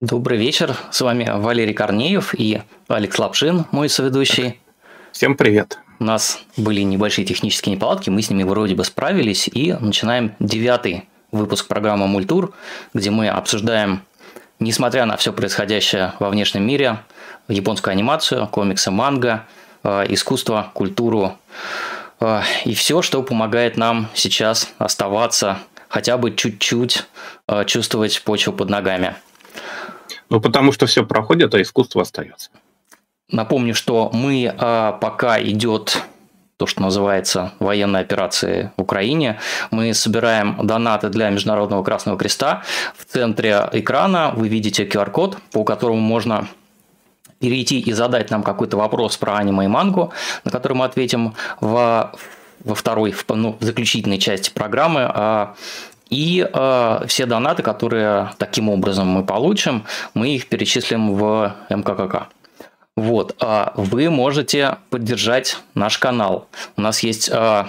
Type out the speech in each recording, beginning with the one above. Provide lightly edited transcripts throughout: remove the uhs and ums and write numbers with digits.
Добрый вечер, с вами Валерий Корнеев и Алекс Лапшин, мой соведущий. Всем привет. У нас были небольшие технические неполадки, мы с ними вроде бы справились, и начинаем 9-й выпуск программы «Мультур», где мы обсуждаем, несмотря на все происходящее во внешнем мире, японскую анимацию, комиксы, манго, искусство, культуру и все, что помогает нам сейчас оставаться, хотя бы чуть-чуть чувствовать почву под ногами. Ну, потому что все проходит, а искусство остается. Напомню, что мы, пока идет то, что называется военная операция в Украине, мы собираем донаты для Международного Красного Креста. В центре экрана вы видите QR-код, по которому можно перейти и задать нам какой-то вопрос про аниме и мангу, на который мы ответим во второй, в заключительной части программы. И все донаты, которые таким образом мы получим, мы их перечислим в МККК. Вот, вы можете поддержать наш канал. У нас есть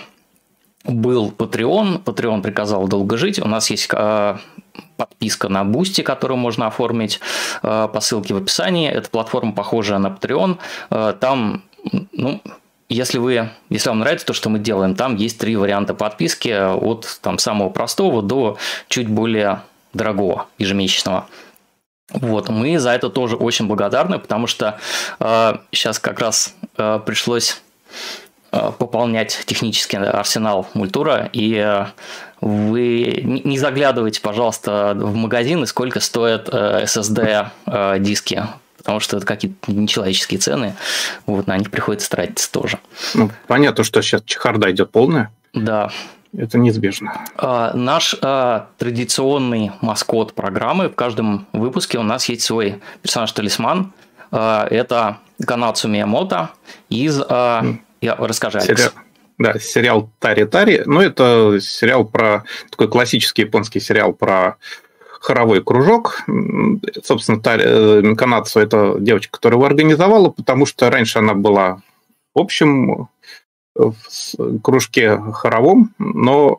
был Patreon приказал долго жить. У нас есть подписка на Boosty, которую можно оформить по ссылке в описании. Эта платформа похожая на Patreon. Там, если вам нравится то, что мы делаем, там есть 3 варианта подписки, от самого простого до чуть более дорогого, ежемесячного. Вот, мы за это тоже очень благодарны, потому что сейчас как раз пришлось пополнять технический арсенал Мультура, и вы не заглядывайте, пожалуйста, в магазины, сколько стоят SSD-диски. Потому что это какие-то нечеловеческие цены, вот, на них приходится тратиться тоже. Ну, понятно, что сейчас чехарда идет полная. Да. Это неизбежно. Наш традиционный маскот программы. В каждом выпуске у нас есть свой персонаж-талисман. Это Канацу Миямото из... Расскажи, Алекс. Сериал «Тари-Тари». Это сериал такой классический японский сериал про хоровой кружок. Собственно, Канацу – это девочка, которая его организовала, потому что раньше она была в общем в кружке хоровом, в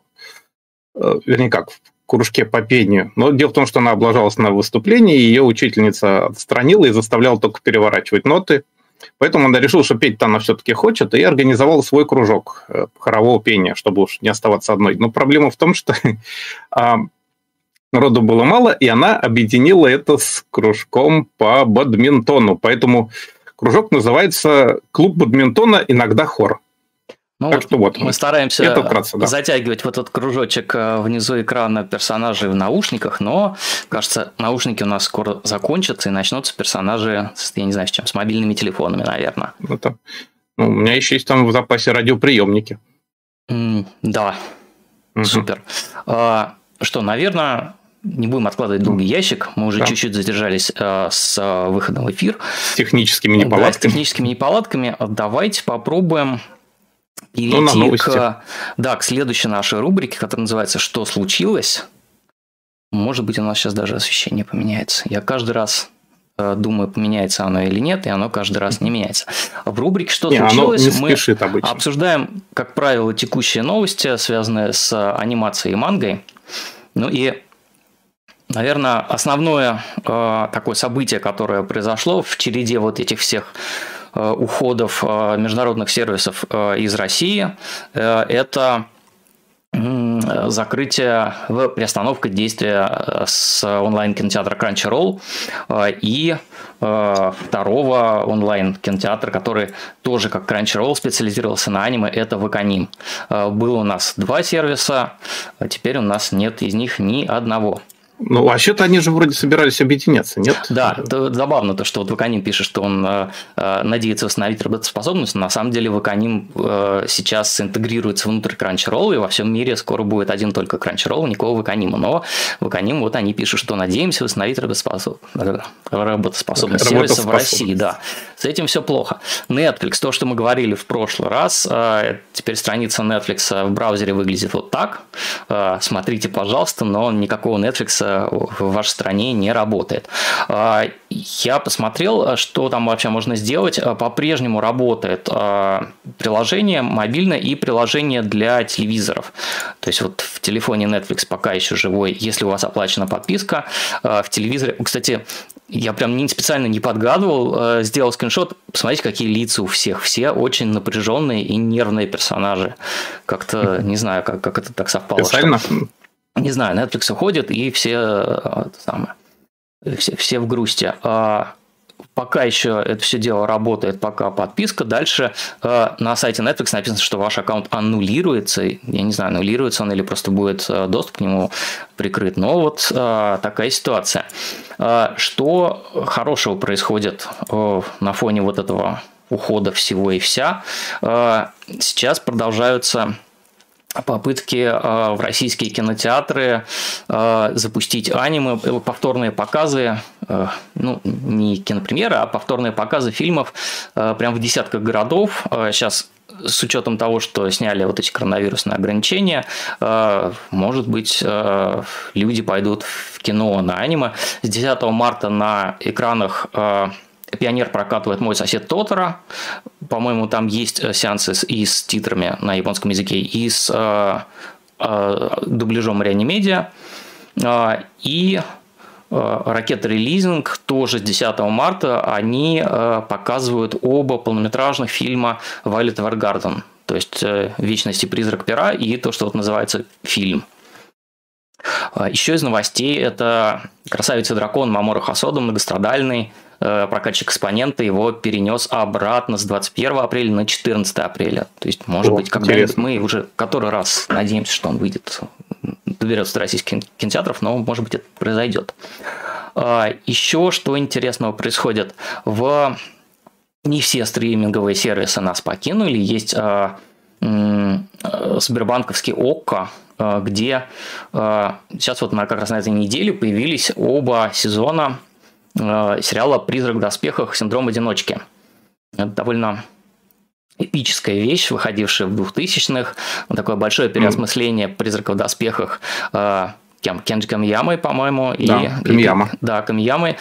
кружке по пению. Но дело в том, что она облажалась на выступлении, ее учительница отстранила и заставляла только переворачивать ноты. Поэтому она решила, что петь-то она все-таки хочет, и организовала свой кружок хорового пения, чтобы уж не оставаться одной. Но проблема в том, что народу было мало, и она объединила это с кружком по бадминтону. Поэтому кружок называется «Клуб бадминтона, иногда хор». Мы стараемся затягивать в этот кружочек внизу экрана персонажей в наушниках, но, кажется, наушники у нас скоро закончатся, и начнутся персонажи, я не знаю, с чем, с мобильными телефонами, наверное. У меня еще есть там в запасе радиоприемники. Да, супер. Что, наверное... Не будем откладывать долгий ящик. Мы уже чуть-чуть задержались с выходом в эфир. С техническими неполадками. Да, с техническими неполадками. Давайте попробуем перейти к следующей нашей рубрике, которая называется «Что случилось?». Может быть, у нас сейчас даже освещение поменяется. Я каждый раз думаю, поменяется оно или нет, и оно каждый раз не меняется. В рубрике «Что случилось?» мы обсуждаем, как правило, текущие новости, связанные с анимацией и мангой. И наверное, основное такое событие, которое произошло в череде вот этих всех уходов международных сервисов из России, это закрытие, приостановка действия с онлайн-кинотеатра Crunchyroll и второго онлайн-кинотеатра, который тоже как Crunchyroll специализировался на аниме, это Ваканим. Было у нас 2 сервиса, а теперь у нас нет из них ни одного. Вообще-то они же вроде собирались объединяться, нет? Да, это забавно, что вот Ваканим пишет, что он надеется восстановить работоспособность, но на самом деле Ваканим сейчас интегрируется внутрь Crunchyroll, и во всем мире скоро будет один только Crunchyroll, никакого Ваканима. Но Ваканим, вот они пишут, что надеемся восстановить работоспособность сервиса в России. Да. С этим все плохо. Netflix, то, что мы говорили в прошлый раз, теперь страница Netflix в браузере выглядит вот так. Смотрите, пожалуйста, но никакого Netflix в вашей стране не работает. Я посмотрел, что там вообще можно сделать. По-прежнему работает приложение мобильное и приложение для телевизоров. То есть вот в телефоне Netflix пока еще живой, если у вас оплачена подписка. В телевизоре, кстати, я прям специально не подгадывал, сделал скриншот. Посмотрите, какие лица у всех. Все очень напряженные и нервные персонажи. Как-то, не знаю, как это так совпало. Специально? Не знаю, Netflix уходит, и все в грусти. Пока еще это все дело работает, пока подписка. Дальше на сайте Netflix написано, что ваш аккаунт аннулируется. Я не знаю, аннулируется он или просто будет доступ к нему прикрыт. Но вот такая ситуация. Что хорошего происходит на фоне вот этого ухода всего и вся? Сейчас продолжаются попытки в российские кинотеатры запустить аниме, повторные показы, не кинопремьеры, а повторные показы фильмов прям в десятках городов. Сейчас с учетом того, что сняли вот эти коронавирусные ограничения, может быть, люди пойдут в кино на аниме. С 10 марта на экранах Пионер прокатывает «Мой сосед Тоторо». По-моему, там есть сеансы и с титрами на японском языке, и с дубляжом Реанимедиа. И Ракета Релизинг тоже с 10 марта они показывают оба полнометражных фильма Violet Evergarden. То есть «Вечность и призрак пера» и то, что вот называется фильм. Еще из новостей это «Красавица и дракон» Мамору Хосода, многострадальный прокатчик экспонента, его перенес обратно с 21 апреля на 14 апреля. То есть, может быть, когда-нибудь мы уже который раз надеемся, что он выйдет, доберется до российских кинотеатров, но, может быть, это произойдет. Еще что интересного происходит. Не все стриминговые сервисы нас покинули. Есть сбербанковский ОККО, где сейчас вот как раз на этой неделе появились оба сезона сериала «Призрак в доспехах. Синдром одиночки». Это довольно эпическая вещь, выходившая в 2000-х. Такое большое переосмысление «Призрака в доспехах» Кенджи Камиямой, по-моему. Да, Камияма. Да, Камиямой.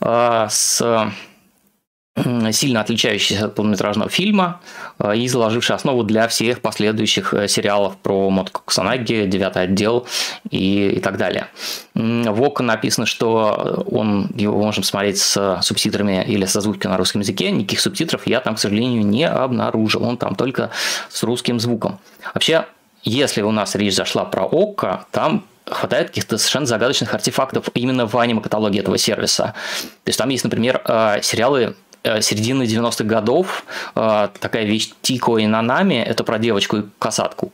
С сильно отличающийся от полнометражного фильма и заложивший основу для всех последующих сериалов про Мотоко Кусанаги, «Девятый отдел» и так далее. В ОККО написано, что его можно смотреть с субтитрами или с озвучкой на русском языке. Никаких субтитров я там, к сожалению, не обнаружил. Он там только с русским звуком. Вообще, если у нас речь зашла про ОККО, там хватает каких-то совершенно загадочных артефактов именно в аниме-каталоге этого сервиса. То есть там есть, например, сериалы середины 90-х годов, такая вещь «Тико и Нанами», это про девочку и косатку.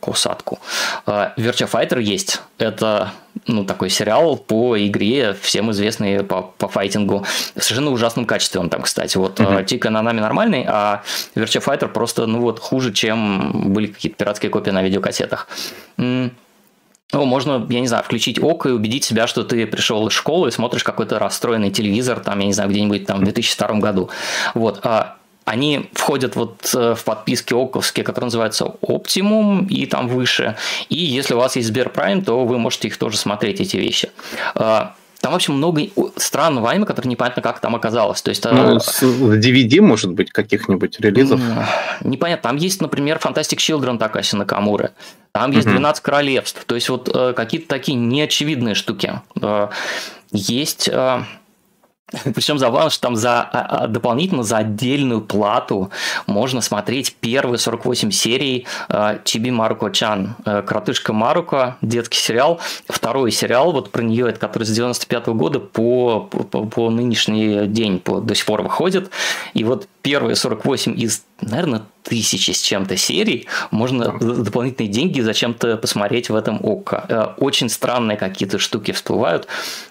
Virtua Fighter есть, это такой сериал по игре, всем известный по файтингу, в совершенно ужасном качестве он там, кстати. Вот «Тико и Нанами» нормальный, а Virtua Fighter просто хуже, чем были какие-то пиратские копии на видеокассетах. Можно, я не знаю, включить ОККО и убедить себя, что ты пришел из школы и смотришь какой-то расстроенный телевизор, там, я не знаю, где-нибудь там в 2002 году. Вот. Они входят вот в подписки ОККОвские, которые называются Optimum и там выше. И если у вас есть Сберпрайм, то вы можете их тоже смотреть, эти вещи. Там, в общем, много странного аниме, которое непонятно, как там оказалось. То есть, с DVD, может быть, каких-нибудь релизов? Непонятно. Там есть, например, Fantastic Children Такаси Накамуры. Там есть 12 королевств. То есть, вот какие-то такие неочевидные штуки. Есть... Причем забавно, что там дополнительно за отдельную плату можно смотреть первые 48 серий Чиби Маруко-чан. Коротышка Маруко, детский сериал. Второй сериал, вот про нее, это который с 95-го года по нынешний день до сих пор выходит. И вот первые 48 из, наверное, 1000 с чем-то серий можно за дополнительные деньги зачем-то посмотреть в этом ОККО. Очень странные какие-то штуки всплывают.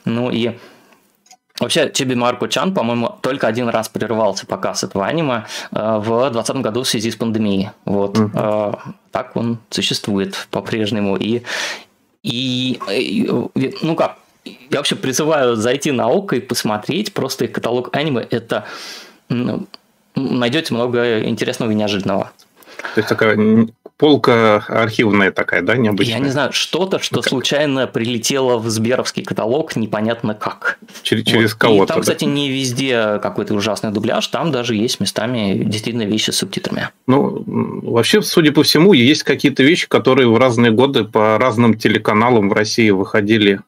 Вообще, Чиби Маруко-чан, по-моему, только один раз прервался показ этого аниме в 2020 году в связи с пандемией. Вот. Так он существует по-прежнему. Я вообще призываю зайти на ОККО и посмотреть просто их каталог аниме. Это найдете много интересного и неожиданного. То есть такая полка архивная такая, да, необычная? Я не знаю, что-то, что случайно прилетело в сберовский каталог, непонятно как. Через кого-то. И там, кстати, не везде какой-то ужасный дубляж, там даже есть местами действительно вещи с субтитрами. Ну, вообще, судя по всему, есть какие-то вещи, которые в разные годы по разным телеканалам в России выходили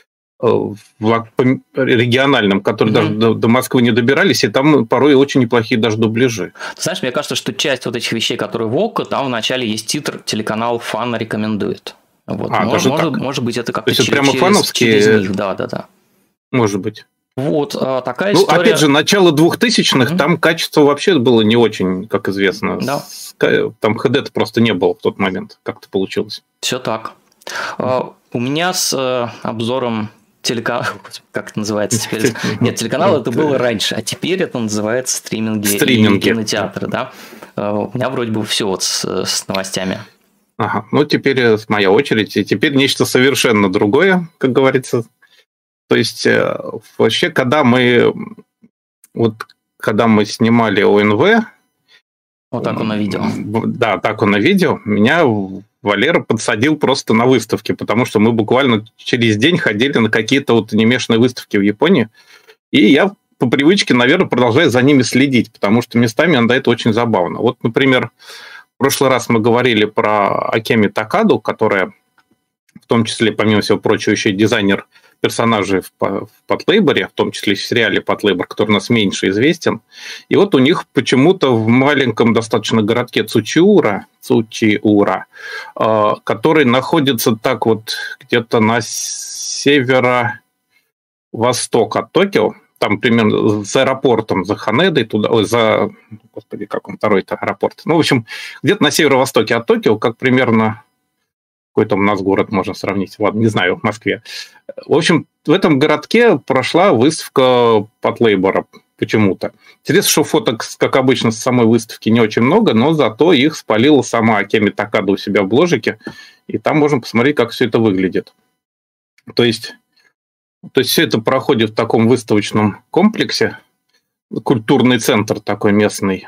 региональным, которые даже до Москвы не добирались, и там порой очень неплохие даже дубляжи. Ты знаешь, мне кажется, что часть вот этих вещей, которые в ОККО, там вначале есть титр, телеканал «Фан» рекомендует. Вот. Может быть, это как-то через них. Да. Может быть. Вот такая история. Опять же, начало 2000-х, там качество вообще было не очень, как известно. Да. Там HD-то просто не было в тот момент. Как-то получилось. Все так. У меня с обзором телеканала, как это называется теперь? Нет, телеканал это было раньше, а теперь это называется стриминги. И кинотеатры, да. У меня вроде бы все вот с новостями. Ага, ну теперь моя очередь, и теперь нечто совершенно другое, как говорится. То есть вообще, когда мы снимали ОНВ... Вот так он на видео. Да, так он на видео. Меня Валера подсадил просто на выставки, потому что мы буквально через день ходили на какие-то вот анимешные выставки в Японии, и я по привычке, наверное, продолжаю за ними следить, потому что местами иногда это очень забавно. Вот, например, в прошлый раз мы говорили про Акеми Такаду, которая, в том числе, помимо всего прочего, еще и дизайнер персонажей в Патлейборе, в том числе в сериале Патлейбор, который у нас меньше известен. И вот у них почему-то в маленьком достаточно городке Цучиура, который находится так вот где-то на северо-восток от Токио, там примерно за аэропортом, за Ханедой, господи, как он второй-то аэропорт. Ну, в общем, где-то на северо-востоке от Токио, как примерно... Какой там у нас город можно сравнить? Ладно, не знаю, в Москве. В общем, в этом городке прошла выставка Патлейбора почему-то. Интересно, что фоток, как обычно, с самой выставки не очень много, но зато их спалила сама Акеми Такада у себя в бложике, и там можно посмотреть, как все это выглядит. То есть все это проходит в таком выставочном комплексе, культурный центр такой местный,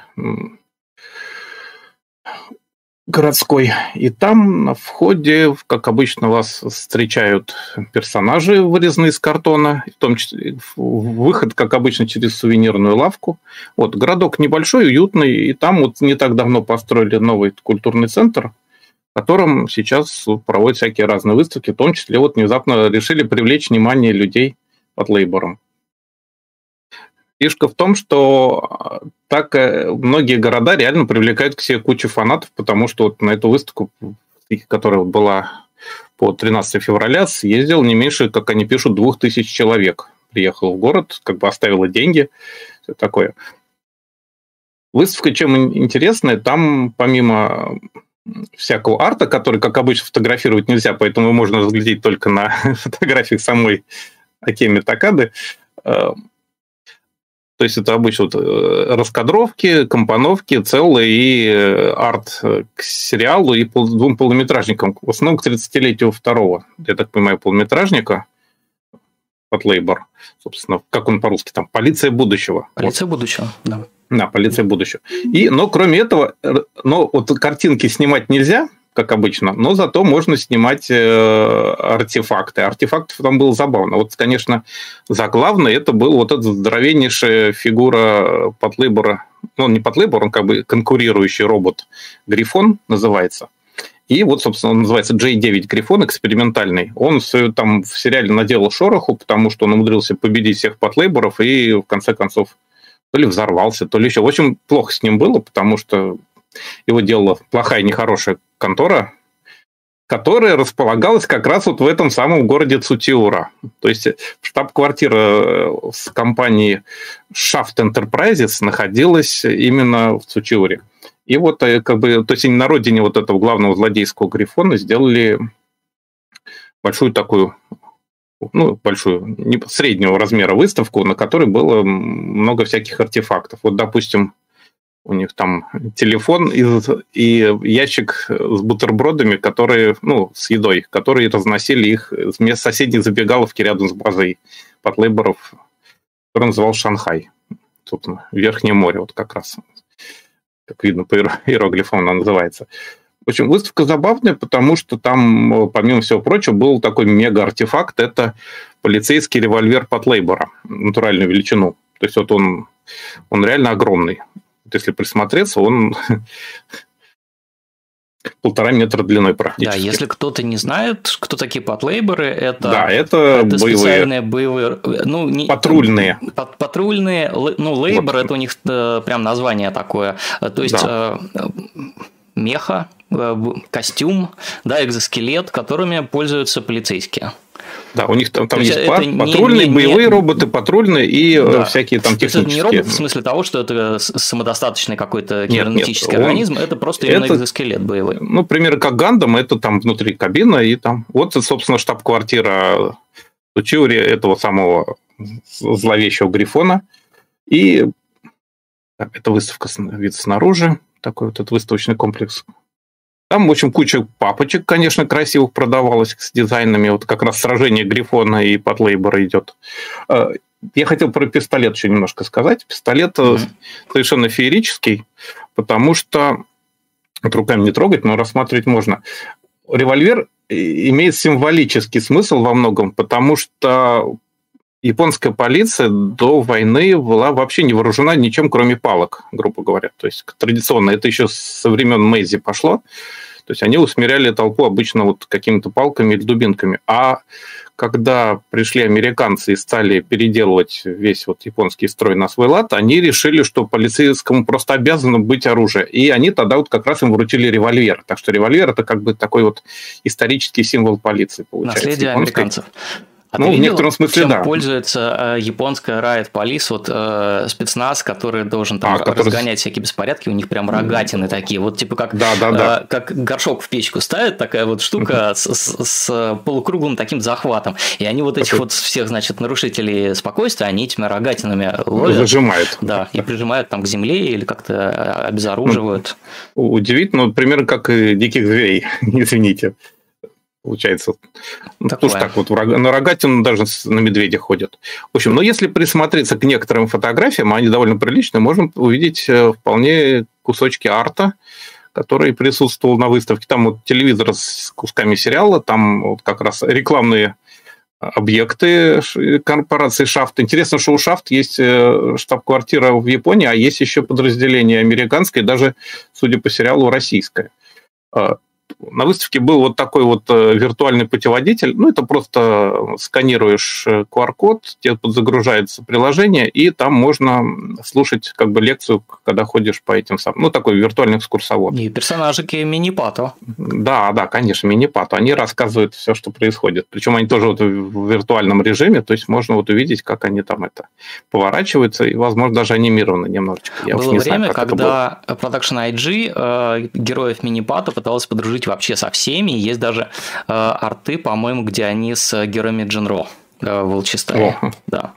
городской. И там на входе, как обычно, вас встречают персонажи, вырезанные из картона, в том числе выход, как обычно, через сувенирную лавку. Вот, городок небольшой, уютный, и там вот не так давно построили новый культурный центр, в котором сейчас проводят всякие разные выставки, в том числе вот внезапно решили привлечь внимание людей под Лейбором. Фишка в том, что так многие города реально привлекают к себе кучу фанатов, потому что вот на эту выставку, которая была по 13 февраля, съездил не меньше, как они пишут, 2000 человек. Приехал в город, как бы оставила деньги, все такое. Выставка чем интересная, там помимо всякого арта, который, как обычно, фотографировать нельзя, поэтому можно разглядеть только на фотографиях самой Акеми Такады. То есть это обычно вот раскадровки, компоновки, целый и арт к сериалу и двум полнометражникам. В основном к 30-летию второго, я так понимаю, полнометражника Патлейбор. Собственно, как он по-русски там? «Полиция будущего». «Полиция будущего», да. Да, «Полиция будущего». Но кроме этого, вот картинки снимать нельзя, как обычно, но зато можно снимать артефакты. Артефактов там было забавно. Вот, конечно, заглавный это был вот эта здоровеннейшая фигура Патлейбора. Ну, он не Патлейбор, он как бы конкурирующий робот. Грифон называется. И вот, собственно, он называется J9 Грифон, экспериментальный. Он там в сериале наделал шороху, потому что он умудрился победить всех Патлейборов и, в конце концов, то ли взорвался, то ли еще. В общем, плохо с ним было, потому что его делала плохая, нехорошая контора, которая располагалась как раз вот в этом самом городе Цутиура. То есть штаб-квартира с компании Shaft Enterprises находилась именно в Цутиуре. И вот как бы, то есть они на родине вот этого главного злодейского Грифона сделали большую такую, большую, среднего размера выставку, на которой было много всяких артефактов. Вот, допустим, у них там телефон и ящик с бутербродами, которые, с едой, которые разносили их с соседней забегаловки рядом с базой Патлейборов, который назывался Шанхай. Собственно, Верхнее море, вот как раз. Как видно, по иероглифам она называется. В общем, выставка забавная, потому что там, помимо всего прочего, был такой мега-артефакт. Это полицейский револьвер Патлейбора, натуральную величину. То есть вот он реально огромный. Вот если присмотреться, он 1,5 метра длиной практически. Да, если кто-то не знает, кто такие патлейборы, это боевые. Специальные боевые... Патрульные. Патрульные, лейбор, вот. Это у них прям название такое. То есть меха, костюм, экзоскелет, которыми пользуются полицейские. Да, у них там есть патрульные, боевые роботы, патрульные и всякие там технические. Это не робот в смысле того, что это самодостаточный какой-то кибернетический организм, это просто именно экзоскелет боевой. Ну, примеры как Гандам, это там внутри кабина, и там... Вот, собственно, штаб-квартира Тучиури, этого самого зловещего Грифона. И это выставка вид снаружи, такой вот этот выставочный комплекс. Там, в общем, куча папочек, конечно, красивых продавалось с дизайнами. Вот как раз сражение Грифона и Патлейбора идет. Я хотел про пистолет еще немножко сказать. Пистолет совершенно феерический, потому что вот руками не трогать, но рассматривать можно. Револьвер имеет символический смысл во многом, потому что японская полиция до войны была вообще не вооружена ничем, кроме палок, грубо говоря. То есть традиционно это еще со времен Мэйдзи пошло. То есть они усмиряли толпу обычно вот какими-то палками или дубинками. А когда пришли американцы и стали переделывать весь вот японский строй на свой лад, они решили, что полицейскому просто обязано быть оружие. И они тогда вот как раз им вручили револьвер. Так что револьвер – это как бы такой вот исторический символ полиции, получается. Наследие американцев. А в некотором смысле, чем пользуется японская Riot Police, вот спецназ, который должен там разгонять всякие беспорядки, у них прям рогатины такие, вот типа как горшок в печку ставят, такая вот штука с полукруглым таким захватом, и они вот этих вот всех, значит, нарушителей спокойствия, они этими рогатинами ловят. Зажимают. Да, и прижимают там к земле или как-то обезоруживают. Удивительно, примерно как и диких зверей, извините. Получается. Потому что так вот на рогатину даже на медведя ходят. В общем, но если присмотреться к некоторым фотографиям, они довольно приличные, можно увидеть вполне кусочки арта, который присутствовал на выставке. Там вот телевизор с кусками сериала, там вот как раз рекламные объекты корпорации Shaft. Интересно, что у Shaft есть штаб-квартира в Японии, а есть еще подразделение американское, даже, судя по сериалу, российское. На выставке был вот такой вот виртуальный путеводитель. Ну, это просто сканируешь QR-код, тебе подзагружается приложение, и там можно слушать как бы лекцию, когда ходишь по этим самым... Ну, такой виртуальный экскурсовод. И персонажики Минипато. Да, конечно, Минипато. Они рассказывают все, что происходит. Причем они тоже вот в виртуальном режиме, то есть можно вот увидеть, как они там это поворачиваются, и, возможно, даже анимированы немножечко. Было время, когда Production IG героев Минипато пыталась подружить вообще со всеми. Есть даже арты, по-моему, где они с героями Джинро в Волчистае. Да.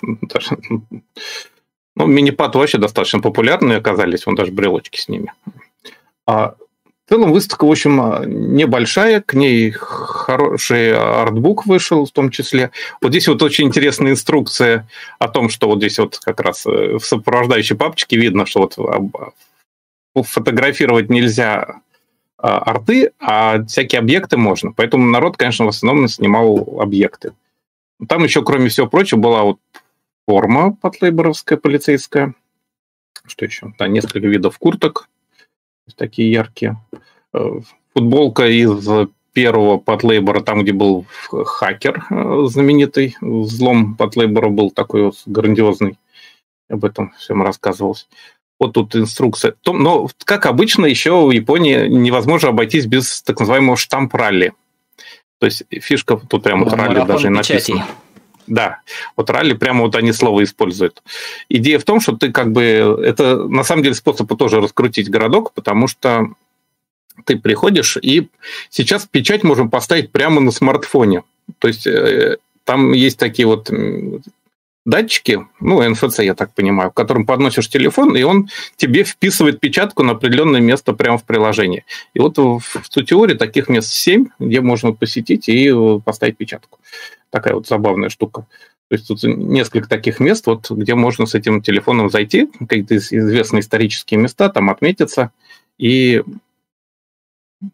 Ну, Минипат вообще достаточно популярные оказались, вон даже брелочки с ними. В целом выставка, в общем, небольшая, к ней хороший артбук вышел в том числе. Вот здесь вот очень интересная инструкция о том, что вот здесь вот как раз в сопровождающей папочке видно, что вот фотографировать нельзя арты, а всякие объекты можно. Поэтому народ, конечно, в основном снимал объекты. Там еще, кроме всего прочего, была вот форма патлейборовская, полицейская. Что еще? Да, несколько видов курток. Такие яркие. Футболка из первого Патлейбора, там, где был хакер знаменитый. Взлом Патлейбора был такой вот грандиозный. Об этом всем рассказывалось. Вот тут инструкция. Но, как обычно, еще в Японии невозможно обойтись без так называемого штамп-ралли. То есть фишка, тут прямо вот ралли даже и написано. Да, вот ралли, прямо вот они слово используют. Идея в том, что ты как бы... Это на самом деле способ тоже раскрутить городок, потому что ты приходишь, и сейчас печать можем поставить прямо на смартфоне. То есть там есть такие вот... датчики, ну, НФЦ, я так понимаю, к которым подносишь телефон, и он тебе вписывает печатку на определенное место прямо в приложении. И вот в Тутиоре таких мест 7, где можно посетить и поставить печатку. Такая вот забавная штука. То есть тут несколько таких мест, вот, где можно с этим телефоном зайти, какие-то известные исторические места, там отметиться и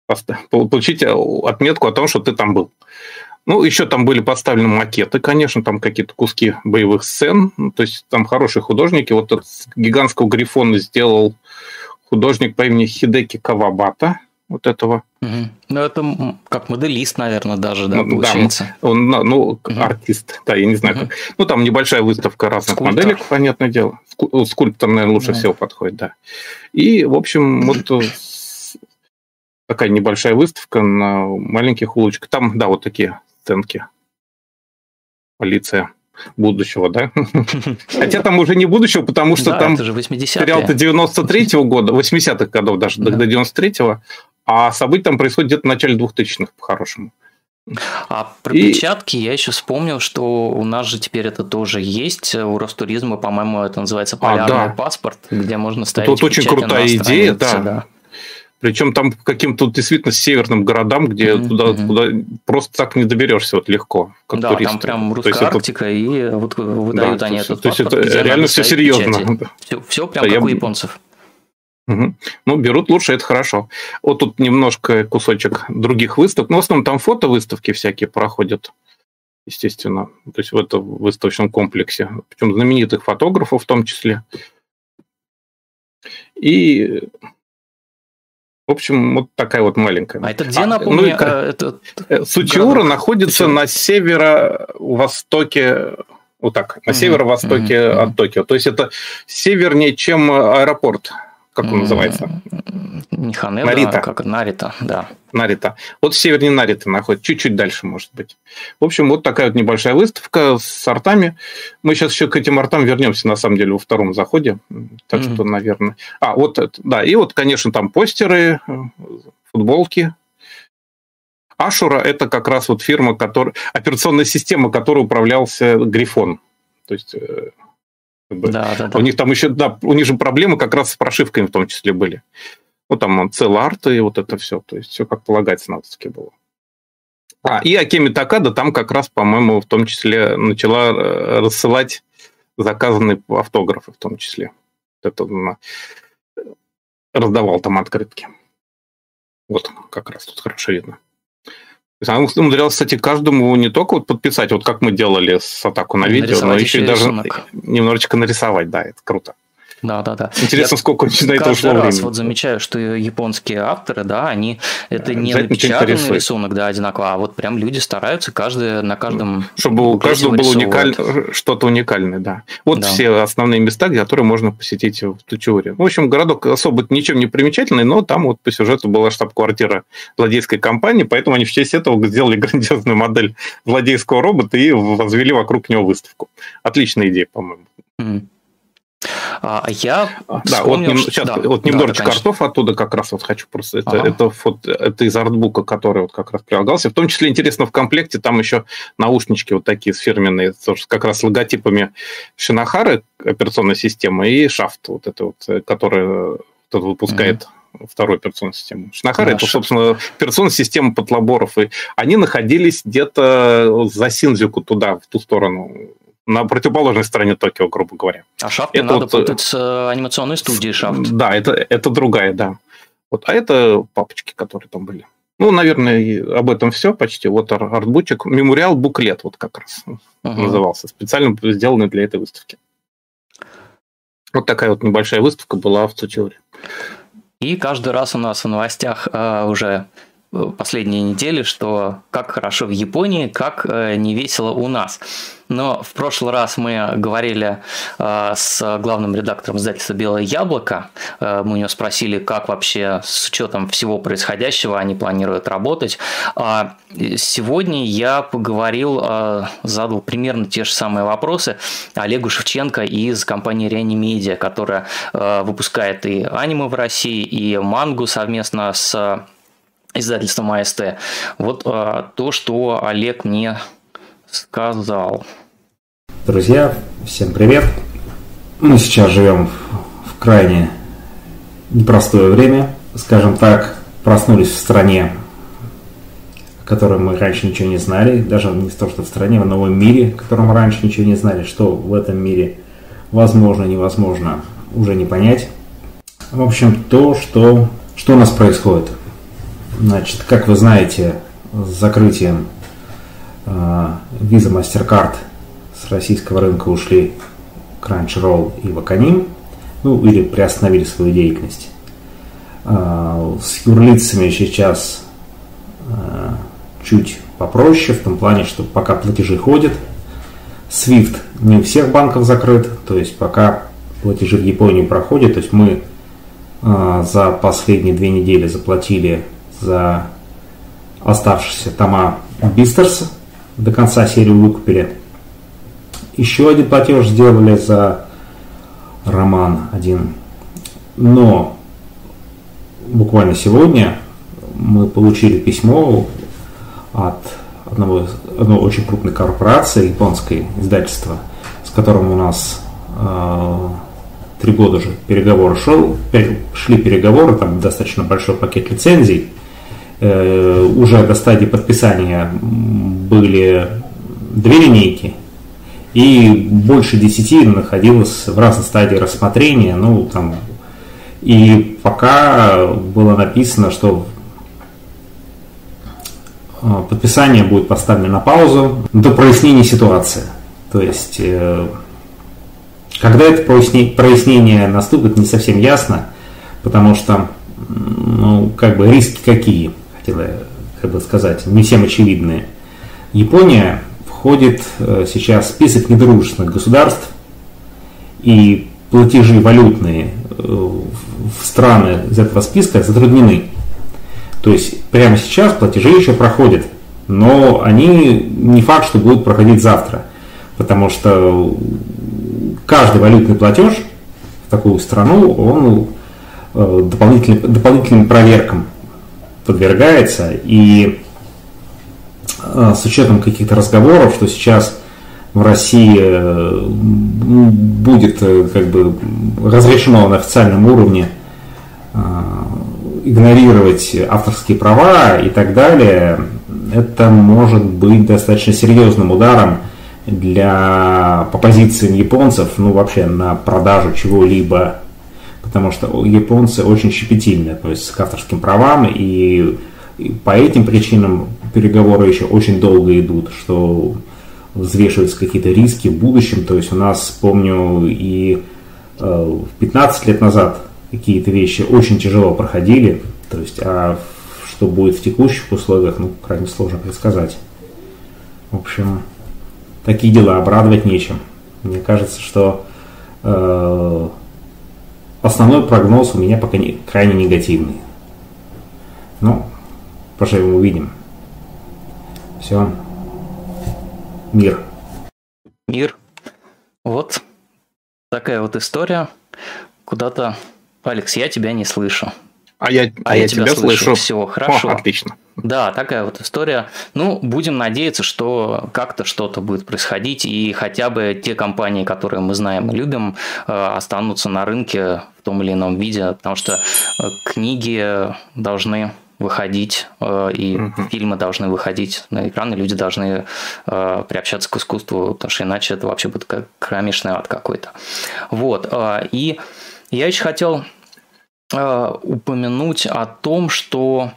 получить отметку о том, что ты там был. Ну, еще там были поставлены макеты, конечно, там какие-то куски боевых сцен, то есть там хорошие художники. Вот этот гигантского грифона сделал художник по имени Хидеки Кавабата, вот этого. Ну, это как моделист, наверное, даже, да, получается. Да, он, артист, да, я не знаю, как. Ну, там небольшая выставка разных моделек, понятное дело. Скульптор, наверное, лучше всего подходит, да. И, в общем, вот такая небольшая выставка на маленьких улочках. Там, да, вот такие сценки. Полиция будущего, да? Хотя там уже не будущего, потому что там сериал-то 93-го года, 80-х годов даже, до 93-го, а события там происходят где-то в начале 2000-х, по-хорошему. А про печатки я еще вспомнил, что у нас же теперь это тоже есть. У Ростуризма, по-моему, это называется полярный паспорт, где можно ставить тут очень крутая идея, да. Причем там каким-то действительно северным городам, где куда просто так не доберешься вот легко, как да, туристы. Там прям русская Арктика, и вот выдают они этот паспорт. То есть это реально все серьезно. Все прям как у японцев. Ну, берут лучше, это хорошо. Вот тут немножко кусочек других выставок. Ну, в основном там фотовыставки всякие проходят, естественно. То есть в этом выставочном комплексе. Причем знаменитых фотографов в том числе. И... В общем, вот такая вот маленькая. А это где, напомню? Сучиура находится на северо-востоке, вот так, на северо-востоке от Токио. То есть это севернее, чем аэропорт. Как он называется? Не Ханеда, Нарита. Как Нарита, да. Нарита. Вот севернее Нариты находится, чуть-чуть дальше, может быть. В общем, вот такая вот небольшая выставка с артами. Мы сейчас еще к этим артам вернемся, на самом деле, во втором заходе. Так что, наверное... вот это, да. И вот, конечно, там постеры, футболки. Ашура – это как раз вот фирма, операционная система, которой управлялся Грифон. То есть... Да. У них там еще, у них же проблемы как раз с прошивками в том числе были. Вот там целарты и вот это все. То есть все как полагается на таки было. И Акеми Такада там как раз, по-моему, в том числе начала рассылать заказанные автографы в том числе. Это раздавал там открытки. Вот как раз тут хорошо видно. Она умудрялась, кстати, каждому не только вот подписать, вот как мы делали с атаку на видео, но еще и даже немножечко нарисовать, да, это круто. Да. Интересно, сколько на это ушло времени. Каждый раз вот замечаю, что японские авторы, да, они это не напечатанный рисунок, да, одинаково, а вот прям люди стараются на каждом... Чтобы у каждого было что-то уникальное, да. Вот все основные места, которые можно посетить в Сучиуре. В общем, городок особо ничем не примечательный, но там вот по сюжету была штаб-квартира злодейской компании, поэтому они в честь этого сделали грандиозную модель злодейского робота и возвели вокруг него выставку. Отличная идея, по-моему. Я вспомнил, немножечко артов оттуда как раз вот хочу просто... Это из артбука, который вот как раз прилагался. В том числе, интересно, в комплекте там еще наушнички вот такие фирменные, как раз с логотипами Шинохары, операционной системы, и Шафт, вот это вот, который выпускает вторую операционную систему. Шинохара это, собственно, операционная система потлаборов. И они находились где-то за Синдзюку туда, в ту сторону, на противоположной стороне Токио, грубо говоря. А Шафт не надо путать с анимационной студией Шафт. Да, это другая, да. А это папочки, которые там были. Ну, наверное, об этом все почти. Вот артбучик. Мемориал буклет вот как раз назывался. Специально сделанный для этой выставки. Вот такая вот небольшая выставка была в Сучиуре. И каждый раз у нас в новостях уже последние недели, что как хорошо в Японии, как не весело у нас. Но в прошлый раз мы говорили с главным редактором издательства «Белое яблоко». Мы у него спросили, как вообще с учетом всего происходящего они планируют работать. Сегодня я поговорил, задал примерно те же самые вопросы Олегу Шевченко из компании Reanimedia, которая выпускает и аниме в России, и мангу совместно с издательством АСТ. Вот то, что Олег мне сказал. Друзья, всем привет. Мы сейчас живем в крайне непростое время. Скажем так, проснулись в стране, о которой мы раньше ничего не знали. Даже не то, что в стране, в новом мире, о котором мы раньше ничего не знали. Что в этом мире возможно, невозможно, уже не понять. В общем, что у нас происходит. Значит, как вы знаете, с закрытием Visa MasterCard с российского рынка ушли Crunchyroll и Wakanim, ну или приостановили свою деятельность. С юрлицами сейчас чуть попроще, в том плане, что пока платежи ходят. SWIFT не у всех банков закрыт, то есть пока платежи в Японии проходят, то есть мы за последние 2 недели заплатили за оставшиеся тома Бистерс, до конца серию выкупили. Еще один платеж сделали за роман один. Но буквально сегодня мы получили письмо от одной очень крупной корпорации, японской издательства, с которым у нас 3 года уже шли переговоры, там достаточно большой пакет лицензий. Уже до стадии подписания были 2 линейки, и больше 10 находилось в разной стадии рассмотрения. И пока было написано, что подписание будет поставлено на паузу до прояснения ситуации. То есть, когда это прояснение наступит, не совсем ясно, потому что риски какие, хотел я сказать, не всем очевидные. Япония входит сейчас в список недружественных государств, и платежи валютные в страны из этого списка затруднены. То есть прямо сейчас платежи еще проходят, но они не факт, что будут проходить завтра, потому что каждый валютный платеж в такую страну, он дополнительным проверкам подвергается, и с учетом каких-то разговоров, что сейчас в России будет разрешено на официальном уровне игнорировать авторские права и так далее, это может быть достаточно серьезным ударом по позициям японцев, вообще на продажу чего-либо, потому что японцы очень щепетильны, то есть к авторским правам, и по этим причинам переговоры еще очень долго идут, что взвешиваются какие-то риски в будущем. То есть у нас, помню, и 15 лет назад какие-то вещи очень тяжело проходили, то есть, а что будет в текущих условиях, крайне сложно предсказать. В общем, такие дела, обрадовать нечем. Мне кажется, что основной прогноз у меня пока крайне негативный. Поживем, увидим. Все. Мир. Вот такая вот история. Куда-то, Алекс, я тебя не слышу. А я тебя слышу. Все, хорошо. Отлично. Да, такая вот история. Будем надеяться, что как-то что-то будет происходить, и хотя бы те компании, которые мы знаем и любим, останутся на рынке в том или ином виде, потому что книги должны выходить, и фильмы должны выходить на экран, и люди должны приобщаться к искусству, потому что иначе это вообще будет как кромешный ад какой-то. Вот. И я еще хотел упомянуть о том, что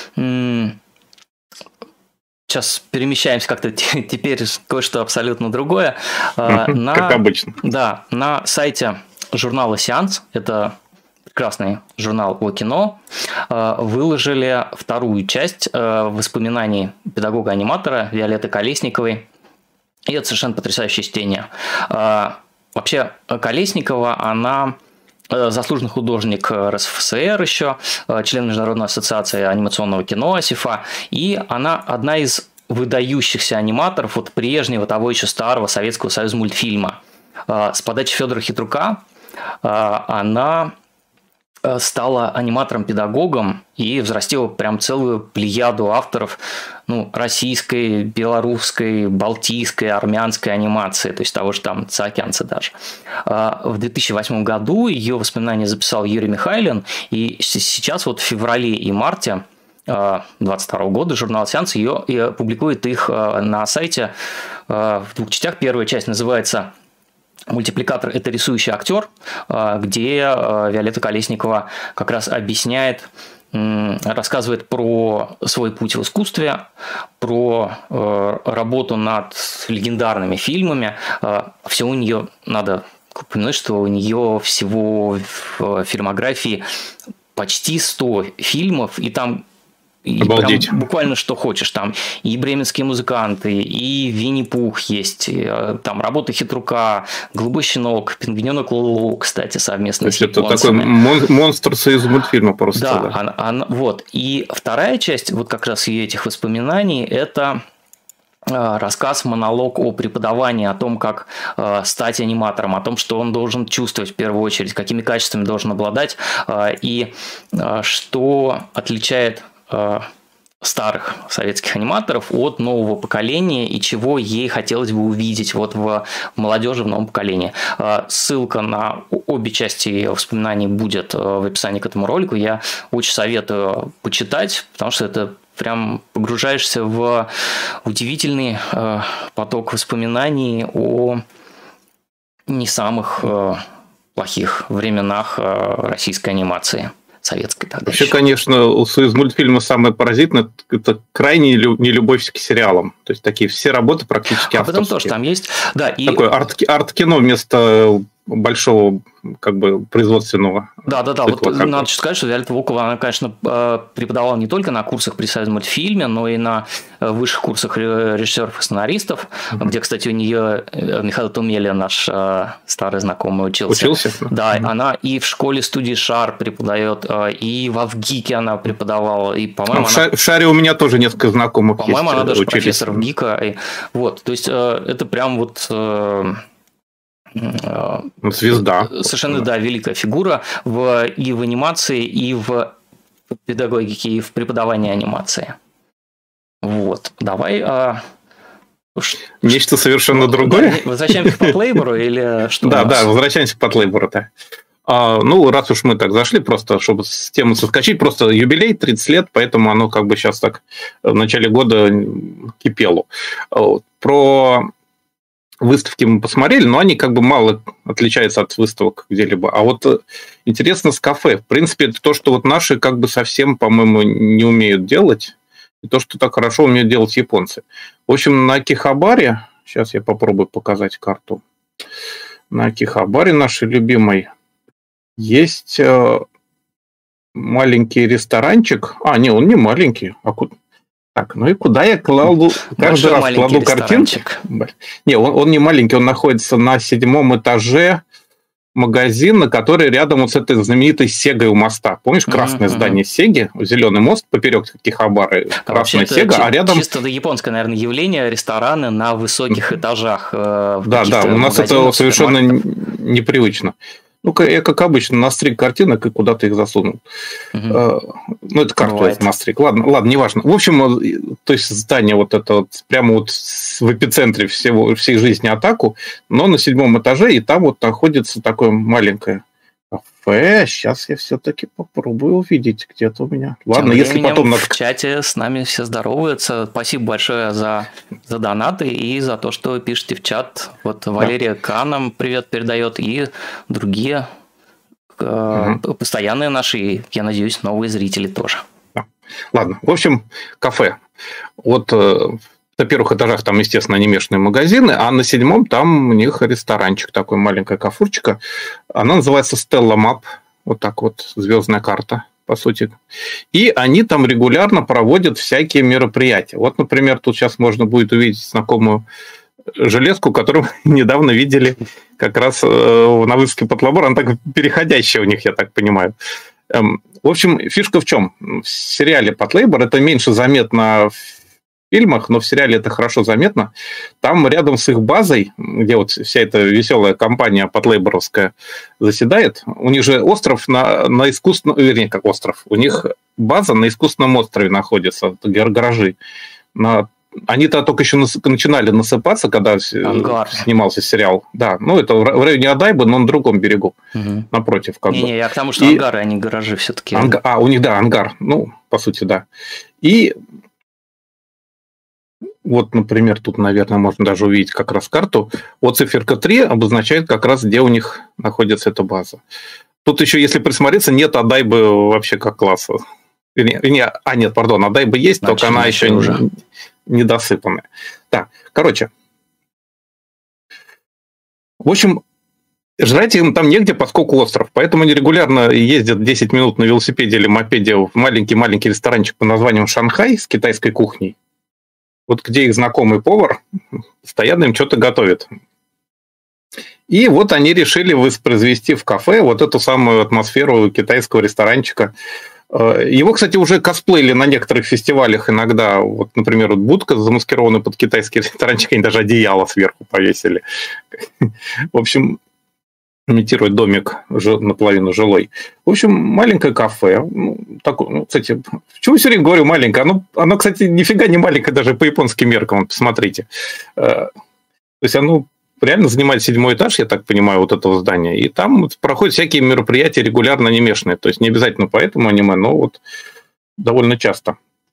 сейчас перемещаемся как-то теперь кое-что абсолютно другое. Как обычно. Да, на сайте журнала «Сеанс», это прекрасный журнал о кино, выложили 2-ю часть воспоминаний педагога-аниматора Виолетты Колесниковой. И это совершенно потрясающее чтение. Вообще, Колесникова, она заслуженный художник РСФСР еще, член Международной ассоциации анимационного кино АСИФа, и она одна из выдающихся аниматоров вот прежнего, того еще старого Советского Союза мультфильма. С подачи Федора Хитрука она стала аниматором-педагогом и взрастила прям целую плеяду авторов российской, белорусской, балтийской, армянской анимации, то есть того же там Цаокянца даже. В 2008 году ее воспоминания записал Юрий Михайлин, и сейчас вот в феврале и марте 2022 года журнал «Сеанс» ее публикует их на сайте в 2 частях. Первая часть называется «Мультипликатор – это рисующий актер», где Виолетта Колесникова как раз объясняет рассказывает про свой путь в искусстве, про работу над легендарными фильмами. Все у нее, надо упомянуть, что у нее всего в фильмографии почти 100 фильмов, и там Обалдеть. Прям буквально что хочешь. Там и бременские музыканты, и Винни-Пух есть, и, там работа Хитрука, Голубой щенок, Пингвиненок Лоло, кстати, совместно с японцами. Это такой монстр из мультфильма просто. Да, вот. И вторая часть, вот как раз ее этих воспоминаний, это рассказ, монолог о преподавании, о том, как стать аниматором, о том, что он должен чувствовать в первую очередь, какими качествами должен обладать, и что отличает старых советских аниматоров от нового поколения и чего ей хотелось бы увидеть вот в молодежи в новом поколении. Ссылка на обе части ее воспоминаний будет в описании к этому ролику. Я очень советую почитать, потому что это прям погружаешься в удивительный поток воспоминаний о не самых плохих временах российской анимации. Советской тогда. Вообще, конечно, из мультфильма самое поразительное – это крайняя нелюбовь к сериалам. То есть, такие все работы практически авторские. А потом тоже там есть. Да, и... Такое арт-кино вместо большого как бы производственного. Да. Вот надо сказать, что Виолетта Волкова, она, конечно, преподавала не только на курсах при Союзном мультфильме, но и на высших курсах режиссеров и сценаристов, где, кстати, у нее Михаил Тумелия, наш старый знакомый, учился. Да, она и в школе-студии «Шар» преподает, и в ВГИКе она преподавала, и, по-моему, в «Шаре» у меня тоже несколько знакомых есть. По-моему, она даже профессор ВГИКа. Вот, то есть, это прям вот... Звезда. Совершенно, да, великая фигура и в анимации, и в педагогике, и в преподавании анимации. Вот. Давай... Нечто совершенно другое. Возвращаемся к Патлейбору или что? Да, возвращаемся к Патлейбору-то. Ну, раз уж мы так зашли, просто чтобы с темы соскочить, просто юбилей, 30 лет, поэтому оно как бы сейчас так в начале года кипело. Про выставки мы посмотрели, но они как бы мало отличаются от выставок где-либо. А вот интересно с кафе. В принципе, это то, что вот наши как бы совсем, по-моему, не умеют делать, и то, что так хорошо умеют делать японцы. В общем, на Акихабаре, сейчас я попробую показать карту, на Акихабаре нашей любимой есть маленький ресторанчик. Не, он не маленький. Так, ну и куда я кладу? Каждый раз кладу картинки. Не, он не маленький, он находится на 7-м этаже магазина, который рядом вот с этой знаменитой Сегой у моста. Помнишь, красное здание Сеги, зеленый мост поперек Акихабары, красная Сега, а рядом... Чисто японское, наверное, явление, рестораны на высоких этажах. Да, у нас это совершенно непривычно. Ну, я, как обычно, настриг картинок и куда-то их засунул. Ну, это карта настриг. Ладно, неважно. В общем, то есть здание вот это вот прямо вот в эпицентре всей жизни Атаку, но на 7-м этаже, и там вот находится такое маленькое кафе. Сейчас я все-таки попробую увидеть где-то у меня. Ладно, если потом... В чате с нами все здороваются. Спасибо большое за донаты и за то, что пишете в чат. Вот Валерия К. нам привет передает, и другие постоянные наши, я надеюсь, новые зрители тоже. Ладно, в общем, кафе. Вот на первых этажах там, естественно, анимешные магазины, а на 7-м там у них ресторанчик, такой маленькая кафурчика. Она называется Stella Map, вот так вот, звездная карта, по сути. И они там регулярно проводят всякие мероприятия. Вот, например, тут сейчас можно будет увидеть знакомую железку, которую мы недавно видели как раз на выставке Патлейбор. Она так переходящая у них, я так понимаю. В общем, фишка в чем? В сериале Патлейбор это меньше заметно в фильмах, но в сериале это хорошо заметно. Там рядом с их базой, где вот вся эта веселая компания патлейборовская заседает, у них же остров на искусственном... Вернее, как остров. У них база на искусственном острове находится, гаражи. Они-то только еще начинали насыпаться, когда снимался сериал. Да, ну это в районе Адайбы, но на другом берегу, напротив. Не, я к тому, что ангары, а не гаражи все-таки. У них, да, ангар. Ну, по сути, да. И вот, например, тут, наверное, можно даже увидеть как раз карту. Вот циферка 3 обозначает как раз, где у них находится эта база. Тут еще, если присмотреться, нет Адайбы вообще как класса. Нет, пардон, адайба есть, только она еще не досыпанная. Так, короче. В общем, жрать им там негде, поскольку остров. Поэтому они регулярно ездят 10 минут на велосипеде или мопеде в маленький-маленький ресторанчик под названием «Шанхай» с китайской кухней. Вот где их знакомый повар постоянно им что-то готовит. И вот они решили воспроизвести в кафе вот эту самую атмосферу китайского ресторанчика. Его, кстати, уже косплеили на некоторых фестивалях иногда. Вот, например, вот будка, замаскированная под китайский ресторанчик, они даже одеяло сверху повесили. В общем, имитирует домик наполовину жилой. В общем, маленькое кафе. Кстати, почему я все время говорю маленькое? Оно, кстати, нифига не маленькое даже по японским меркам. Посмотрите. То есть оно реально занимает 7-й этаж, я так понимаю, вот этого здания. И там проходят всякие мероприятия регулярно анимешные. То есть не обязательно по этому аниме, но вот довольно часто.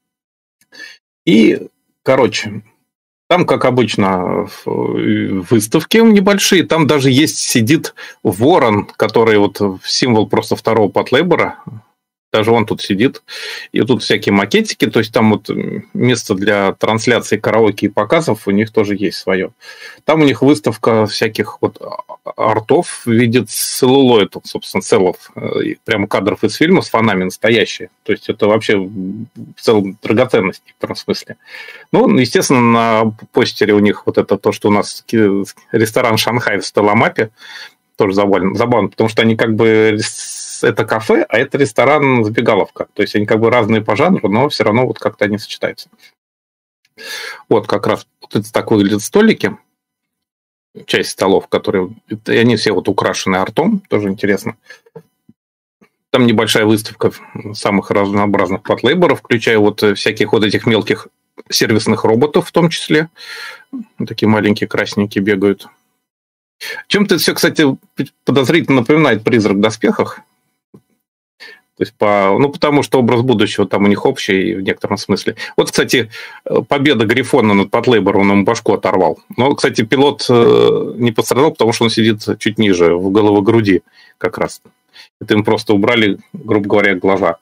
И, короче, там, как обычно, выставки небольшие. Там даже сидит ворон, который вот символ просто второго подлейбора. Даже он тут сидит. И тут всякие макетики. То есть там вот место для трансляции караоке и показов у них тоже есть свое. Там у них выставка всяких вот артов в виде целлулоидов, собственно, целлов. Прямо кадров из фильма с фонами настоящие. То есть это вообще в целом драгоценность в некотором смысле. Ну, естественно, на постере у них вот это то, что у нас ресторан «Шанхай» в Стелламапе. Тоже забавно, потому что они как бы... Это кафе, а это ресторан-забегаловка. То есть они как бы разные по жанру, но все равно вот как-то они сочетаются. Вот как раз вот это так выглядят столики. Часть столов, которые... И они все вот украшены артом, тоже интересно. Там небольшая выставка самых разнообразных подлейборов, включая вот всяких вот этих мелких сервисных роботов в том числе. Такие маленькие красненькие бегают. Чем-то это все, кстати, подозрительно напоминает «Призрак в доспехах». То есть потому что образ будущего там у них общий в некотором смысле. Вот, кстати, победа Грифона над подлейбором, он ему башку оторвал. Но, кстати, пилот не пострадал, потому что он сидит чуть ниже, в голове-груди как раз. Это им просто убрали, грубо говоря, глаза.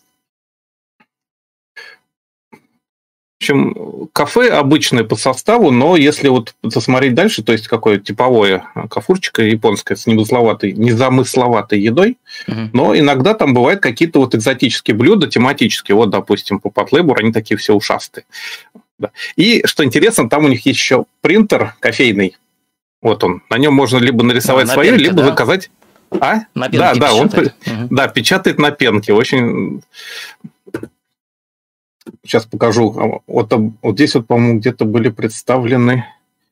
В общем, кафе обычное по составу, но если вот посмотреть дальше, то есть какое типовое кафурчико японское с незамысловатой едой, но иногда там бывают какие-то вот экзотические блюда, тематические. Вот, допустим, по подлейбору они такие все ушастые. Да. И, что интересно, там у них есть еще принтер кофейный. Вот он. На нем можно либо нарисовать свое, пенке, либо заказать... На пенке печатает. Да, печатает на пенке. Очень... Сейчас покажу. Вот здесь вот, по-моему, где-то были представлены...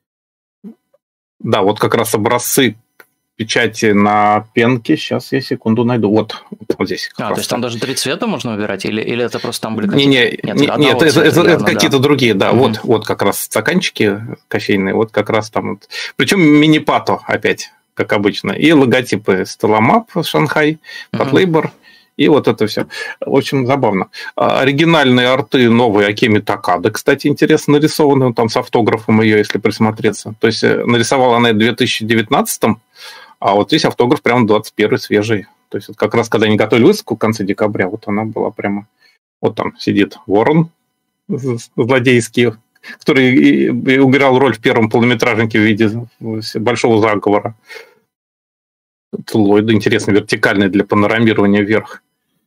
Да, вот как раз образцы печати на пенке. Сейчас я секунду найду. Вот здесь. То есть там даже 3 цвета можно выбирать? Или это просто там были какие-то... Нет, это какие-то другие. Да, вот как раз стаканчики кофейные. Вот как раз там... Вот. Причем мини-пато опять, как обычно. И логотипы Стелламап, Шанхай, подлейбор. И вот это все. В общем, забавно. Оригинальные арты новые Акеми Такада, кстати, интересно нарисованы. Там с автографом ее, если присмотреться. То есть нарисовала она в 2019-м, а вот здесь автограф прямо 21-й, свежий. То есть вот как раз, когда они готовили выставку в конце декабря, вот она была прямо... Вот там сидит ворон злодейский, который играл роль в первом полнометражнике в виде большого заговора. Целлулоид, интересно, вертикальный для панорамирования вверх.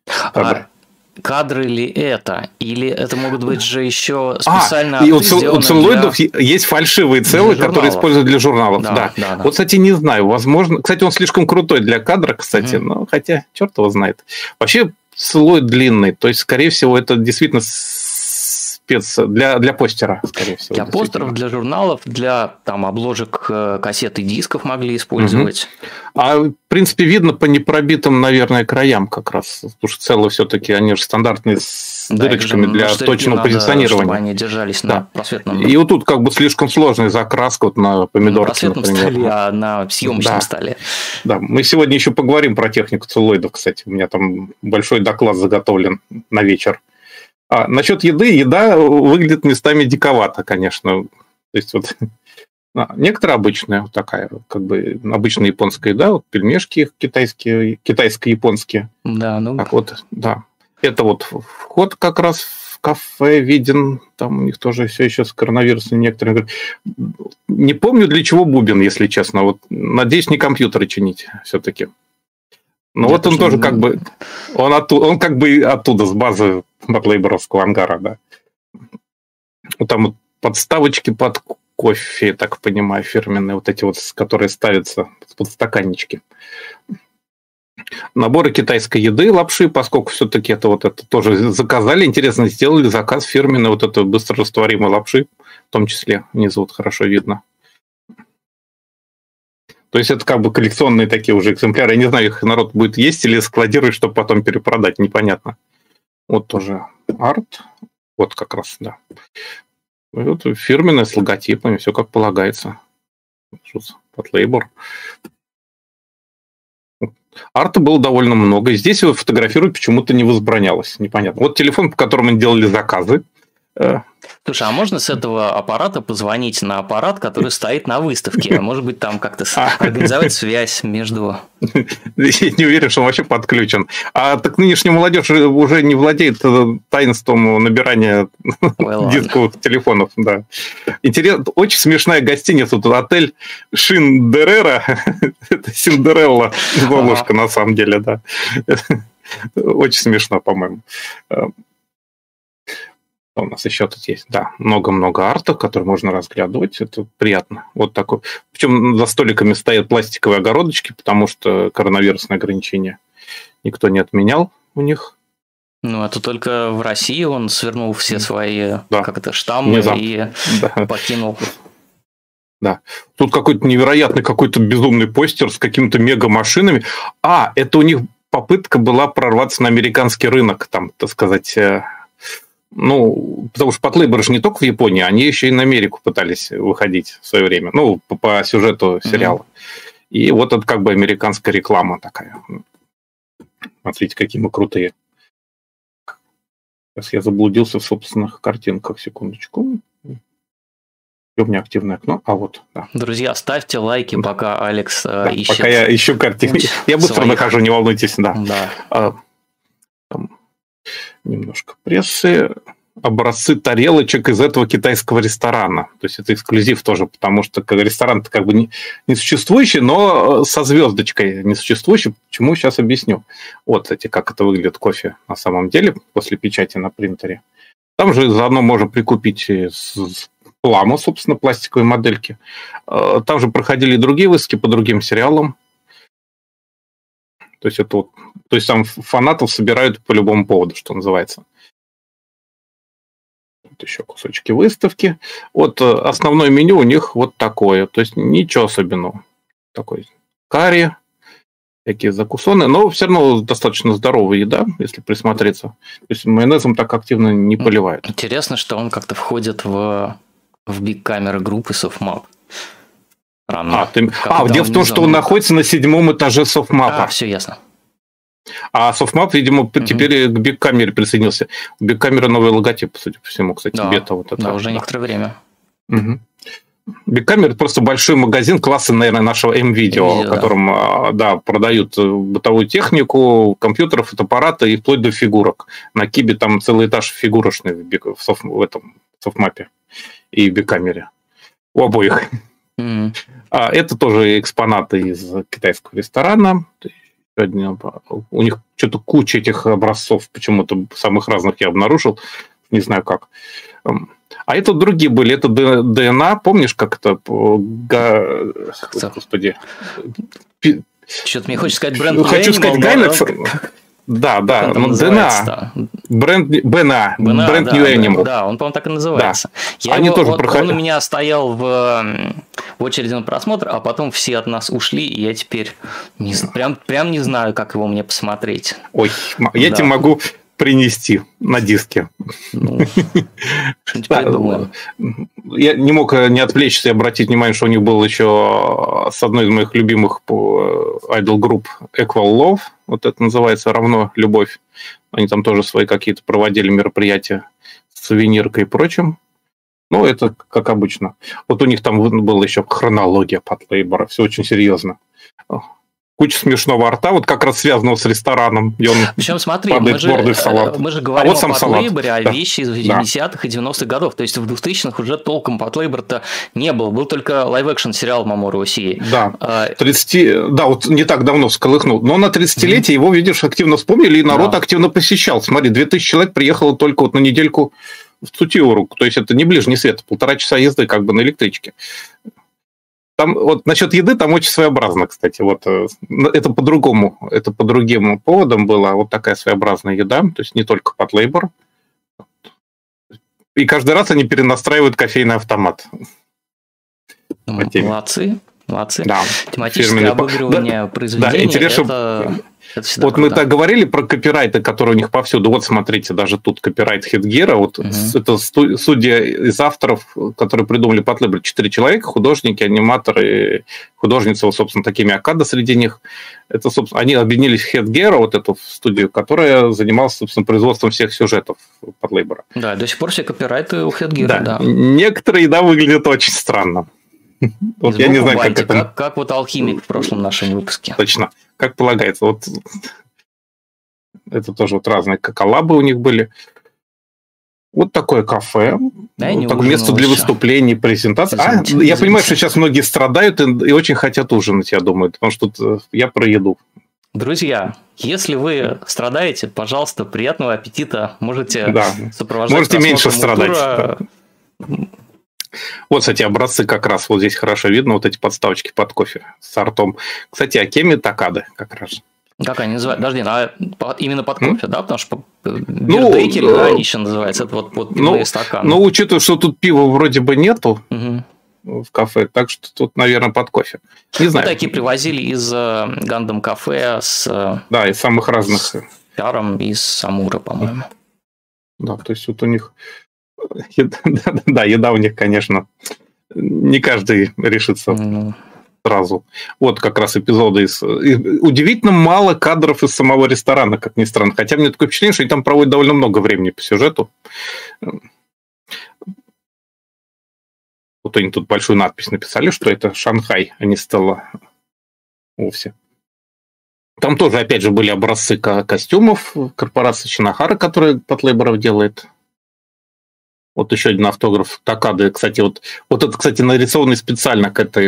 Кадры ли это? Или это могут быть же еще специально у целлулоидов есть фальшивые целые, которые используют для журналов. Да. Вот, кстати, не знаю, возможно... Кстати, он слишком крутой для кадра, кстати, но хотя черт его знает. Вообще целлулоид длинный, то есть, скорее всего, это действительно спец для постера, скорее всего. Для постеров, для журналов, для там обложек кассет и дисков могли использовать. В принципе, видно по непробитым, наверное, краям как раз. Потому что целые все-таки, они же стандартные с дырочками для точного позиционирования. Чтобы они держались на просветном... И вот тут как бы слишком сложная закраска вот на помидорке, например. На просветном столе, а на съемочном столе. Да, мы сегодня еще поговорим про технику целлулоидов, кстати. У меня там большой доклад заготовлен на вечер. Насчет еда выглядит местами диковато, конечно. То есть вот некоторая обычная, вот такая, как бы обычная японская еда, вот пельмешки китайские, китайско-японские. Да, Так вот, да. Это вот вход как раз в кафе виден. Там у них тоже все еще с коронавирусом некоторые. Не помню, для чего бубен, если честно. Вот, надеюсь, не компьютеры чинить все-таки. Но вот он тоже как бы... Он как бы оттуда, с базы Батлейборовского ангара, да. Вот там вот подставочки под кофе, я так понимаю, фирменные, вот эти вот, которые ставятся под стаканнички. Наборы китайской еды, лапши, поскольку все-таки это тоже заказали, интересно, сделали заказ фирменной вот этой быстрорастворимой лапши, в том числе внизу вот хорошо видно. То есть это как бы коллекционные такие уже экземпляры. Я не знаю, их народ будет есть или складировать, чтобы потом перепродать, непонятно. Вот тоже арт, вот как раз, да. Вот фирменная с логотипами, все как полагается. Батлейбор. Арта было довольно много. Здесь его фотографировать почему-то не возбранялось. Непонятно. Вот телефон, по которому они делали заказы. Слушай, а можно с этого аппарата позвонить на аппарат, который стоит на выставке? Может быть, там как-то организовать связь между... Я не уверен, что он вообще подключен. А так нынешняя молодежь уже не владеет таинством набирания дисковых телефонов. Да. Интересно, очень смешная гостиница. Тут отель Шиндерера. Это Синдерелла Золушка, на самом деле, да. Очень смешно, по-моему. У нас еще тут есть, да, много-много артов, которые можно разглядывать. Это приятно. Вот такой. Причем за столиками стоят пластиковые огородочки, потому что коронавирусные ограничения никто не отменял у них. Ну, это только в России он свернул все свои штаммы и покинул. Да. Тут какой-то невероятный, какой-то безумный постер с какими-то мега-машинами. Это у них попытка была прорваться на американский рынок, там, так сказать... Ну, потому что Батлейбор же не только в Японии, они еще и на Америку пытались выходить в свое время. Ну, по сюжету сериала. И вот это как бы американская реклама такая. Смотрите, какие мы крутые. Сейчас я заблудился в собственных картинках. Секундочку. И у меня активное окно. Вот, да. Друзья, ставьте лайки, пока Алекс ищет. Пока я ищу картинки. Я быстро нахожу, не волнуйтесь. Да. Немножко прессы, образцы тарелочек из этого китайского ресторана. То есть это эксклюзив тоже, потому что ресторан-то как бы не существующий, но со звездочкой несуществующий. Почему, сейчас объясню. Вот, кстати, как это выглядит кофе на самом деле после печати на принтере. Там же заодно можно прикупить пламу, собственно, пластиковые модельки. Там же проходили и другие выставки по другим сериалам. То есть там фанатов собирают по любому поводу, что называется. Вот еще кусочки выставки. Вот основное меню у них вот такое. То есть ничего особенного. Такой карри, всякие закусоны. Но все равно достаточно здоровая еда, если присмотреться. То есть майонезом так активно не поливают. Интересно, что он как-то входит в биг-камеры группы SoftMap. Дело в том, что он находится на 7-м этаже SoftMap. Все ясно. А SoftMap, видимо, теперь к биг-камере присоединился. У биг-камеры новый логотип, судя по всему, кстати, бета. Вот это. Да, уже некоторое время. Биг-камера – это просто большой магазин класса, наверное, нашего М-видео, в котором продают бытовую технику, компьютеры, фотоаппараты и вплоть до фигурок. На Кибе там целый этаж фигурочный в этом SoftMap и в биг-камере. У обоих. Это тоже экспонаты из китайского ресторана. У них что-то куча этих образцов, почему-то самых разных я обнаружил. Не знаю как. А это другие были. Это ДНА. Помнишь, как это... Господи. Что-то мне хочется сказать бренд. Хочу сказать Galaxy. Да, ДНА. Бренд New Animal. Да, он, по-моему, так и называется. Они тоже проходили. Он у меня стоял в очереди на просмотр, а потом все от нас ушли, и я теперь прям не знаю, как его мне посмотреть. Ой, я тебе могу принести на диске. Я не мог не отвлечься и обратить внимание, что у них был еще с одной из моих любимых айдол-групп Equal Love, вот это называется, равно любовь. Они там тоже свои какие-то проводили мероприятия с сувениркой и прочим. Ну, это как обычно. Вот у них там была еще хронология Батлейбора, все очень серьезно. куча смешного рта, вот как раз связанного с рестораном. И он причем, смотри, мы же говорим о Patlabor, о вещи из 80-х и 90-х годов. То есть в 2000-х уже толком Patlabor-то не был. Был только лайв-экшн сериал Мамору Осии. Да, вот не так давно всколыхнул. Но на 30-летие его, видишь, активно вспомнили, и народ активно посещал. Смотри, 2000 человек приехало только вот на недельку в Цутиору. То есть это не ближний свет, 1,5 часа езды как бы на электричке. Там вот насчет еды там очень своеобразно, кстати. Вот это по другим поводам была вот такая своеобразная еда, то есть не только Patlabor. И каждый раз они перенастраивают кофейный автомат. Молодцы. Да. Тематическое фирменный обыгрывание произведения. Да, интересно. Вот мы так говорили про копирайты, которые у них повсюду. Вот смотрите, даже тут копирайт Хедгера. Вот это судья из авторов, которые придумали Patlabor, 4 человека, художники, аниматоры, художницы, вот, собственно, такими Акада среди них. Это, собственно, они объединились в Хедгера, вот эту студию, которая занималась, собственно, производством всех сюжетов Patlabor. Да, до сих пор все копирайты у Хедгера, да. Некоторые, выглядят очень странно. Вот я не знаю, как это... Как вот алхимик в прошлом нашем выпуске. Точно, как полагается. Вот это тоже вот разные коллабы у них были. Вот такое кафе. Да, вот такое место для выступлений, презентаций. Я понимаю, что сейчас многие страдают и очень хотят ужинать, я думаю, потому что тут я про еду. Друзья, если вы страдаете, пожалуйста, приятного аппетита. Можете сопровождать. Можете меньше страдать. Вот, кстати, образцы как раз вот здесь хорошо видно, вот эти подставочки под кофе с ртом. Кстати, Акеми Такады как раз. Как они называют? Подожди, именно под кофе, да? Потому что бирдекери, они еще называются. Это вот пивные стаканы. Ну, учитывая, что тут пива вроде бы нету в кафе, так что тут, наверное, под кофе. Не знаю. Мы такие привозили из Гандам кафе Да, из самых разных. Пиаром из Самуры, по-моему. Да, то есть вот у них... еда у них, конечно, не каждый решится сразу. Вот как раз эпизоды из... Удивительно мало кадров из самого ресторана, как ни странно. Хотя мне такое впечатление, что они там проводят довольно много времени по сюжету. Вот они тут большую надпись написали, что это Шанхай, а не Стелла вовсе. Там тоже, опять же, были образцы костюмов корпорации Шинахара, которая Patlabor делает. Вот еще один автограф Такады, кстати, вот это, кстати, нарисованный специально к этой,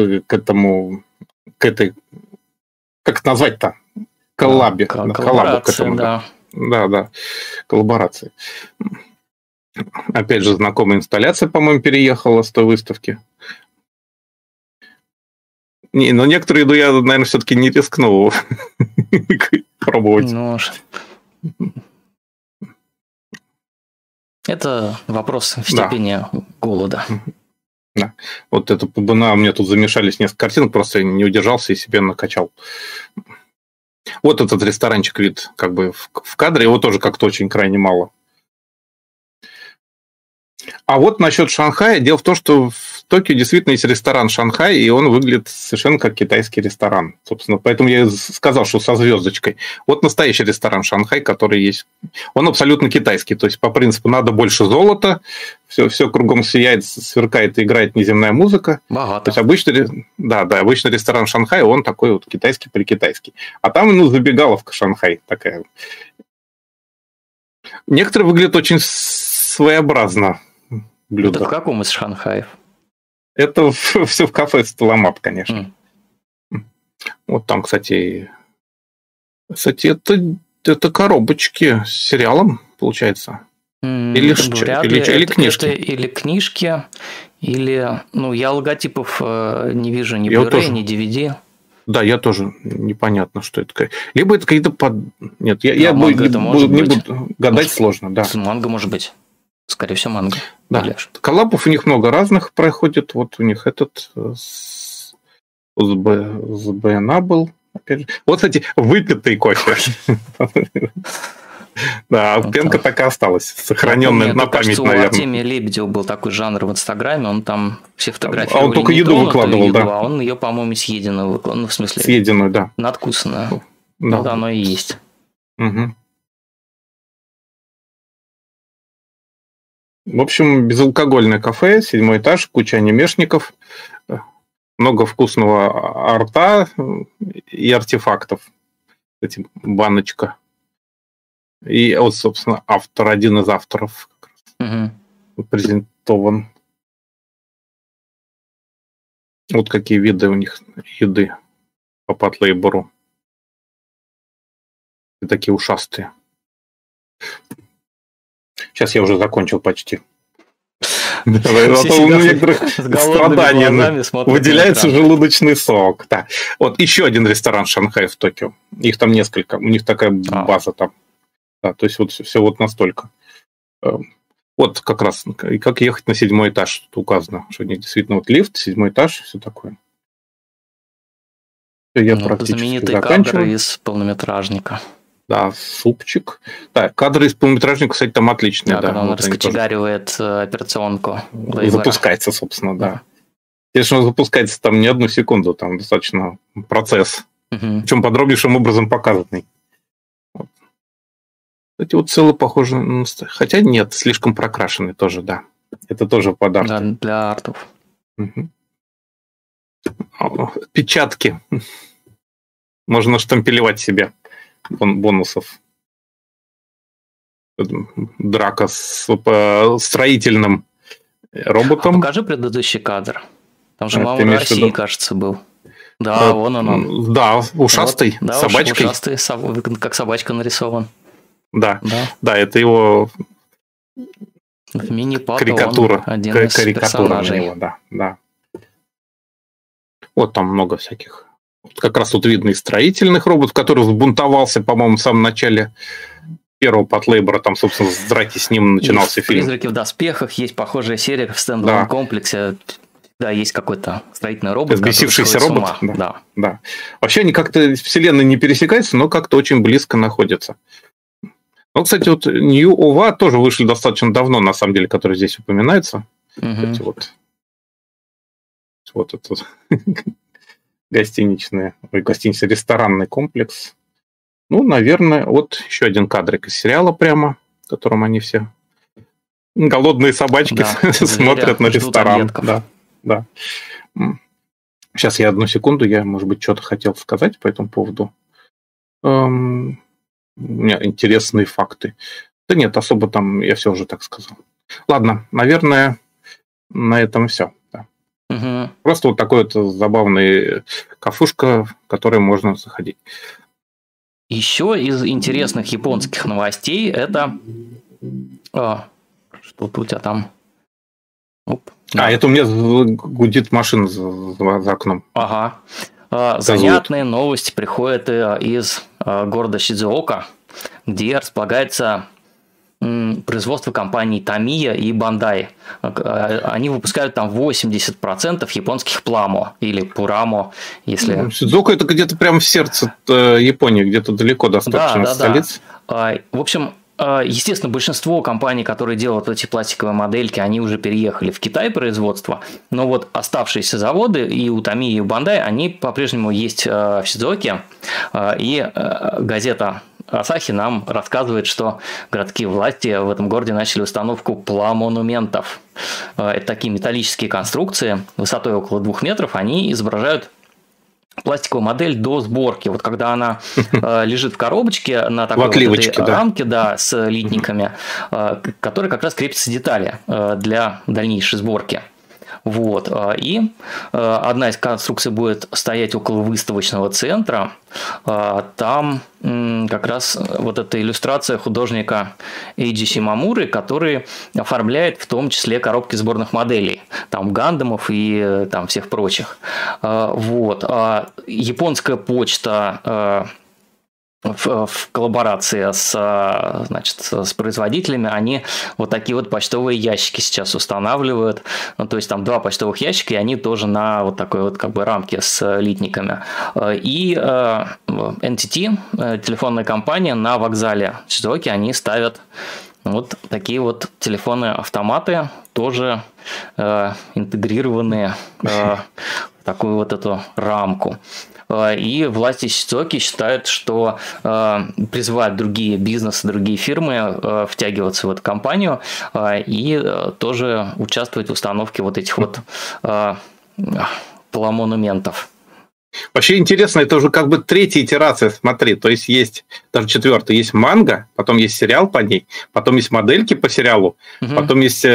как это назвать-то? Коллабе. Коллаборации, да. Да, коллаборации. Опять же, знакомая инсталляция, по-моему, переехала с той выставки. Но некоторые еду я, наверное, все-таки не рискнул пробовать. Это вопрос степени голода. Да. Вот это побына, у меня тут замешались несколько картинок, просто я не удержался и себе накачал. Вот этот ресторанчик вид как бы в кадре, его тоже как-то очень крайне мало. А вот насчет Шанхая. Дело в том, что в Токио действительно есть ресторан Шанхай, и он выглядит совершенно как китайский ресторан. Собственно, поэтому я и сказал, что со звездочкой. Вот настоящий ресторан Шанхай, который есть. Он абсолютно китайский. То есть, по принципу, надо больше золота, все кругом сияет, сверкает и играет неземная музыка. Богато. То есть, обычный ресторан Шанхай, он такой вот китайский при-китайский. А там, забегаловка Шанхай такая. Некоторые выглядят очень своеобразно. Блюдо. Это в каком из Шанхаев? Это все в кафе Сталамат, конечно. Вот там, кстати, это коробочки с сериалом, получается. Или книжки. Или книжки, или... я логотипов не вижу ни Blu-ray, ни DVD. Да, я тоже непонятно, что это. Либо это какие-то Нет, я не буду гадать, сложно. Да. Манго может быть. Скорее всего, манго. Да. Коллабов у них много разных проходит. Вот у них этот с БНА был. Опять же. Вот, кстати, выпитый кофе. Да, пенка так и осталась, сохраненная на память, наверное. У Артемия Лебедева был такой жанр в Инстаграме, он там все фотографии. А он только еду выкладывал, да. А он ее, по-моему, съеденную выкладывал. В смысле... Съеденную, да. Надкусанную. Да, оно и есть. Угу. В общем, безалкогольное кафе, 7-й этаж, куча анимешников. много вкусного арта и артефактов. Кстати, баночка. И вот, собственно, один из авторов как раз презентован. Вот какие виды у них еды по патлейбору. И такие ушастые. Сейчас я уже закончил почти. У некоторых страданий выделяется желудочный сок. Вот еще один ресторан Шанхай в Токио. Их там несколько. У них такая база там. То есть вот все вот настолько. Вот как раз, как ехать на 7-й этаж, тут указано, что у них действительно вот лифт, 7-й этаж, все такое. Я практически знаменитые кадры из полнометражника. Да, супчик. Да, кадры из полнометражника, кстати, там отличные. Да, когда он раскочегаривает операционку. Запускается, собственно, да. Если он запускается там не одну секунду, там достаточно процесс. Причем подробнейшим образом показанный. Кстати, вот целый похоже на... Хотя нет, слишком прокрашенный тоже, да. Это тоже под арт. Да, для артов. Печатки. Можно штампелевать себе бонусов. Драка с строительным роботом. Покажи предыдущий кадр. Там же Мамура России, кажется, был. Да, вон он. Да, ушастый, вот, да, собачкой. Ушастый, как собачка нарисован. Да, это его в мини-пато карикатура. Один из персонажей. Него, да. Вот там много всяких. Вот как раз тут видно и строительных роботов, который взбунтовался, по-моему, в самом начале первого патлейбора. Там, собственно, с драки с ним начинался фильм. «Призраки в доспехах» есть похожая серия в стендовом комплексе. Да, есть какой-то строительный робот. Взбесившийся робот. Да. Вообще они как-то вселенной не пересекаются, но как-то очень близко находятся. Ну, кстати, вот New OVA тоже вышли достаточно давно, на самом деле, которые здесь упоминаются. Кстати, вот этот гостинично-ресторанный комплекс. Ну, наверное, вот еще один кадрик из сериала прямо, в котором они все голодные собачки смотрят на ресторан. Да. Сейчас я одну секунду, я, может быть, что-то хотел сказать по этому поводу. У меня интересные факты. Да нет, особо там я все уже так сказал. Ладно, наверное, на этом все. Да. Просто вот такой вот забавный кафушка, в который можно заходить. Еще из интересных японских новостей это... Что-то у тебя там... это у меня гудит машина за окном. Ага. Занятные новости приходят из города Сидзуока, где располагается производство компаний Tamiya и Bandai. Они выпускают там 80% японских пламо или пурамо, если... Сидзуока это где-то прямо в сердце Японии, где-то далеко достаточно от столицы. В общем, естественно, большинство компаний, которые делают эти пластиковые модельки, они уже переехали в Китай производство, но вот оставшиеся заводы и у Tamiya, и у Bandai, они по-прежнему есть в Сидзуоке, и газета Асахи нам рассказывает, что городские власти в этом городе начали установку пламонументов. Это такие металлические конструкции высотой около 2 метров, они изображают пластиковую модель до сборки. Вот когда она лежит в коробочке на такой вот этой рамке, с литниками, которые как раз крепятся детали для дальнейшей сборки. Вот. И одна из конструкций будет стоять около выставочного центра. Там как раз вот эта иллюстрация художника Эйджи Шимамуры, который оформляет в том числе коробки сборных моделей. Там Гандамов и там всех прочих. Вот. Японская почта в коллаборации с производителями, они вот такие вот почтовые ящики сейчас устанавливают. Ну, то есть там 2 почтовых ящика, и они тоже на вот такой вот как бы рамке с литниками. И NTT, телефонная компания, на вокзале в Сидзуоке, они ставят вот такие вот телефоны-автоматы, тоже интегрированные в такую вот эту рамку. И власти Сидзуоки считают, что призывают другие бизнесы, другие фирмы втягиваться в эту компанию и тоже участвовать в установке вот этих вот монументов. Вообще интересно, это уже как бы третья итерация, смотри, то есть даже четвертая, есть манга, потом есть сериал по ней, потом есть модельки по сериалу, потом есть,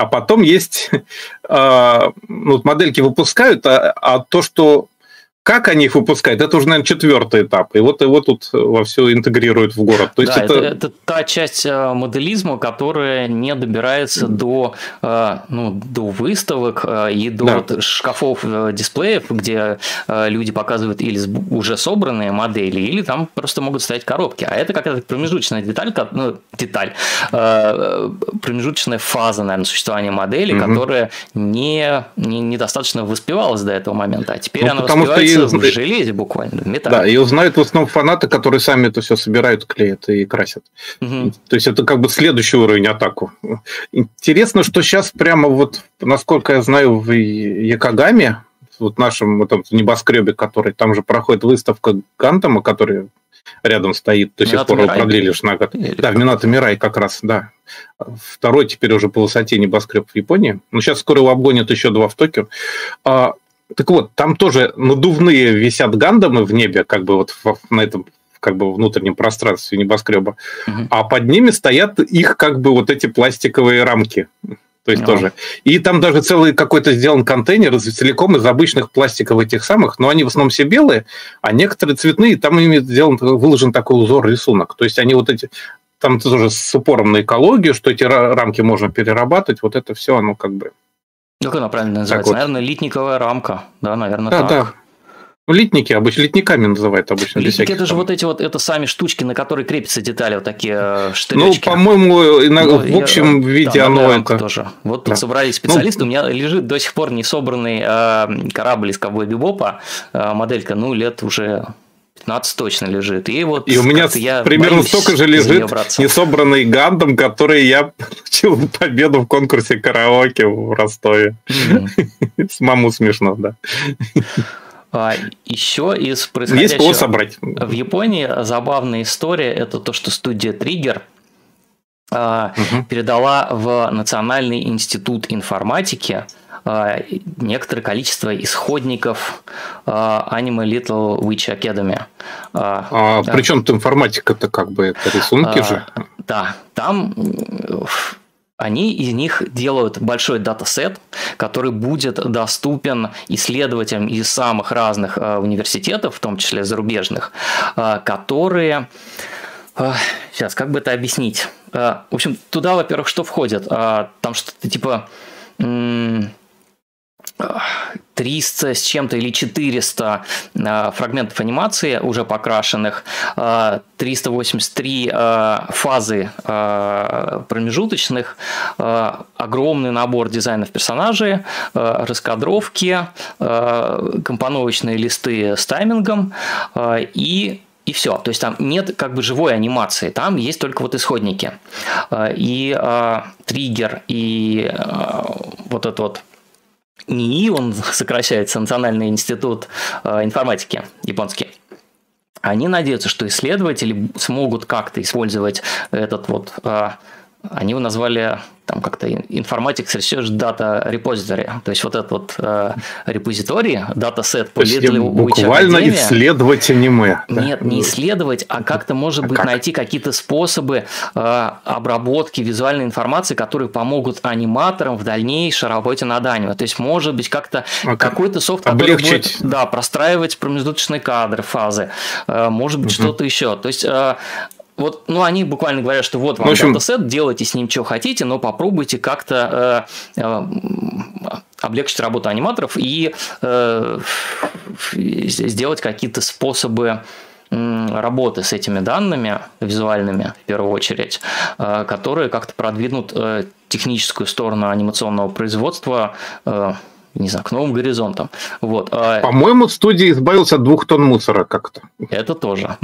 модельки выпускают, а то, что как они их выпускают, это уже, наверное, четвертый этап. И вот его тут во все интегрируют в город. То есть да, это та часть моделизма, которая не добирается до выставок и до шкафов дисплеев, где люди показывают или уже собранные модели, или там просто могут стоять коробки. А это какая-то промежуточная промежуточная фаза, наверное, существования модели, которая недостаточно воспевалась до этого момента. А теперь она воспевается в железе буквально, в металле. Да, ее знают в основном фанаты, которые сами это все собирают, клеят и красят. То есть это как бы следующий уровень атаку. Интересно, что сейчас прямо вот, насколько я знаю, в Якогаме, вот нашем этом небоскребе, который там же проходит выставка Гантама, который рядом стоит, до сих пор его продлили на год. Да, в Минато Мирай как раз, да. Второй теперь уже по высоте небоскреб в Японии. Но сейчас скоро его обгонят еще 2 в Токио. Так вот, там тоже надувные висят гандамы в небе, как бы вот на этом как бы внутреннем пространстве небоскреба, а под ними стоят их как бы вот эти пластиковые рамки. То есть тоже. И там даже целый какой-то сделан контейнер целиком из обычных пластиковых этих самых, но они в основном все белые, а некоторые цветные, там ими выложен такой узор, рисунок. То есть они вот эти... Там тоже с упором на экологию, что эти рамки можно перерабатывать, вот это все, оно как бы... Как она правильно называется? Вот. Наверное, литниковая рамка. Да, наверное, так. Да. Литники обычно, литниками называют обычно. Литники это же вот эти вот, это сами штучки, на которые крепятся детали, вот такие штыречки. Ну, по-моему, в общем виде оно это... тоже. Вот тут собрались специалисты, у меня лежит до сих пор не собранный корабль из «Ковбой Бибопа», моделька, лет уже... 15 точно лежит. И вот у меня примерно столько же лежит несобранный Гандам, который я получил победу в конкурсе караоке в Ростове. Самому смешно, да. Еще из происходящего есть собрать. В Японии забавная история. Это то, что студия Trigger передала в Национальный институт информатики некоторое количество исходников Anime Little Witch Academy. Причем тут информатика-то как бы это рисунки же? Да, там они из них делают большой датасет, который будет доступен исследователям из самых разных университетов, в том числе зарубежных, которые... Сейчас, как бы это объяснить? В общем, туда, во-первых, что входит? Там что-то типа... 300 с чем-то или 400 фрагментов анимации уже покрашенных, 383 фазы промежуточных, огромный набор дизайнов персонажей, раскадровки, компоновочные листы с таймингом и все. То есть там нет как бы живой анимации, там есть только вот исходники. И Триггер, и вот этот вот НИИ, он сокращается, Национальный институт информатики японский. Они надеются, что исследователи смогут как-то использовать этот вот... Они его назвали там как-то Informatics Research Data Repository. То есть вот этот вот репозиторий, датасет по Little Witch буквально Academy. Исследовать аниме. Нет, не исследовать, а как-то, может быть, найти какие-то способы обработки визуальной информации, которые помогут аниматорам в дальнейшей работе над аниме. То есть, может быть, как-то какой-то софт, который будет простраивать промежуточные кадры, фазы. Может быть, что-то еще. То есть... Вот, они буквально говорят, что вот вам датасет, делайте с ним что хотите, но попробуйте как-то облегчить работу аниматоров и сделать какие-то способы работы с этими данными визуальными, в первую очередь, которые как-то продвинут техническую сторону анимационного производства, не знаю, к новым горизонтам. Вот. По-моему, студия избавилась от 2 тонн мусора как-то. Это тоже.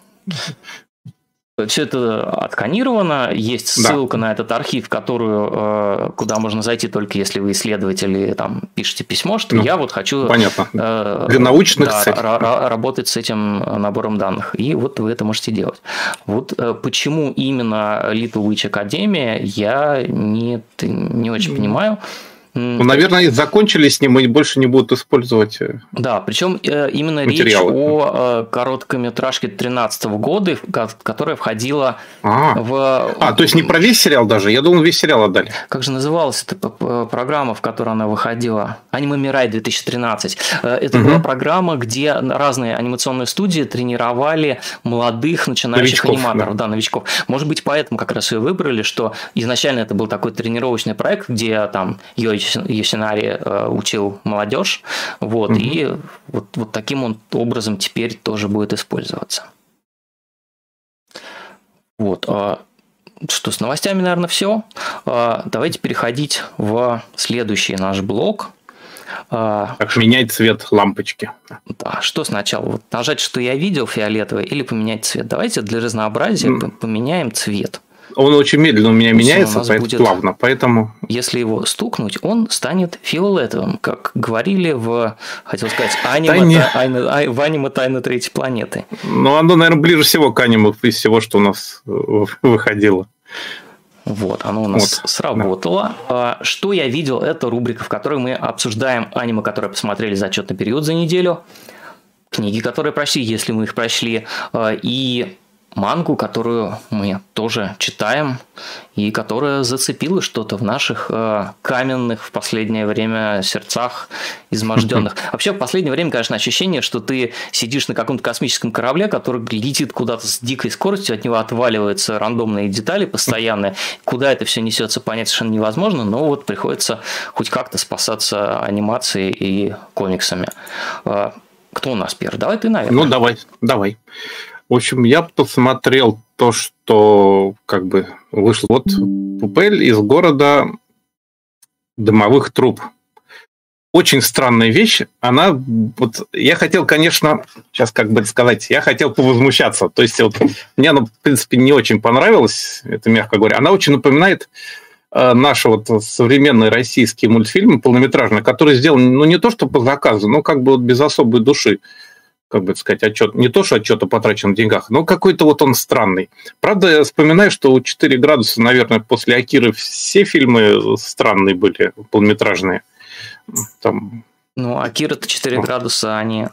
Все это отсканировано, есть ссылка на этот архив, куда можно зайти только если вы исследователь и там пишете письмо, что я вот хочу для научных целей работать с этим набором данных. И вот вы это можете делать. Вот почему именно Little Witch Academy, я не очень понимаю. Ну, наверное, закончились с ним и больше не будут использовать. Да, причем именно материалы. Речь о короткометражке 2013 года, которая входила в... то есть не про весь сериал даже? Я думал, весь сериал отдали. Как же называлась эта программа, в которой она выходила? Аниме Мирай 2013. Это была программа, где разные анимационные студии тренировали молодых начинающих аниматоров, новичков. Может быть, поэтому как раз ее выбрали, что изначально это был такой тренировочный проект, где там Йосинари учил молодежь, и вот таким образом теперь тоже будет использоваться. Что, с новостями, наверное, все. Давайте переходить в следующий наш блок. Как менять цвет лампочки. Да, что сначала? Нажать, что я видел, фиолетовый, или поменять цвет? Давайте для разнообразия поменяем цвет. Он очень медленно у меня меняется, плавно, поэтому... Если его стукнуть, он станет фиолетовым, как говорили хотел сказать, в аниме «Тайна третьей планеты». Ну, оно, наверное, ближе всего к аниме из всего, что у нас выходило. Оно у нас сработало. Да. Что я видел, это рубрика, в которой мы обсуждаем аниме, которые посмотрели за отчетный период за неделю, книги, которые прочли, если мы их прочли, и мангу, которую мы тоже читаем, и которая зацепила что-то в наших каменных в последнее время сердцах изможденных. Вообще, в последнее время, конечно, ощущение, что ты сидишь на каком-то космическом корабле, который летит куда-то с дикой скоростью, от него отваливаются рандомные детали постоянные. Куда это все несется, понять совершенно невозможно, но приходится хоть как-то спасаться анимацией и комиксами. Кто у нас первый? Давай ты, наверное. Ну, давай. В общем, я посмотрел то, что вышло. Пупель из города дымовых труб. Очень странная вещь. Я хотел, конечно, сейчас я хотел повозмущаться. То есть, мне она, в принципе, не очень понравилась, это мягко говоря. Она очень напоминает наши современные российские мультфильмы полнометражные, которые сделаны, не то что по заказу, но без особой души. Отчет, не то, что отчет о потраченных деньгах, но какой-то он странный. Правда, я вспоминаю, что у 4 градуса, наверное, после Акиры все фильмы странные были, полнометражные. Акира-то 4 градуса, они...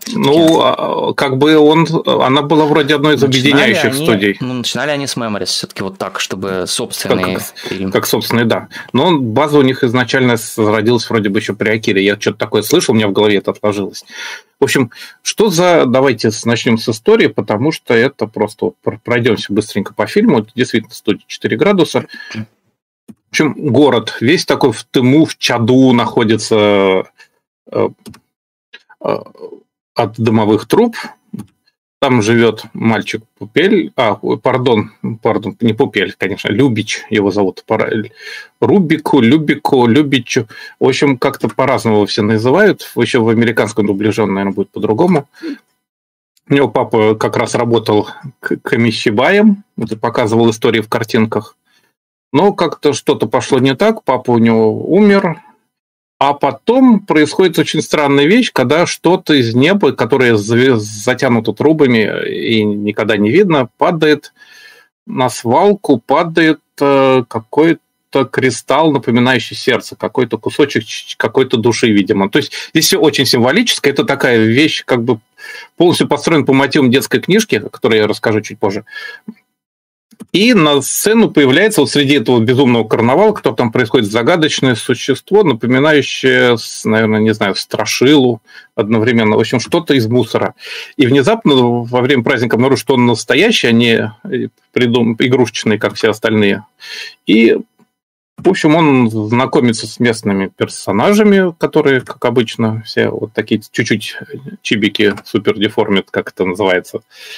она была вроде одной из объединяющих студий. Начинали они с Memories, все-таки так, чтобы собственный фильм. Как собственный, да. Но база у них изначально зародилась вроде бы еще при Акире. Я что-то такое слышал, у меня в голове это отложилось. В общем, давайте начнем с истории, потому что это просто пройдемся быстренько по фильму. Это действительно студия 4 градуса. В общем, город весь такой в дыму, в чаду находится от дымовых труб. Там живет мальчик Пупель. Не Пупель, конечно, Любич его зовут. Любичу. В общем, как-то по-разному его все называют. Еще в американском дубляже, наверное, будет по-другому. У него папа как раз работал камищибаем, показывал истории в картинках. Но как-то что-то пошло не так, папа у него умер. А потом происходит очень странная вещь, когда что-то из неба, которое затянуто трубами и никогда не видно, падает на свалку, падает какой-то кристалл, напоминающий сердце, какой-то кусочек какой-то души, видимо. То есть здесь все очень символическое. Это такая вещь, полностью построена по мотивам детской книжки, о которой я расскажу чуть позже. И на сцену появляется среди этого безумного карнавала, который там происходит, загадочное существо, напоминающее, наверное, не знаю, страшилу одновременно. В общем, что-то из мусора. И внезапно во время праздника обнаружил, что он настоящий, а не игрушечный, как все остальные. И, в общем, он знакомится с местными персонажами, которые, как обычно, все такие чуть-чуть чибики, супер деформит, как это называется.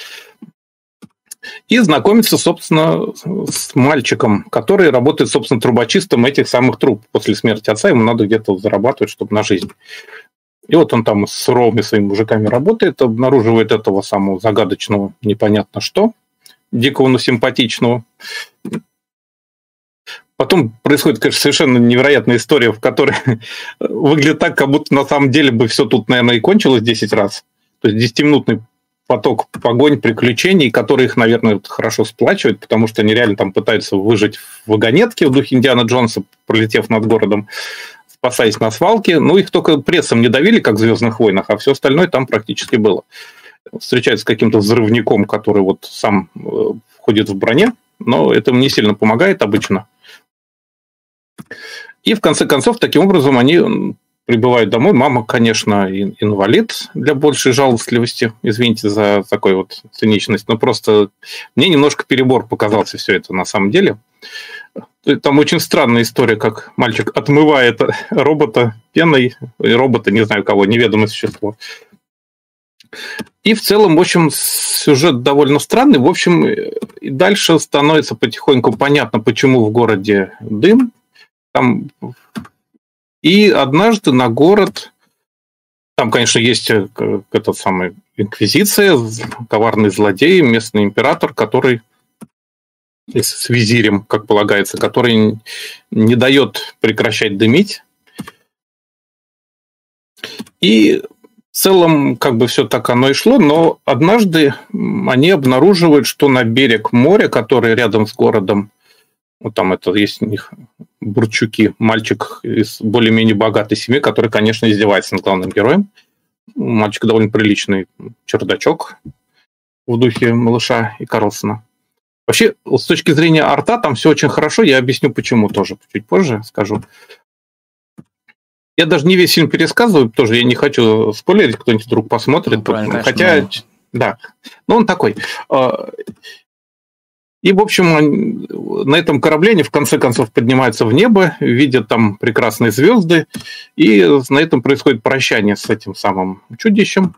И знакомится, собственно, с мальчиком, который работает, собственно, трубочистом этих самых труб. После смерти отца ему надо где-то зарабатывать, чтобы на жизнь. И он там с суровыми своими мужиками работает, обнаруживает этого самого загадочного непонятно что, дикого, но симпатичного. Потом происходит, конечно, совершенно невероятная история, в которой выглядит так, как будто на самом деле бы все тут, наверное, и кончилось 10 раз. То есть 10-минутный поток погонь, приключений, которые их, наверное, хорошо сплачивают, потому что они реально там пытаются выжить в вагонетке в духе Индиана Джонса, пролетев над городом, спасаясь на свалке. Ну, их только прессом не давили, как в «Звездных войнах», а все остальное там практически было. Встречаются с каким-то взрывником, который вот сам ходит в броне, но это им не сильно помогает обычно. И в конце концов, таким образом, они прибывают домой. Мама, конечно, инвалид для большей жалостливости. Извините за такую вот циничность. Но просто мне немножко перебор показался все это на самом деле. Там очень странная история, как мальчик отмывает робота пеной. Робота, не знаю кого, неведомое существо. И в целом, в общем, сюжет довольно странный. В общем, и дальше становится потихоньку понятно, почему в городе дым. Там... И однажды на город... Там, конечно, есть этот самый инквизиция, коварный злодей, местный император, который с визирем, как полагается, который не дает прекращать дымить. И в целом, как бы все так оно и шло, но однажды они обнаруживают, что на берег моря, который рядом с городом, вот там это есть у них Бурчуки, мальчик из более-менее богатой семьи, который, конечно, издевается над главным героем. Мальчик довольно приличный чердачок в духе Малыша и Карлсона. Вообще, с точки зрения арта, там все очень хорошо. Я объясню, почему тоже чуть позже скажу. Я даже не весь фильм пересказываю, тоже я не хочу спойлерить, кто-нибудь вдруг посмотрит. Ну, хотя, конечно, да. Но он такой. И, в общем, на этом корабле они в конце концов поднимаются в небо, видят там прекрасные звезды, и на этом происходит прощание с этим самым чудищем.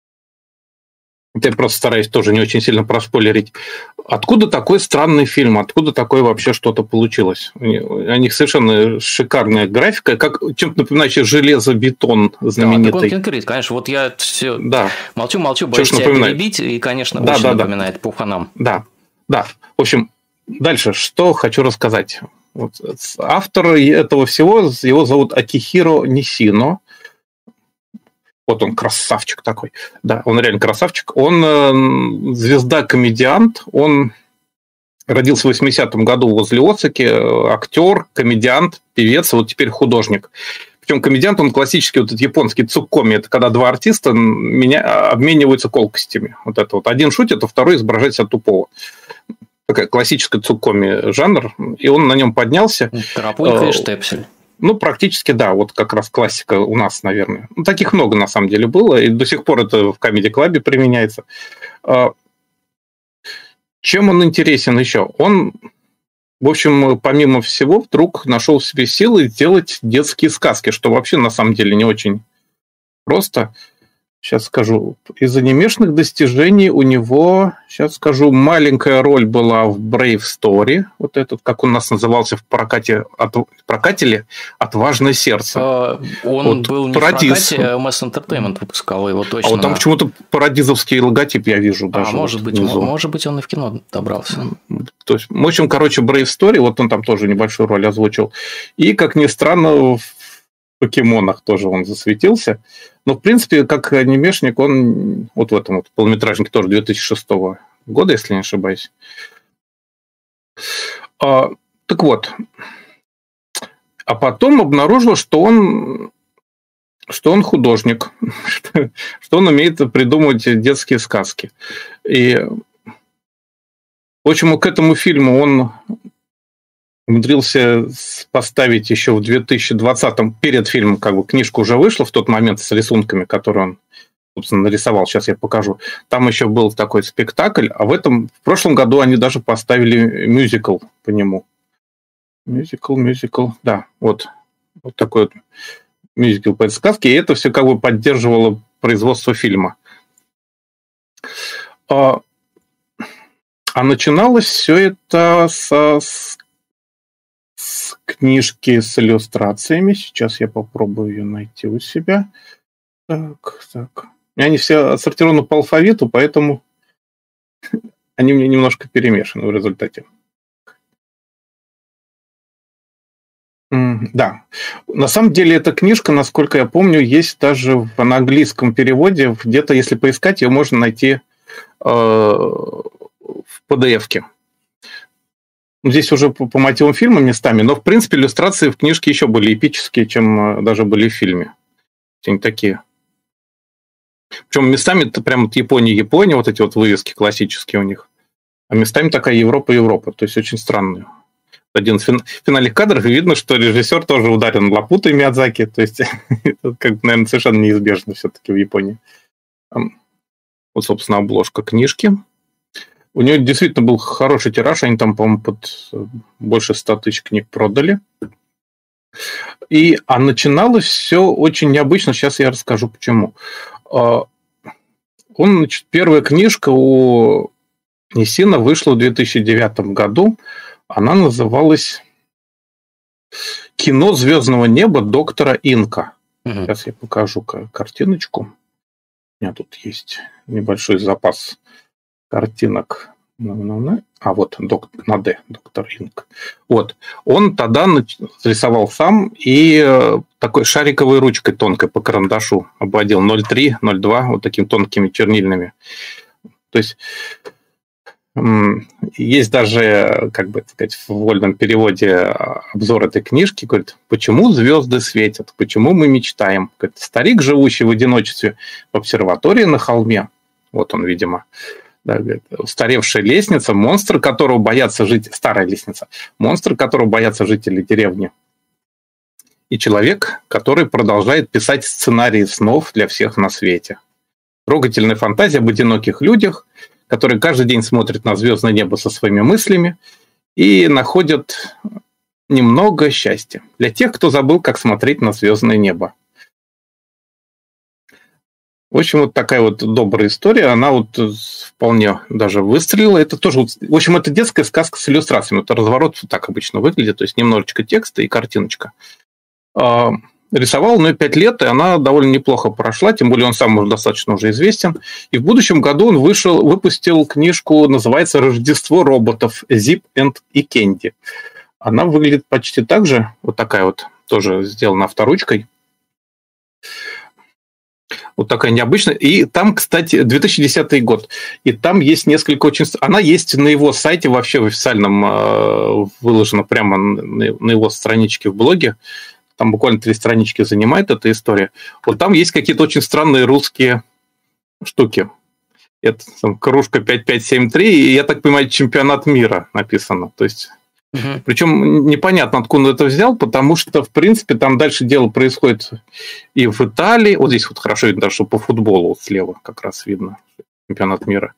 Я просто стараюсь тоже не очень сильно проспойлерить. Откуда такой странный фильм? Откуда такое вообще что-то получилось? У них совершенно шикарная графика, как чем-то напоминающий железобетон знаменитый. Да, конкретно, конечно. Вот я все молчу, боюсь тебя перебить, и, конечно, очень напоминает по фанам. Да. В общем, дальше, что хочу рассказать. Вот, автор этого всего, его зовут Акихиро Нисино. Вот он красавчик такой. Да, он реально красавчик. Он звезда-комедиант. Он родился в 80-м году возле Осаки. Актер, комедиант, певец, вот теперь художник. Причем комедиант, он классический, вот этот японский цуккоми. Это когда два артиста обмениваются колкостями. Вот это вот. Один шутит, а второй изображает себя тупого. Такая классическая цуккоми жанр. И он на нем поднялся. Тарапулька и штепсель. Ну, практически, да, вот как раз классика у нас, наверное. Ну, таких много, на самом деле, было, и до сих пор это в комеди-клабе применяется. Чем он интересен еще? Он, в общем, помимо всего, вдруг нашел в себе силы делать детские сказки, что вообще, на самом деле, не очень просто. Сейчас скажу. Из анимешных достижений у него, сейчас скажу, маленькая роль была в Brave Story. Вот этот, как он у нас назывался в прокате, прокатили «Отважное сердце». Он вот был не Парадиз. В прокате, Mass Entertainment выпускал его точно. А вот там почему-то парадизовский логотип я вижу даже. Может быть, он и в кино добрался. То есть, в общем, Brave Story, вот он там тоже небольшую роль озвучил. И, как ни странно, в покемонах тоже он засветился. Но, в принципе, как анимешник, он вот в этом вот полнометражнике тоже 2006 года, если не ошибаюсь. Так вот. А потом обнаружил, что он художник, что он умеет придумывать детские сказки. И, в общем, к этому фильму он умудрился поставить еще в 2020-м, перед фильмом, как бы книжка уже вышла в тот момент с рисунками, которые он, собственно, нарисовал. Сейчас я покажу. Там еще был такой спектакль, а в прошлом году они даже поставили мюзикл по нему. Мюзикл, да, вот такой вот мюзикл по этой сказке, и это все как бы поддерживало производство фильма. А начиналось все это с книжки с иллюстрациями. Сейчас я попробую ее найти у себя. Так. Они все отсортированы по алфавиту, поэтому они мне немножко перемешаны в результате. Да. На самом деле эта книжка, насколько я помню, есть даже на английском переводе. Где-то, если поискать, ее можно найти в PDF-ке. Здесь уже по мотивам фильма местами, но, в принципе, иллюстрации в книжке еще были эпические, чем даже были в фильме. Они такие. Причем местами это прям вот Япония, вот эти вот вывески классические у них. А местами такая Европа. То есть очень странная. Один из финальных кадров, и видно, что режиссер тоже ударен лапутой Миядзаки. То есть это, наверное, совершенно неизбежно все-таки в Японии. Вот, собственно, обложка книжки. У нее действительно был хороший тираж. Они там, по-моему, под больше 100 тысяч книг продали. А начиналось все очень необычно. Сейчас я расскажу, почему. Первая книжка у Нисина вышла в 2009 году. Она называлась «Кино звездного неба доктора Инка». Сейчас я покажу картиночку. У меня тут есть небольшой запас картинок. А вот на «Д» доктор Инк. Вот. Он тогда рисовал сам и такой шариковой ручкой тонкой по карандашу обводил 0,3, 0,2 вот такими тонкими чернильными. То есть есть даже, как бы сказать, в вольном переводе обзор этой книжки, говорит, почему звезды светят, почему мы мечтаем. Говорит, старик, живущий в одиночестве в обсерватории на холме, вот он, видимо, да, говорит, устаревшая лестница, монстр, которого боятся жить, старая лестница, монстр, которого боятся жители деревни. И человек, который продолжает писать сценарии снов для всех на свете. Трогательная фантазия об одиноких людях, которые каждый день смотрят на звездное небо со своими мыслями и находят немного счастья. Для тех, кто забыл, как смотреть на звездное небо. В общем, вот такая вот добрая история. Она вот вполне даже выстрелила. Это тоже, в общем, это детская сказка с иллюстрациями. Это разворот так обычно выглядит, то есть немножечко текста и картиночка. Рисовал, но 5 лет, и она довольно неплохо прошла, тем более он сам уже достаточно уже известен. И в будущем году он выпустил книжку, называется «Рождество роботов. Zip и Кенди». Она выглядит почти так же, вот такая вот, тоже сделана авторучкой. Вот такая необычная. И там, кстати, 2010 год. И там есть несколько очень... Она есть на его сайте, вообще в официальном, выложена прямо на его страничке в блоге. Там буквально 3 странички занимает эта история. Вот там есть какие-то очень странные русские штуки. Это там, кружка 5573, и, я так понимаю, чемпионат мира написано. То есть, причем непонятно, откуда он это взял, потому что, в принципе, там дальше дело происходит и в Италии. Вот здесь вот хорошо видно, что по футболу вот слева как раз видно чемпионат мира.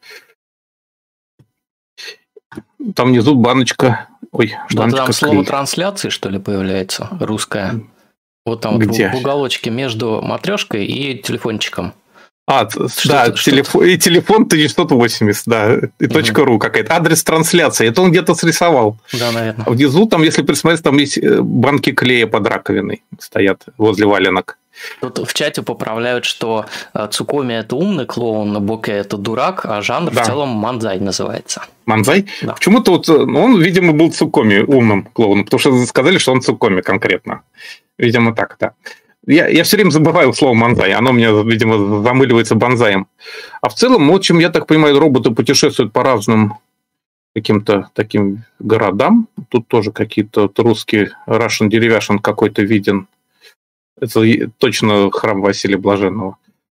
Там внизу баночка. Ой, да, там слово трансляции, что ли, появляется, русское. Вот там где? В уголочке между матрешкой и телефончиком. Да, и телефон 980, да, и .ру какая-то. Адрес трансляции, это он где-то срисовал. Да, наверное. А внизу, там, если присмотреться, там есть банки клея под раковиной, стоят возле валенок. Тут в чате поправляют, что Цукоми – это умный клоун, Боке – это дурак, а жанр в целом манзай называется. Манзай? Да. Почему-то вот он, видимо, был Цукоми, умным клоуном, потому что сказали, что он Цукоми конкретно. Видимо, так, да. Я все время забываю слово манзай, оно у меня, видимо, замыливается банзаем. А в целом, в общем, я так понимаю, роботы путешествуют по разным каким-то таким городам. Тут тоже какие-то русские, Russian Derivation какой-то виден. Это точно храм Василия Блаженного.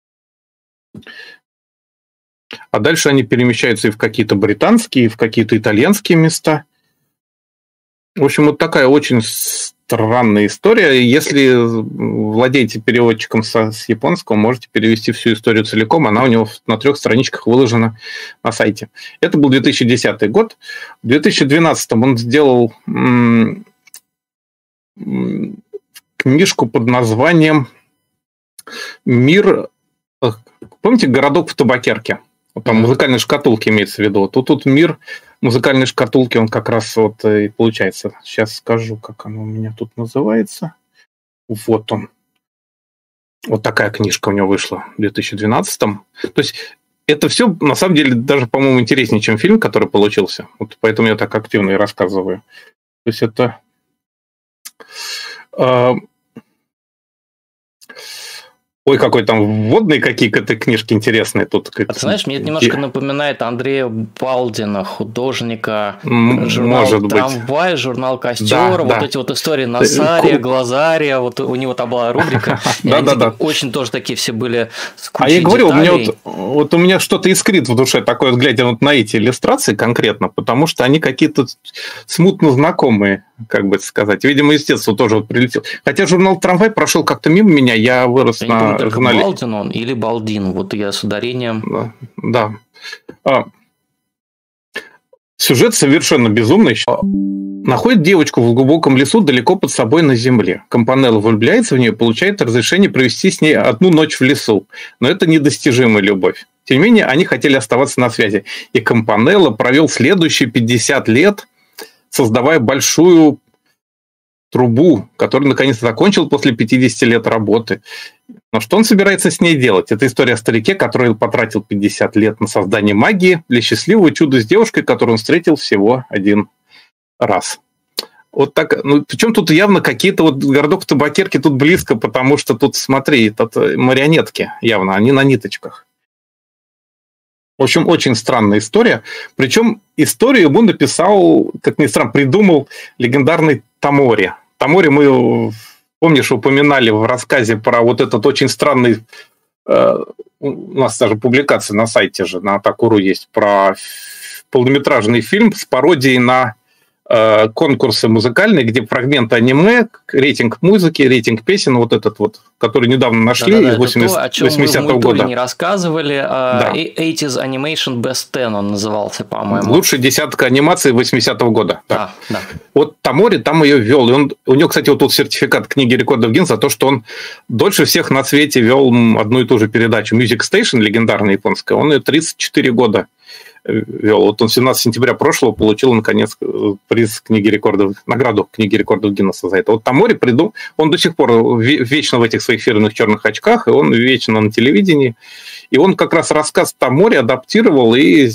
А дальше они перемещаются и в какие-то британские, и в какие-то итальянские места. В общем, вот такая очень странная история. Если владеете переводчиком с японского, можете перевести всю историю целиком. Она у него на 3 страничках выложена на сайте. Это был 2010 год. В 2012 он сделал книжку под названием «Мир». Помните городок в табакерке? Там музыкальные шкатулки имеется в виду. Тут мир музыкальной шкатулки, он как раз вот и получается. Сейчас скажу, как оно у меня тут называется. Вот он. Вот такая книжка у него вышла в 2012. То есть это все, на самом деле, даже, по-моему, интереснее, чем фильм, который получился. Вот поэтому я так активно и рассказываю. То есть это... Ой, какой там вводные какие-то книжки интересные тут. А ты знаешь, мне это немножко напоминает Андрея Балдина, художника, журнал может «Трамвай», быть. журнал «Костер», вот эти вот истории Насария, Глазария, вот у него там была рубрика. Да. Очень тоже такие все были с кучей я говорю, деталей. у меня что-то искрит в душе, такое вот, глядя вот на эти иллюстрации конкретно, потому что они какие-то смутно знакомые, как бы сказать. Видимо, естественно, тоже вот прилетел. Хотя журнал «Трамвай» прошел как-то мимо меня, я вырос на журнале. Балдин он или Балдин, вот я с ударением. Да. Сюжет совершенно безумный. Находит девочку в глубоком лесу далеко под собой на земле. Кампанелла влюбляется в нее и получает разрешение провести с ней одну ночь в лесу. Но это недостижимая любовь. Тем не менее, они хотели оставаться на связи. И Кампанелла провел следующие 50 лет, создавая большую трубу, которую наконец закончил после 50 лет работы. Но что он собирается с ней делать? Это история о старике, который потратил 50 лет на создание магии для счастливого чуда с девушкой, которую он встретил всего один раз. Вот так. Причем тут явно какие-то вот городок табакерки тут близко, потому что тут, смотри, тут марионетки явно, они на ниточках. В общем, очень странная история. Причем историю ему написал, как ни странно, придумал легендарный Томори. Томори мы, помнишь, упоминали в рассказе про вот этот очень странный... у нас даже публикация на сайте же, на Атаку.ру есть, про полнометражный фильм с пародией на конкурсы музыкальные, где фрагменты аниме, рейтинг музыки, рейтинг песен, вот этот вот, который недавно нашли из 80-го года. Не рассказывали. 80's Animation Best 10 он назывался, по-моему. Лучшая десятка анимации 80-го года. Да. Вот Томори там ее вел. И у него, кстати, вот тут сертификат книги рекордов Гиннесса за то, что он дольше всех на свете вел одну и ту же передачу Music Station, легендарная японская. Он ее 34 года вел. Вот он 17 сентября прошлого получил, наконец, приз книги рекордов, награду книги рекордов Гиннесса за это. Вот Томори придумал, он до сих пор вечно в этих своих фирменных черных очках, и он вечно на телевидении. И он как раз рассказ Томори адаптировал и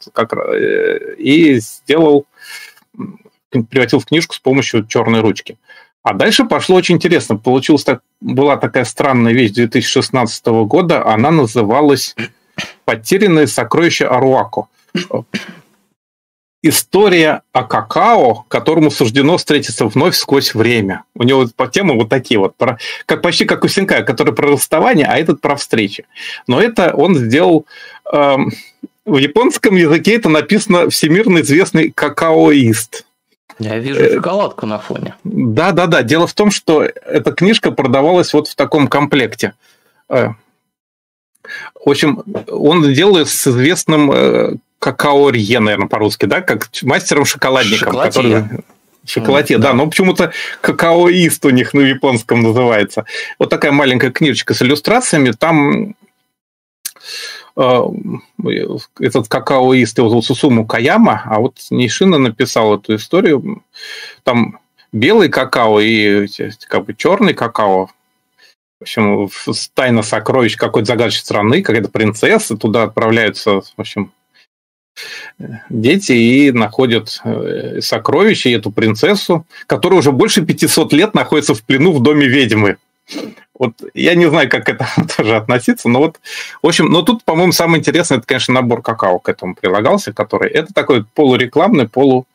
сделал, превратил в книжку с помощью черной ручки. А дальше пошло очень интересно. Была такая странная вещь 2016 года, она называлась «Потерянные сокровища Аруако». История о какао, которому суждено встретиться вновь сквозь время. У него по темы вот такие вот, почти как у Синкая, который про расставание, а этот про встречи. Но это он сделал... в японском языке это написано «всемирно известный какаоист». Я вижу шоколадку на фоне. Да. Дело в том, что эта книжка продавалась вот в таком комплекте. В общем, он делает с известным какао-рье, наверное, по-русски, да, как мастером-шоколадником. Шоколадье, да, но почему-то какаоист у них на японском называется. Вот такая маленькая книжечка с иллюстрациями. Там этот какаоист его зовут Сусуму Каяма, а вот Нишина написал эту историю. Там белый какао и как бы черный какао. В общем, тайна сокровищ какой-то загадочной страны, какая-то принцесса, туда отправляются, в общем, дети и находят сокровища, и эту принцессу, которая уже больше 500 лет находится в плену в доме ведьмы. Вот я не знаю, как к этому тоже относиться, но вот, в общем, но тут, по-моему, самое интересное, это, конечно, набор какао к этому прилагался, который, это такой полурекламный,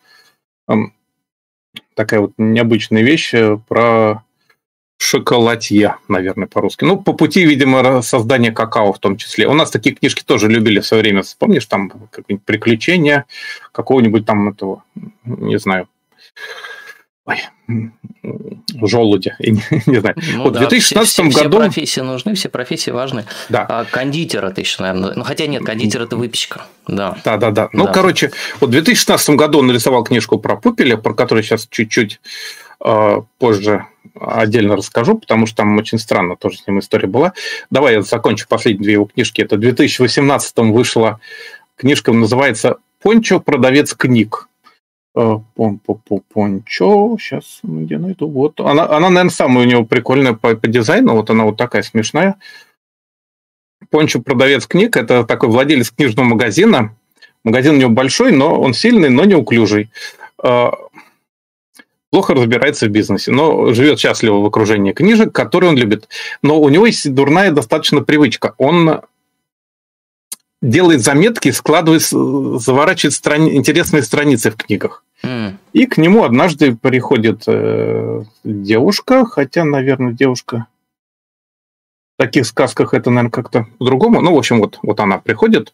такая вот необычная вещь про шоколадье, наверное, по-русски. Ну, по пути, видимо, создания какао в том числе. У нас такие книжки тоже любили в свое время. Помнишь, там какие-нибудь приключения какого-нибудь там этого, не знаю, желудя, не знаю. Ну, вот да, в 2016 году... Все профессии нужны, все профессии важны. Да. А кондитер это еще, наверное... Ну, хотя нет, кондитер – это выпечка. Да. Ну, короче, вот в 2016 году он нарисовал книжку про Пупеля, про которую сейчас чуть-чуть позже отдельно расскажу, потому что там очень странно тоже с ним история была. Давай я закончу последние две его книжки. Это в 2018 вышла книжка, называется «Пончо. Продавец книг». Пончо, сейчас где найду. Вот. Она, наверное, самая у него прикольная по дизайну. Вот она вот такая смешная. Пончо продавец книг. Это такой владелец книжного магазина. Магазин у него большой, но он сильный, но неуклюжий. плохо разбирается в бизнесе, но живет счастливо в окружении книжек, которые он любит. Но у него есть дурная достаточно привычка. Он делает заметки, складывает, заворачивает интересные страницы в книгах. И к нему однажды приходит девушка, хотя, наверное, девушка в таких сказках это, наверное, как-то по-другому. Ну, в общем, вот она приходит,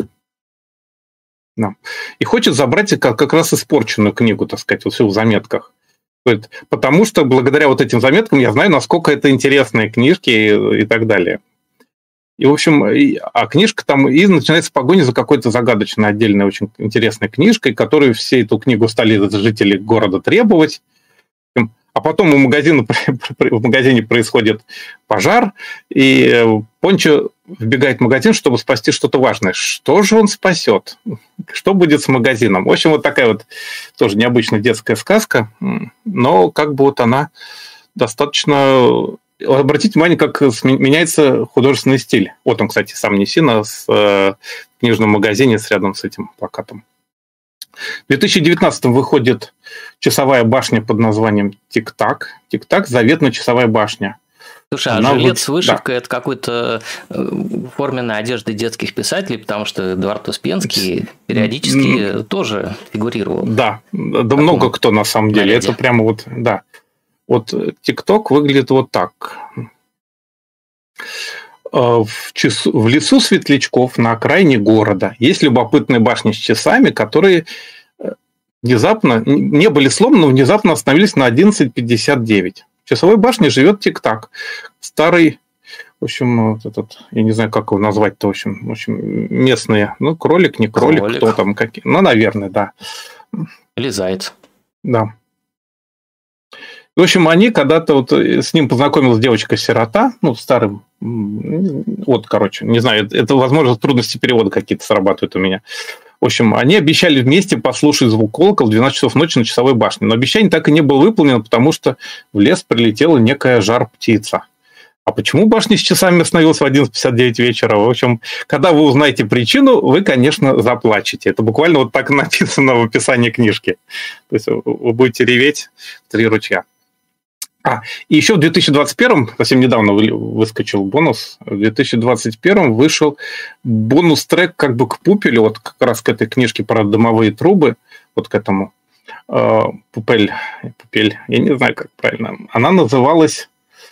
да, и хочет забрать как раз испорченную книгу, так сказать, вот все в заметках. Потому что благодаря вот этим заметкам я знаю, насколько это интересные книжки и так далее. И, в общем, а книжка там, и начинается погоня за какой-то загадочной, отдельной, очень интересной книжкой, которую все эту книгу стали жители города требовать. А потом в магазине происходит пожар, и Пончо вбегает в магазин, чтобы спасти что-то важное. Что же он спасет? Что будет с магазином? В общем, вот такая вот тоже необычная детская сказка, но как бы вот она достаточно... Обратите внимание, как меняется художественный стиль. Вот он, кстати, сам Нисина в книжном магазине рядом с этим плакатом. В 2019 выходит часовая башня под названием «Тик-так». «Тик-так» – заветная часовая башня. Слушай, а жилет с вышивкой – это какой-то форменной одежды детских писателей, потому что Эдуард Успенский периодически тоже фигурировал. Да, много кто на самом деле. Наряде. Это прямо вот, да. Вот ТикТок выглядит вот так. В лесу светлячков на окраине города есть любопытные башни с часами, которые внезапно не были сломаны, но внезапно остановились на 11:59. В часовой башне живет Тик-так. Старый, в общем, вот этот, я не знаю, как его назвать-то, в общем, местные, ну, кролик, не кролик, кто там, какие, ну, наверное, да. Или заяц. Да. В общем, они когда-то вот с ним познакомилась девочка-сирота, ну, старым, вот, короче, не знаю, это, возможно, трудности перевода какие-то срабатывают у меня. В общем, они обещали вместе послушать звук колокола в 12 часов ночи на часовой башне, но обещание так и не было выполнено, потому что в лес прилетела некая жар-птица. А почему башня с часами остановилась в 11:59 вечера? В общем, когда вы узнаете причину, вы, конечно, заплачете. Это буквально вот так написано в описании книжки. То есть вы будете реветь в 3 ручья. И еще в 2021, совсем недавно выскочил бонус, в 2021 вышел бонус-трек как бы к Пупелю, вот как раз к этой книжке про дымовые трубы, вот к этому Пупель, я не знаю, как правильно. Она называлась...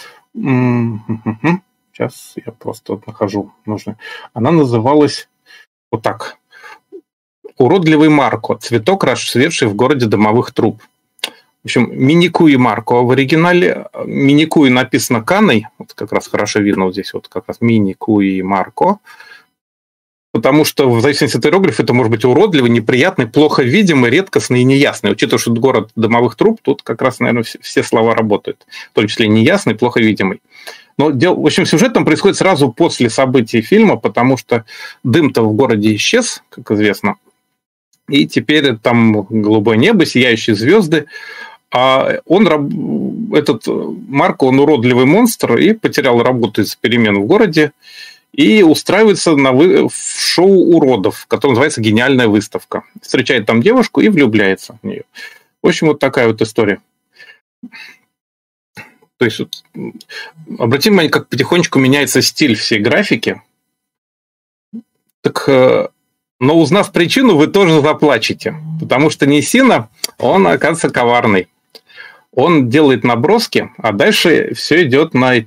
Сейчас я просто вот нахожу нужное. Она называлась вот так. «Уродливый Марко. Цветок, расцветший в городе дымовых труб». В общем, Миникуи Марко в оригинале. Миникуи написано каной. Вот как раз хорошо видно вот здесь вот как раз Миникуи Марко. Потому что в зависимости от иероглифа это может быть уродливый, неприятный, плохо видимый, редкостный и неясный. Учитывая, что это город дымовых труб, тут как раз, наверное, все слова работают. В том числе неясный, плохо видимый. Но, в общем, сюжет там происходит сразу после событий фильма, потому что дым-то в городе исчез, как известно. И теперь там голубое небо, сияющие звезды. А этот Марко, он уродливый монстр и потерял работу из-за перемен в городе и устраивается в шоу уродов, которое называется «Гениальная выставка». Встречает там девушку и влюбляется в нее. В общем, вот такая вот история. То есть, обратим внимание, как потихонечку меняется стиль всей графики. Так, но узнав причину, вы тоже заплачете. Потому что Нисина, он, оказывается, коварный. Он делает наброски, а дальше все идет на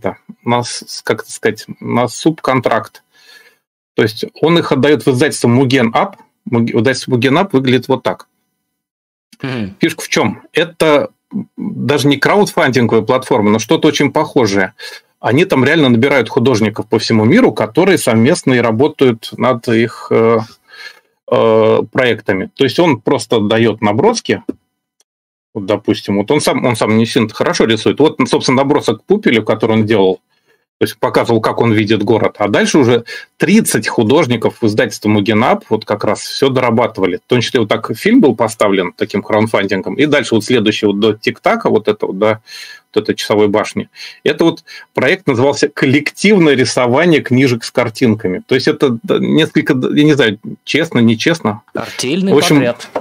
субконтракт. То есть он их отдает в издательство Mugen Up. Издательство Mugen Up выглядит вот так. Фишка в чем? Это даже не краудфандинговая платформа, но что-то очень похожее. Они там реально набирают художников по всему миру, которые совместно и работают над их проектами. То есть он просто дает наброски. Вот, допустим, вот он сам Нисин хорошо рисует. Вот, собственно, набросок к Пупелю, который он делал. То есть показывал, как он видит город. А дальше уже 30 художников в издательстве Mugen Up вот как раз все дорабатывали. В том числе вот так фильм был поставлен таким краудфандингом. И дальше вот следующий вот до Тик-така, вот это вот, да, вот этой часовой башни. Это вот проект назывался «Коллективное рисование книжек с картинками». То есть это несколько, я не знаю, честно, нечестно. Артельный подряд.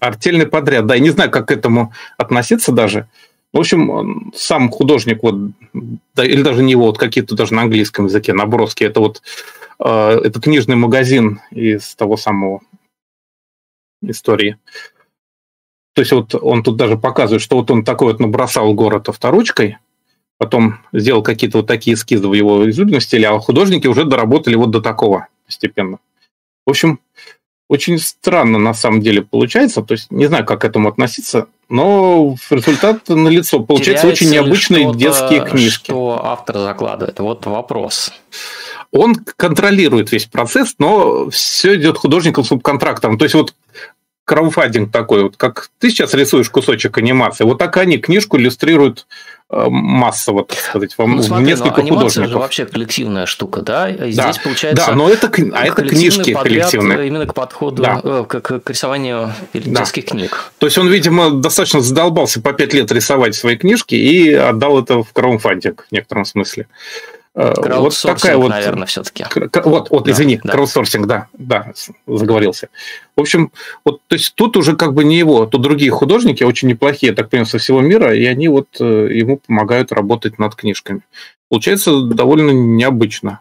артельный подряд, да, я не знаю, как к этому относиться даже. В общем, сам художник, вот, да, или даже не его, вот какие-то даже на английском языке наброски, это вот это книжный магазин из того самого истории. То есть вот он тут даже показывает, что вот он такой вот набросал город авторучкой, потом сделал какие-то вот такие эскизы в его изюминном стиле, а художники уже доработали вот до такого постепенно. В общем, очень странно на самом деле получается, то есть не знаю, как к этому относиться, но результат налицо. Получается очень необычные детские книжки. Что автор закладывает? Вот вопрос. Он контролирует весь процесс, но все идет художником субконтрактом. То есть вот краудфандинг такой, вот как ты сейчас рисуешь кусочек анимации, вот так они книжку иллюстрируют массово, так сказать, в несколько художников. Же вообще коллективная штука, да? И здесь получается... Да, но это книжки коллективные. Именно к подходу, к рисованию детских книг. То есть он, видимо, достаточно задолбался по 5 лет рисовать свои книжки и отдал это в краудфандинг в некотором смысле. Вот такая вот, наверное, все-таки. Извини, краудсорсинг, да, заговорился. В общем, вот, то есть тут уже как бы не его, тут другие художники, очень неплохие, я так понимаю, со всего мира, и они вот ему помогают работать над книжками. Получается довольно необычно.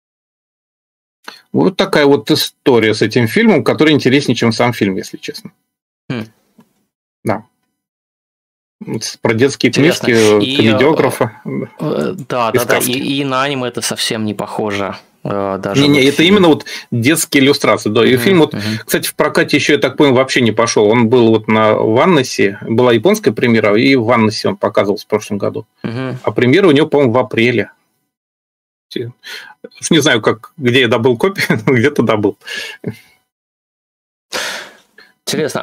Вот такая вот история с этим фильмом, которая интереснее, чем сам фильм, если честно. Да. Про детские книжки, комедиографа. Да. И на аниме это совсем не похоже. Даже это именно вот детские иллюстрации. Да. И фильм, вот, кстати, в прокате еще, я так понял, вообще не пошел. Он был вот на Ваннесе, была японская премьера, и в Ваннесе он показывался в прошлом году. А премьера у него, по-моему, в апреле. Не знаю, где я добыл копию, но где-то добыл. Интересно,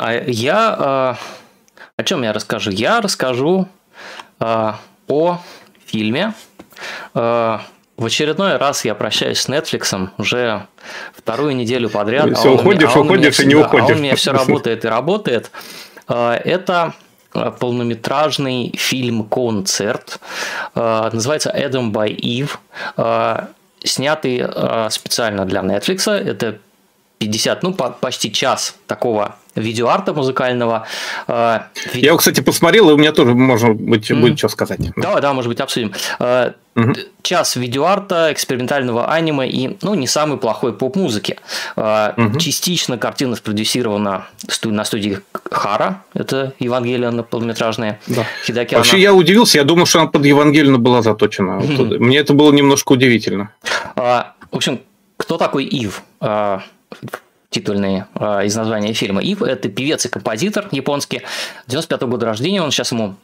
о чем я расскажу? Я расскажу о фильме. В очередной раз я прощаюсь с Netflix уже вторую неделю подряд. Все, уходишь и не уходишь. А он у меня все работает и работает. Это полнометражный фильм-концерт. Называется «Adam by Eve». Снятый специально для Netflix. Это 50, почти час такого видеоарта музыкального. Я его, кстати, посмотрел, и у меня тоже, может быть, будет что сказать. Да, может быть, обсудим. Час видеоарта, экспериментального аниме и, не самой плохой поп-музыки. Частично картина спродюсирована на студии Хара, это Евангелион полнометражная. Да. Вообще я удивился, я думал, что она под Евангелион была заточена. Мне это было немножко удивительно. В общем, кто такой Ив? Титульные из названия фильма. Ив – это певец и композитор японский, 95-го года рождения, он сейчас ему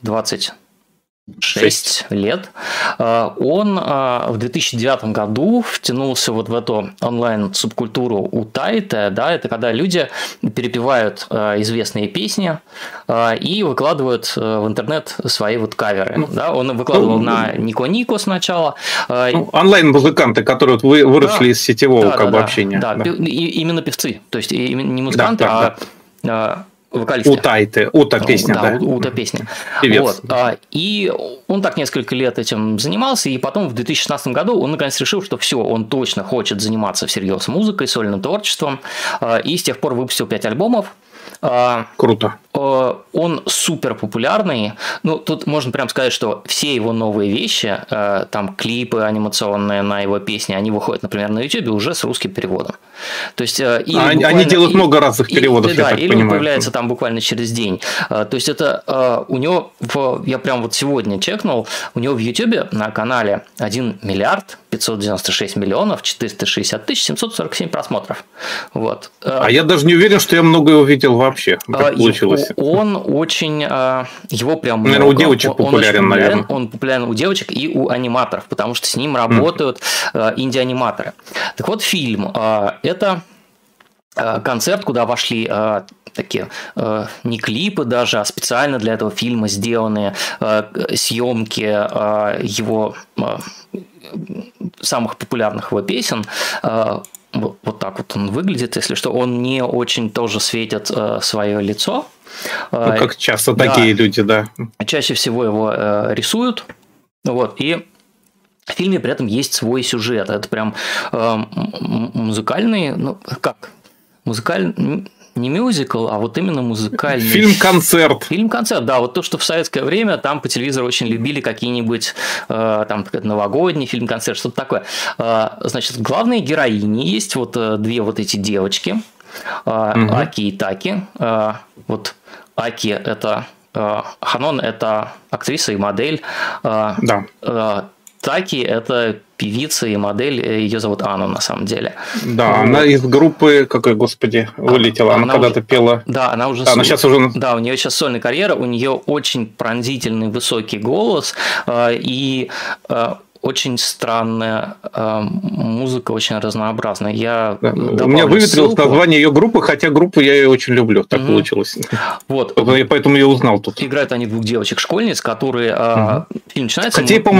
26 лет. Он в 2009 году втянулся вот в эту онлайн-субкультуру утайта, да, это когда люди перепевают известные песни и выкладывают в интернет свои вот каверы. Да? Он выкладывал на Нико-Нико сначала. Онлайн-музыканты, которые выросли из сетевого общения. Да, именно певцы, то есть не музыканты, а вокалисты. Ута песня, да. Ута песня. Певец. Вот. И он так несколько лет этим занимался, и потом в 2016 году он наконец решил, что все, он точно хочет заниматься всерьез музыкой, сольным творчеством, и с тех пор выпустил 5 альбомов. Круто. Он супер популярный. Тут можно прям сказать, что все его новые вещи, там клипы анимационные на его песни, они выходят, например, на YouTube уже с русским переводом. То есть, они делают много разных переводов, я так или понимаю. Он появляется там буквально через день. То есть, это у него, я прям вот сегодня чекнул, у него в YouTube на канале 1 миллиард 596 миллионов 460 тысяч 747 просмотров. Вот. А я даже не уверен, что я много его видел вообще. Как получилось. Он очень... Его прям... Наверное, у девочек популярен, наверное. Он популярен у девочек и у аниматоров, потому что с ним работают инди-аниматоры. Так вот, фильм. Это концерт, куда вошли такие не клипы даже, а специально для этого фильма сделанные съемки его самых популярных его песен. Вот так вот он выглядит, если что. Он не очень тоже светит свое лицо. Как часто такие люди, да. Чаще всего его рисуют. Вот, и в фильме при этом есть свой сюжет. Это прям музыкальный, музыкальный, не мюзикл, а вот именно музыкальный. Фильм-концерт. Фильм-концерт, да. Вот то, что в советское время там по телевизору очень любили какие-нибудь там новогодний фильм-концерт, что-то такое. Значит, главные героини есть вот две вот эти девочки, Аки и Таки. Вот Аки – это Ханон – это актриса и модель. Да. Таки – это певица и модель, ее зовут Анна на самом деле. Да, вот. Она из группы, какой, господи, вылетела, она когда-то пела. Да, она уже... она сейчас уже... Да, у нее сейчас сольная карьера, у нее очень пронзительный высокий голос, и очень странная музыка, очень разнообразная. У меня выветрилось название ее группы, хотя группу я ее очень люблю. Так получилось. Вот. Поэтому я узнал тут. Играют они двух девочек-школьниц, которые... Фильм начинается... Хотя, по-моему,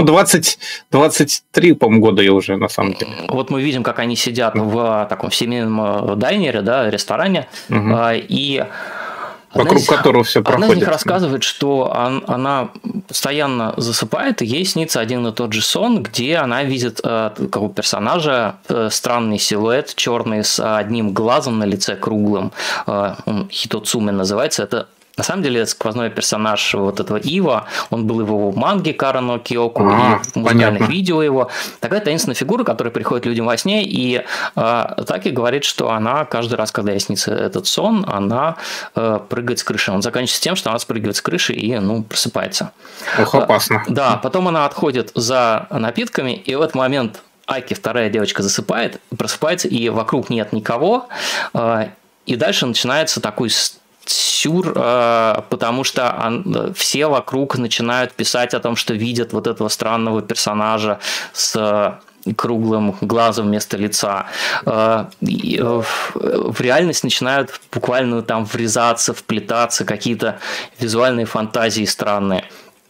23, по-моему, года я уже, на самом деле. Вот мы видим, как они сидят в таком семейном дайнере, да, ресторане, и... Вокруг которого все проходит. Одна из них рассказывает, что она постоянно засыпает, и ей снится один и тот же сон, где она видит какого персонажа, странный силуэт, черный, с одним глазом на лице круглым. Он Хитоцуме называется. Это на самом деле сквозной персонаж вот этого Ива, он был его в манге Карано Киоку, и в музыкальных видео его. Такая таинственная фигура, которая приходит людям во сне, и Таки говорит, что она каждый раз, когда ей снится этот сон, она прыгает с крыши. Он заканчивается тем, что она спрыгивает с крыши и просыпается. Ох, опасно. Да, потом она отходит за напитками, и в этот момент Аки, вторая девочка, засыпает, просыпается, и вокруг нет никого, и дальше начинается такой сюр, потому что все вокруг начинают писать о том, что видят вот этого странного персонажа с круглым глазом вместо лица. И в реальность начинают буквально там врезаться, вплетаться какие-то визуальные фантазии странные.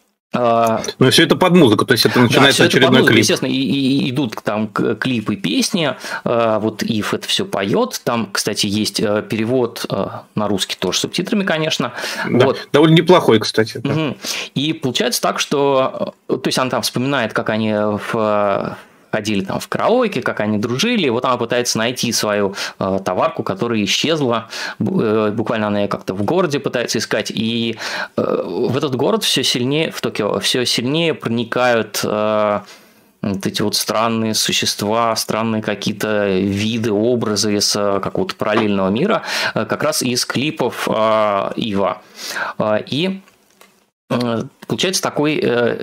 Но все это под музыку, то есть это начинается очередной клип. Естественно, и идут там клипы, песни, вот Ив это все поет, там, кстати, есть перевод на русский тоже с субтитрами, конечно. Да, вот. Довольно неплохой, кстати. Да. И получается так, что, то есть она там вспоминает, как они ходили там в караоке, как они дружили, и вот она пытается найти свою товарку, которая исчезла, буквально она ее как-то в городе пытается искать, и в этот город все сильнее, в Токио, все сильнее проникают вот эти вот странные существа, странные какие-то виды, образы из какого-то параллельного мира, как раз из клипов Ива. И получается такой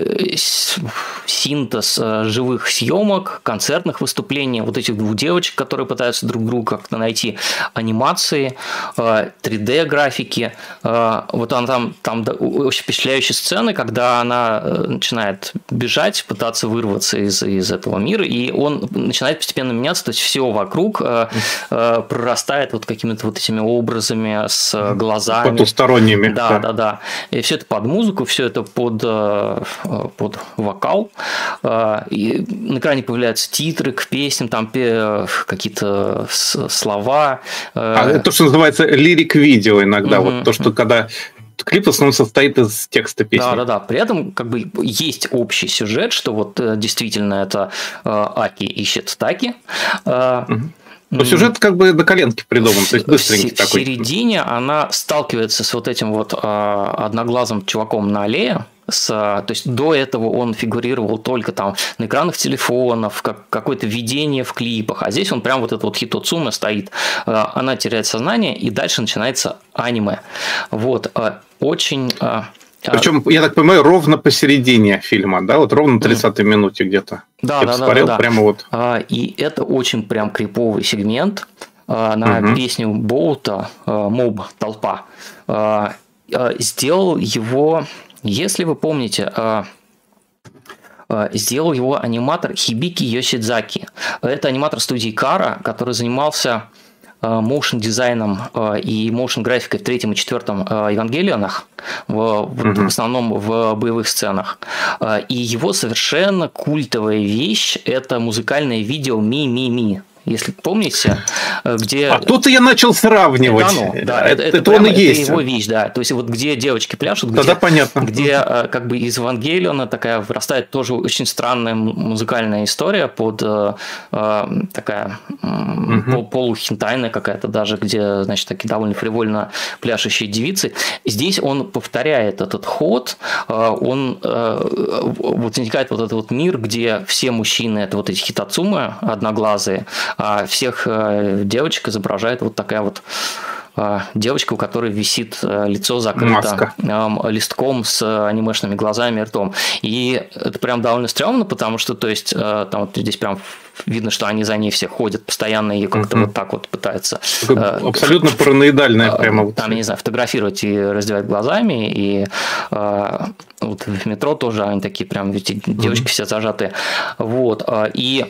синтез живых съемок, концертных выступлений, вот этих двух девочек, которые пытаются друг друга как-то найти, анимации, 3D-графики. Вот она там очень впечатляющие сцены, когда она начинает бежать, пытаться вырваться из этого мира, и он начинает постепенно меняться, то есть все вокруг прорастает вот какими-то вот этими образами с глазами. Потусторонними. Да. И все это под музыку, все это под вокал. И на экране появляются титры к песням, там какие-то слова. То, что называется лирик-видео иногда. Вот то, что когда клип в основном состоит из текста песни. Да. При этом как бы есть общий сюжет, что вот действительно это Аки ищет Таки. Но сюжет как бы до коленки придуман, то есть быстренький такой. В середине она сталкивается с вот этим вот одноглазым чуваком на аллее. То есть до этого он фигурировал только там на экранах телефонов, какое-то видение в клипах, а здесь он прям вот этот вот Хитоцуме стоит. Она теряет сознание, и дальше начинается аниме. Вот. Очень... Причем, я так понимаю, ровно посередине фильма, да, вот ровно на 30-й минуте где-то. Да. Прямо вот. И это очень прям криповый сегмент на песню Боута «Моб. Толпа». Сделал его, если вы помните, сделал его аниматор Хибики Йосидзаки. Это аниматор студии Кара, который занимался моушн дизайном и моушн графикой в 3 и 4 Евангелионах, в основном в боевых сценах. И его совершенно культовая вещь – это музыкальное видео «Ми-ми-ми». если помните, где... А тут я начал сравнивать. Это он и есть. Это его вещь, да. То есть вот где девочки пляшут, тогда понятно. Где как бы из Евангелиона такая вырастает тоже очень странная музыкальная история под такая полухентайная какая-то даже, где, значит, такие довольно фривольно пляшущие девицы. Здесь он повторяет этот ход, он вот возникает вот этот вот мир, где все мужчины это вот эти хитацумы одноглазые, а всех девочек изображает вот такая вот девочка, у которой висит лицо закрыто листком с анимешными глазами и ртом. И это прям довольно стрёмно, потому что, то есть, там вот здесь прям видно, что они за ней все ходят постоянно и как-то вот так вот пытаются... Абсолютно параноидальная прямо. Там, я не знаю, фотографировать и раздевать глазами, и вот в метро тоже они такие прям, эти девочки все зажатые. Вот, и...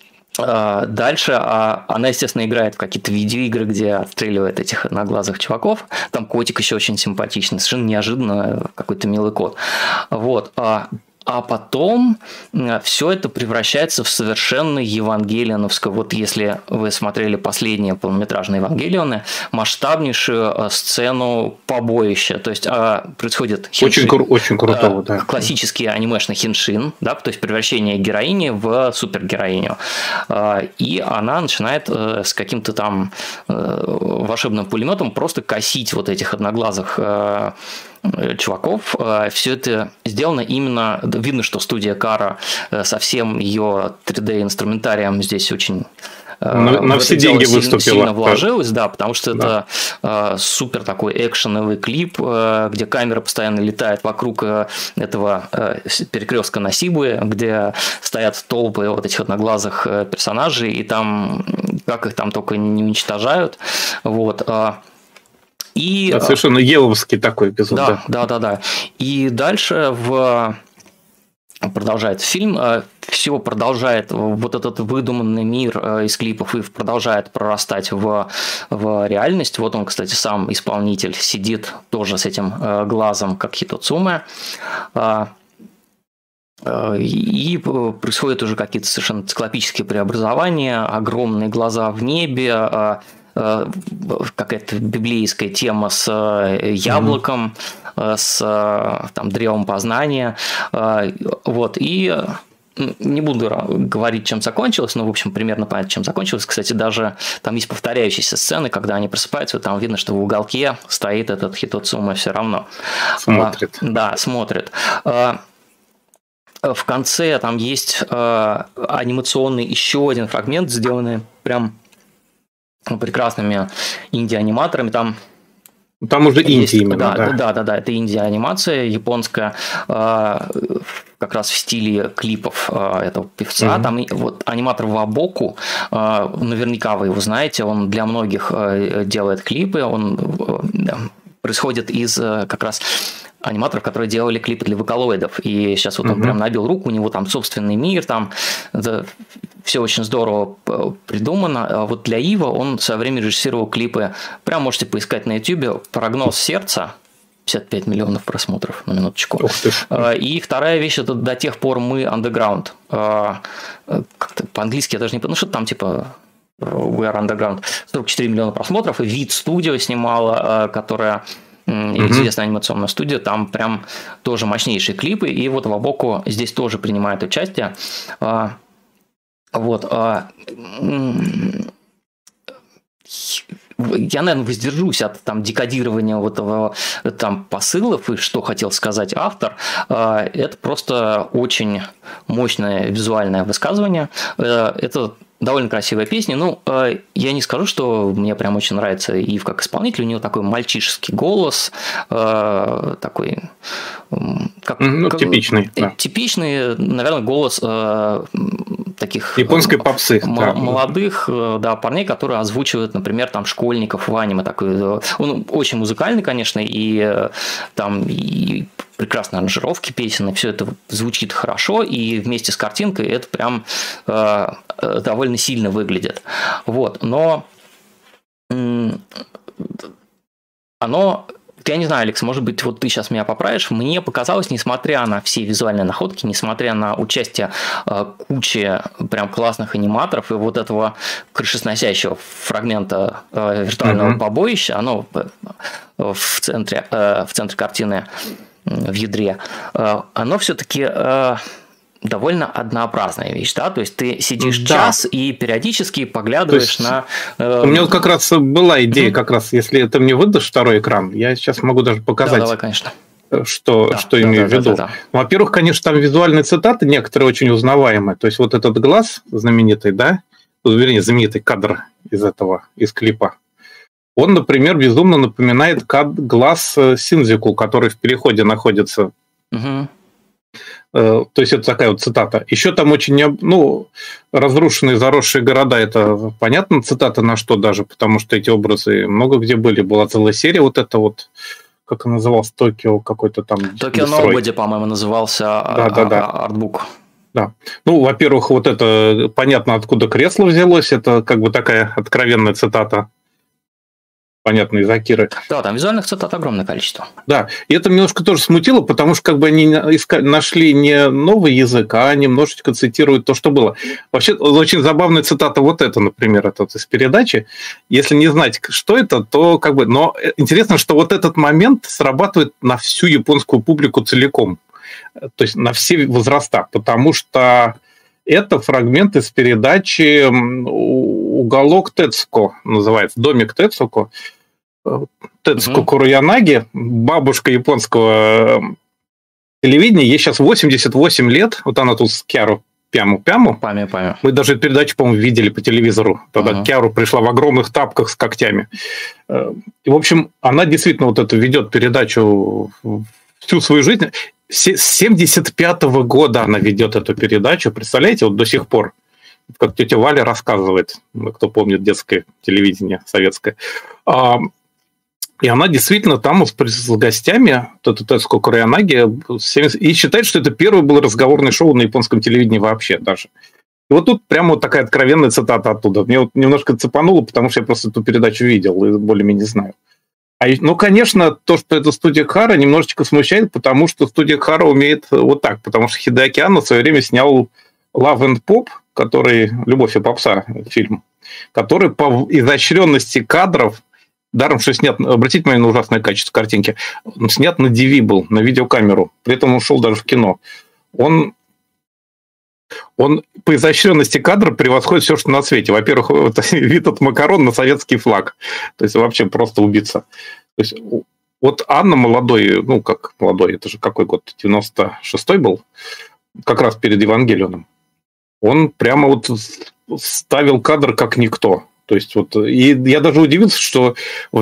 Дальше она, естественно, играет в какие-то видеоигры, где отстреливает этих одноглазых чуваков. Там котик еще очень симпатичный, совершенно неожиданно какой-то милый кот. Вот. А потом все это превращается в совершенно евангелионовское. Вот если вы смотрели последние полнометражные Евангелионы, масштабнейшую сцену побоища. То есть происходит очень крутого, да. Классический анимешный хиншин, да, то есть превращение героини в супергероиню. И она начинает с каким-то там волшебным пулеметом просто косить вот этих одноглазых чуваков. Все это сделано именно... Видно, что студия Кара со всем ее 3D-инструментарием здесь очень... На все деньги выступила. Сильно вложилась, да, потому что это супер такой экшеновый клип, где камера постоянно летает вокруг этого перекрестка на Сибуе, где стоят толпы вот этих одноглазых персонажей, и там, как их там только не уничтожают, вот... И... совершенно еловский такой эпизод. Да. И дальше продолжает фильм, все продолжает вот этот выдуманный мир из клипов и продолжает прорастать в реальность. Вот он, кстати, сам исполнитель сидит тоже с этим глазом, как Хитоцуме. И происходят уже какие-то совершенно циклопические преобразования, огромные глаза в небе, какая-то библейская тема с яблоком, с там, древом познания. Вот. И не буду говорить, чем закончилось, но, в общем, примерно понятно, чем закончилось. Кстати, даже там есть повторяющиеся сцены, когда они просыпаются, там видно, что в уголке стоит этот Хитоцуме все равно. Смотрит. Да, смотрит. В конце там есть анимационный еще один фрагмент, сделанный прям прекрасными инди-аниматорами. Там уже инди именно. Да, это инди-анимация японская, как раз в стиле клипов этого певца. Там вот аниматор Вабоку, наверняка вы его знаете, он для многих делает клипы, он происходит из как раз аниматоров, которые делали клипы для вокалоидов. И сейчас вот он прям набил руку, у него там собственный мир, там все очень здорово придумано. А вот для Ива он в свое время режиссировал клипы. Прям можете поискать на YouTube. «Прогноз сердца». 55 миллионов просмотров, на минуточку. И вторая вещь – это «До тех пор мы underground». Как-то по-английски я даже не понял. Ну, что там типа «We are underground». 44 миллиона просмотров. И «Вид Студио» снимала, которая... известная анимационная студия, там прям тоже мощнейшие клипы, и вот Вабоку здесь тоже принимает участие. Вот. Я, наверное, воздержусь от там декодирования вот этого там посылов и что хотел сказать автор. Это просто очень мощное визуальное высказывание. Это довольно красивая песня. Ну, я не скажу, что мне прям очень нравится Ив как исполнитель. У него такой мальчишеский голос, такой... типичный. Типичный, наверное, голос таких... японской попсы. Молодых парней, которые озвучивают, например, там школьников в аниме. Такой, он очень музыкальный, конечно, и там и прекрасные аранжировки песен, и все это звучит хорошо, и вместе с картинкой это прям довольно сильно выглядит. Вот, но оно я не знаю, Алекс, может быть, вот ты сейчас меня поправишь, мне показалось, несмотря на все визуальные находки, несмотря на участие кучи прям классных аниматоров и вот этого крышесносящего фрагмента виртуального побоища, оно в центре картины, в ядре, оно все-таки довольно однообразная вещь, да, то есть ты сидишь час и периодически поглядываешь на... У меня вот как раз была идея, как раз, если ты мне выдашь второй экран, я сейчас могу даже показать. Давай, конечно. Что имею в виду. Во-первых, конечно, там визуальные цитаты некоторые очень узнаваемые, то есть вот этот глаз знаменитый, да, вернее, знаменитый кадр из клипа, он, например, безумно напоминает глаз Синдзюку, который в переходе находится. То есть это такая вот цитата. Еще там очень, разрушенные, заросшие города, это понятно, цитата на что даже, потому что эти образы много где были. Была целая серия вот это вот, как он назывался, Токио какой-то там. Токио Ноубоди, по-моему, назывался артбук. Да. Во-первых, вот это понятно, откуда кресло взялось, это как бы такая откровенная цитата. Понятно, из Акиры. Да, там визуальных цитат огромное количество. Да, и это немножко тоже смутило, потому что как бы они нашли не новый язык, а немножечко цитируют то, что было. Вообще, очень забавная цитата вот эта, например, это из передачи. Если не знать, что это, то как бы... Но интересно, что вот этот момент срабатывает на всю японскую публику целиком. То есть на все возраста, потому что это фрагмент из передачи «Уголок Тецуко» называется, «Домик Тецуко». Тецуко Куроянаги, бабушка японского телевидения, ей сейчас 88 лет, вот она тут с Киару Пяму. Мы даже эту передачу, по-моему, видели по телевизору, тогда Киару пришла в огромных тапках с когтями. И, в общем, она действительно вот эту ведет передачу всю свою жизнь. С 75-го года она ведет эту передачу, представляете, вот до сих пор. Как тетя Валя рассказывает, кто помнит детское телевидение советское. И она действительно там с гостями, Тецуко Куроянаги, и считает, что это первое было разговорное шоу на японском телевидении вообще даже. И вот тут прямо вот такая откровенная цитата оттуда. Мне вот немножко цепануло, потому что я просто эту передачу видел и более-менее знаю. Конечно, то, что это студия Хара, немножечко смущает, потому что студия Хара умеет вот так, потому что Хидеаки Анно в свое время снял Love and Pop, который «Любовь и попса» фильм, который по изощренности кадров, даром, что снят, обратите внимание на ужасное качество картинки, он снят на DV был, на видеокамеру, при этом он ушел даже в кино. Он по изощренности кадра превосходит все, что на свете. Во-первых, вид от макарон на советский флаг. То есть вообще просто убийца. То есть вот Анна молодой, как молодой, это же какой год? 96-й был? Как раз перед Евангелионом. Он прямо вот ставил кадр как никто. То есть вот, и я даже удивился, что в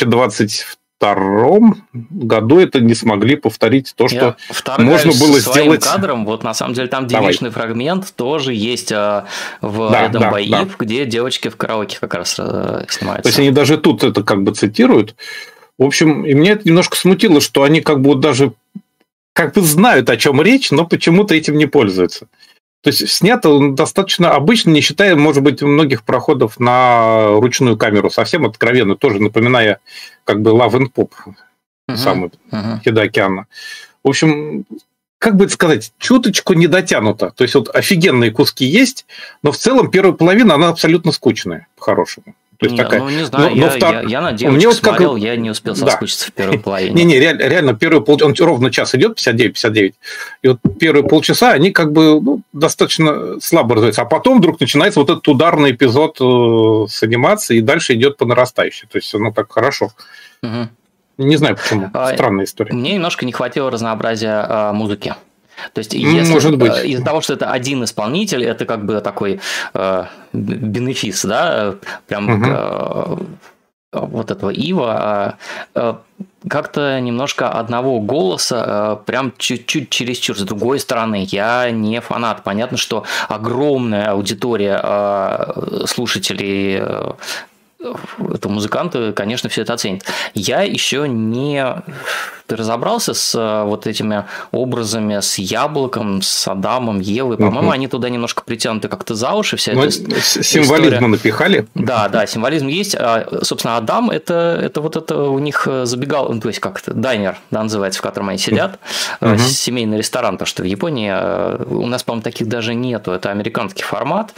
2022 году это не смогли повторить то, что можно было сделать. Кадром, вот на самом деле там девичный фрагмент тоже есть в Эдем Баив, где девочки в караоке как раз снимаются. То есть они даже тут это как бы цитируют. В общем, и меня это немножко смутило, что они как бы вот даже как бы знают, о чем речь, но почему-то этим не пользуются. То есть снято он достаточно обычно, не считая, может быть, многих проходов на ручную камеру, совсем откровенно, тоже напоминая как бы Love and Pop, самый Хидеаки Анно. В общем, как бы это сказать, чуточку не дотянуто. То есть вот офигенные куски есть, но в целом первая половина, она абсолютно скучная, по-хорошему. То есть такая... не знаю, я на девочку смотрел, я не успел соскучиться в первой половине. Не, реально, первый полчаса, он ровно час идет, 59. И вот первые полчаса, они как бы достаточно слабо развиваются. А потом вдруг начинается вот этот ударный эпизод с анимацией, и дальше идет по нарастающей. То есть оно так хорошо. Не знаю почему. Странная история. Мне немножко не хватило разнообразия музыки. То есть, если из-за того, что это один исполнитель, это как бы такой бенефис, да, прям вот этого Ива, как-то немножко одного голоса, прям чуть-чуть чересчур. С другой стороны, я не фанат. Понятно, что огромная аудитория слушателей это музыканты, конечно, все это оценят. Я еще не разобрался с вот этими образами, с Яблоком, с Адамом, Евой. По-моему, они туда немножко притянуты как-то за уши. Вся эта символизма история. Напихали. Да, символизм есть. Собственно, Адам это вот это у них забегал, то есть как это, дайнер, да, называется, в котором они сидят. Семейный ресторан, то, что в Японии. У нас, по-моему, таких даже нету. Это американский формат.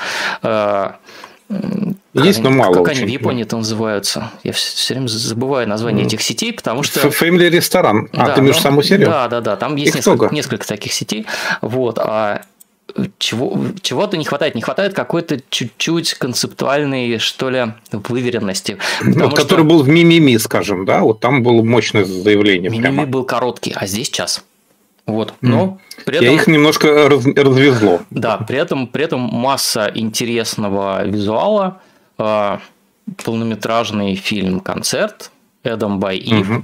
Есть, но мало. Как они в Японии-то называются? Я все время забываю название этих сетей, потому что... Family ресторан. Ты имеешь саму серию? Да. Там есть несколько таких сетей. Вот. Чего-то не хватает. Не хватает какой-то чуть-чуть концептуальной, что ли, выверенности. Который был в Мимими, скажем, да? Вот там было мощное заявление. Мимими был короткий, а здесь час. Вот. Но при этом... их немножко развезло. Да, при этом масса интересного визуала. Полнометражный фильм-концерт Adam by Eve.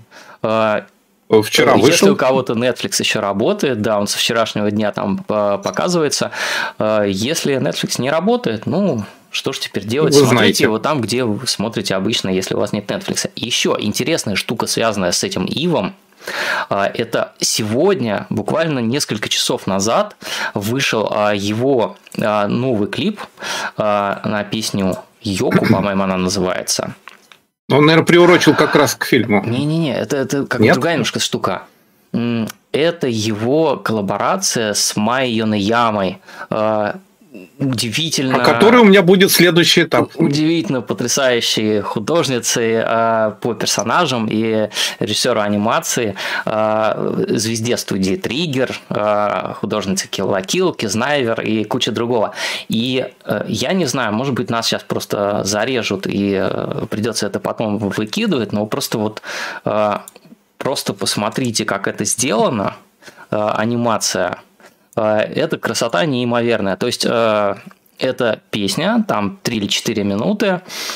Вчера вышел. Если у кого-то Netflix еще работает, да, он со вчерашнего дня там показывается. Если Netflix не работает, ну, что ж теперь делать? Вы Смотрите знаете. его там, где вы смотрите обычно, если у вас нет Netflix. Еще интересная штука, связанная с этим Ивом. Это сегодня, буквально несколько часов назад, вышел его новый клип на песню «Йоку», по-моему, она называется. Он, наверное, приурочил как раз к фильму. Не-не-не, это как бы другая немножко штука. Это его коллаборация с Майей Йонаямой. Удивительно... Который у меня будет следующий этап. Удивительно потрясающей художницей по персонажам и режиссеру анимации, звезде студии Триггер, художнице Kill la Kill, Кизнайвер и куча другого. И я не знаю, может быть, нас сейчас просто зарежут и придется это потом выкидывать, но просто вот просто посмотрите, как это сделано, анимация. Это красота неимоверная. То есть, это песня, там 3 или 4 минуты.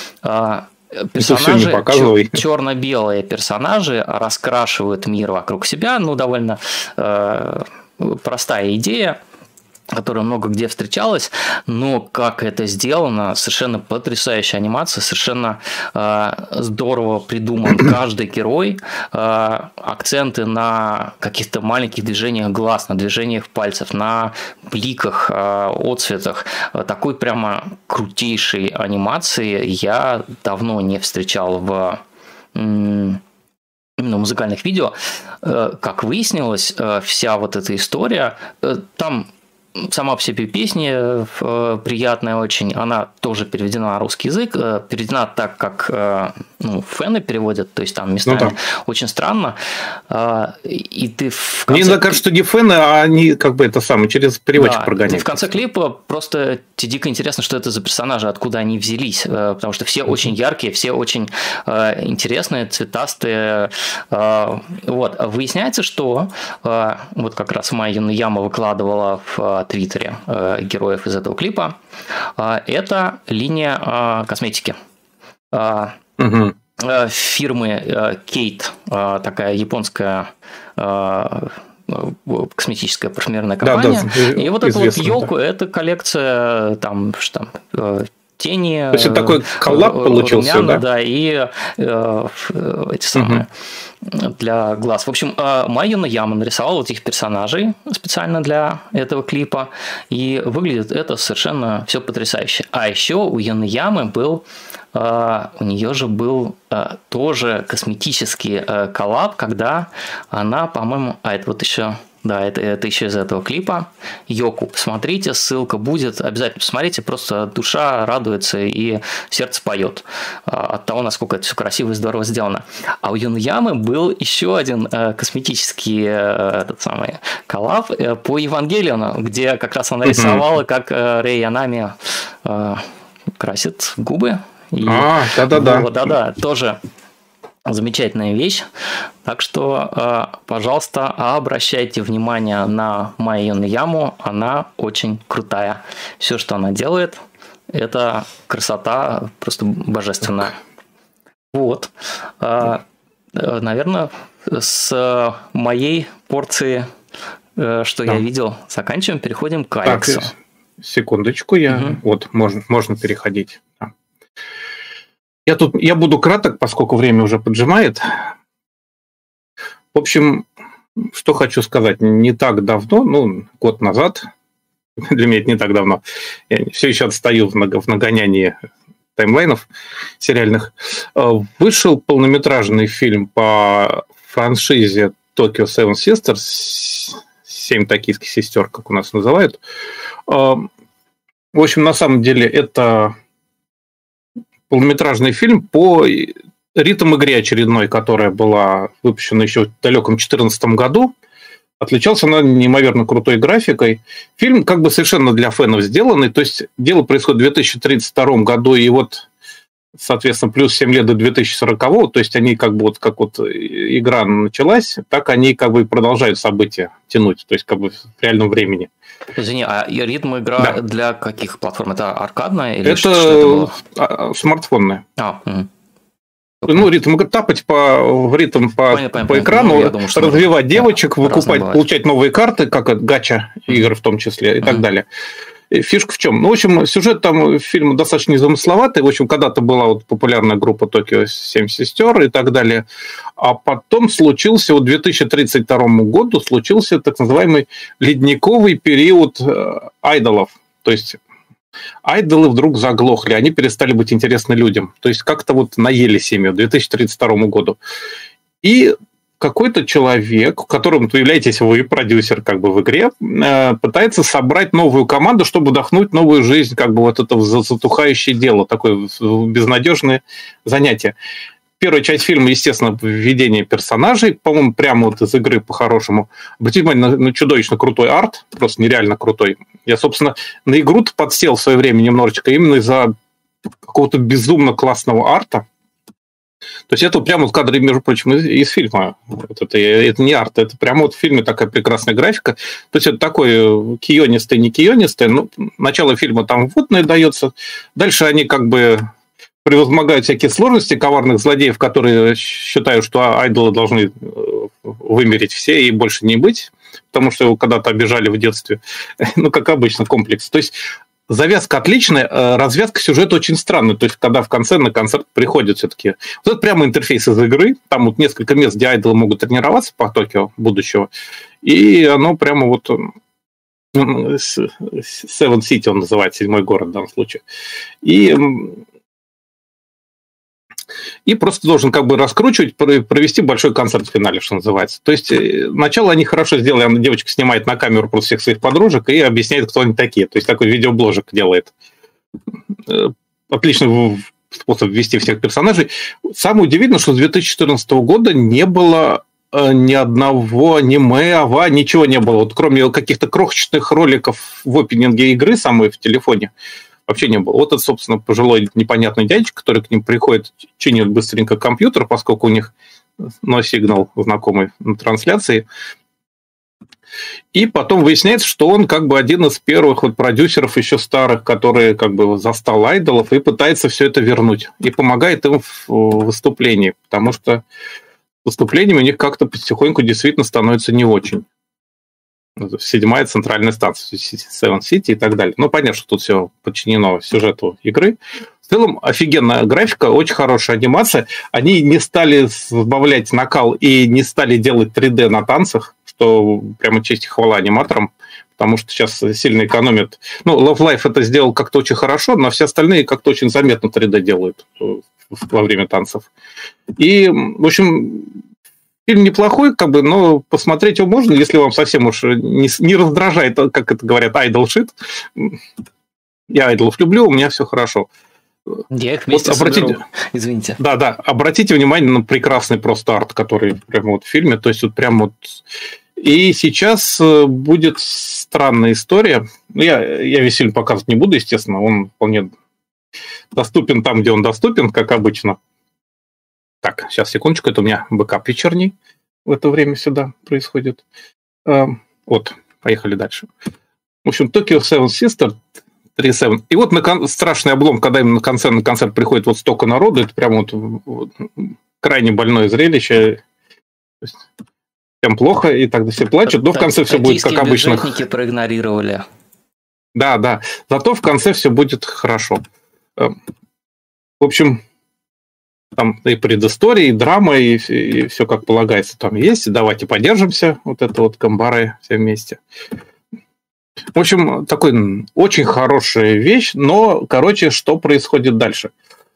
Персонажи, черно-белые персонажи раскрашивают мир вокруг себя. Ну, довольно простая идея, которая много где встречалась, но как это сделано, совершенно потрясающая анимация, совершенно здорово придуман каждый герой, акценты на каких-то маленьких движениях глаз, на движениях пальцев, на бликах, отцветах. Такой прямо крутейшей анимации я давно не встречал в именно музыкальных видео. Как выяснилось, вся вот эта история, там сама по себе песня приятная очень, она тоже переведена на русский язык, переведена так, как фэны переводят, то есть там местами очень странно. И ты в конце... Мне кажется, что не фэны, а они как бы это самое, через переводчик прогоняют. Ты в конце клипа просто тебе дико интересно, что это за персонажи, откуда они взялись, потому что все очень яркие, все очень интересные, цветастые. Вот. Выясняется, что вот как раз Майя Йонаяма выкладывала в Твиттере героев из этого клипа, это линия косметики. Фирмы Кейт, такая японская косметическая парфюмерная компания. И вот эта вот елку, это коллекция там тени. То есть, это такой коллаб получился, румяна, да, и эти самые для глаз. В общем, Майя Йонаяма нарисовала вот этих персонажей специально для этого клипа, и выглядит это совершенно все потрясающе. А еще у Йонаямы был, у нее же был тоже косметический коллаб, когда она, по-моему, это вот еще... Да, это еще из этого клипа. Йоку, посмотрите, ссылка будет. Обязательно посмотрите, просто душа радуется и сердце поет от того, насколько это все красиво и здорово сделано. А у Йонаямы был еще один косметический этот самый коллаб по Евангелиону, где как раз она рисовала, как Рэй Янами красит губы. Да-да-да, тоже замечательная вещь. Так что, пожалуйста, обращайте внимание на Майю Йонаяму. Она очень крутая. Все, что она делает, это красота просто божественная. Вот. Наверное, с моей порции, что я видел, заканчиваем. Переходим к Алексу. Так, секундочку. Вот, можно переходить. Я буду краток, поскольку время уже поджимает. В общем, что хочу сказать. Не так давно, год назад, для меня это не так давно, я все еще отстаю в нагонянии таймлайнов сериальных, вышел полнометражный фильм по франшизе Tokyo Seven Sisters, 7 токийских сестер, как у нас называют. В общем, на самом деле, это полнометражный фильм по ритм-игре очередной, которая была выпущена еще в далеком 2014 году. Отличался она неимоверно крутой графикой. Фильм как бы совершенно для фенов сделанный. То есть дело происходит в 2032 году, и вот, соответственно, плюс 7 лет до 2040-го. То есть они как бы как игра началась, так они как бы продолжают события тянуть. То есть как бы в реальном времени. Извини, а ритм игра для каких платформ? Это аркадная? Или это что это было? Смартфонная. Угу. Ритм тапать в ритм по экрану, думаю, развивать девочек, выкупать, получать новые карты, как гача игры в том числе и так далее. И фишка в чем? В общем, сюжет там фильма достаточно незамысловатый. В общем, когда-то была популярная группа Tokyo 7 сестер и так далее. А потом случился, в 2032 году случился так называемый ледниковый период айдолов. То есть айдолы вдруг заглохли, они перестали быть интересны людям. То есть как-то наелись ими к 2032 году. И какой-то человек, которым являетесь вы, продюсер как бы в игре, пытается собрать новую команду, чтобы вдохнуть новую жизнь как бы это затухающее дело, такое безнадежное занятие. Первая часть фильма, естественно, введение персонажей, по-моему, прямо из игры по-хорошему. Обратите внимание на чудовищно крутой арт, просто нереально крутой. Я, собственно, на игру-то подсел в свое время немножечко именно из-за какого-то безумно классного арта. То есть это прямо кадры, между прочим, из фильма. Это не арт, это прямо в фильме такая прекрасная графика. То есть это такой кионистый, не кионистый. Начало фильма там вводное дается. Дальше они как бы превозмогают всякие сложности коварных злодеев, которые считают, что айдолы должны вымереть все и больше не быть, потому что его когда-то обижали в детстве. Как обычно, комплекс. То есть завязка отличная, развязка сюжета очень странная. То есть когда в конце на концерт приходят все-таки... это прямо интерфейс из игры. Там несколько мест, где айдолы могут тренироваться по Токио будущего. И оно прямо Seven City он называет, 7-й город в данном случае. И просто должен как бы раскручивать, провести большой концерт в финале, что называется. То есть начало они хорошо сделали, девочка снимает на камеру просто всех своих подружек и объясняет, кто они такие. То есть такой видеобложик делает. Отличный способ ввести всех персонажей. Самое удивительное, что с 2014 года не было ни одного аниме, ничего не было. Кроме каких-то крохотных роликов в опенинге игры самой в телефоне. Вообще не было. Это, собственно, пожилой непонятный дядечка, который к ним приходит, чинит быстренько компьютер, поскольку у них сигнал знакомый на трансляции. И потом выясняется, что он как бы один из первых продюсеров еще старых, которые как бы застал айдолов и пытается все это вернуть. И помогает им в выступлении, потому что выступлениями у них как-то потихоньку действительно становится не очень. 7-я центральная станция, Seven City и так далее. Понятно, что тут все подчинено сюжету игры. В целом, офигенная графика, очень хорошая анимация. Они не стали сбавлять накал и не стали делать 3D на танцах, что прямо честь и хвала аниматорам, потому что сейчас сильно экономят. Love Life это сделал как-то очень хорошо, но все остальные как-то очень заметно 3D делают во время танцев. И, в общем... Фильм неплохой, как бы, но посмотреть его можно, если вам совсем уж не раздражает, как это говорят, айдол шит. Я айдолов люблю, у меня все хорошо. Я их вместе соберу. Извините. Да, обратите внимание на прекрасный просто арт, который прямо в фильме. То есть прям И сейчас будет странная история. Я весь фильм показывать не буду, естественно. Он вполне доступен там, где он доступен, как обычно. Так, сейчас, секундочку, это у меня бэкап вечерний в это время сюда происходит. Поехали дальше. В общем, Tokyo Seven Sisters 3.7. И страшный облом, когда им на концерт приходит столько народу, это прям крайне больное зрелище. То есть, прям плохо, и тогда все плачут, но в конце все будет как обычно. Бюджетники проигнорировали. Да. Зато в конце все будет хорошо. В общем... Там и предыстория, и драма, и все как полагается там есть. Давайте поддержимся. Вот это вот камбаре все вместе. В общем, такой очень хорошая вещь, но, короче, что происходит дальше?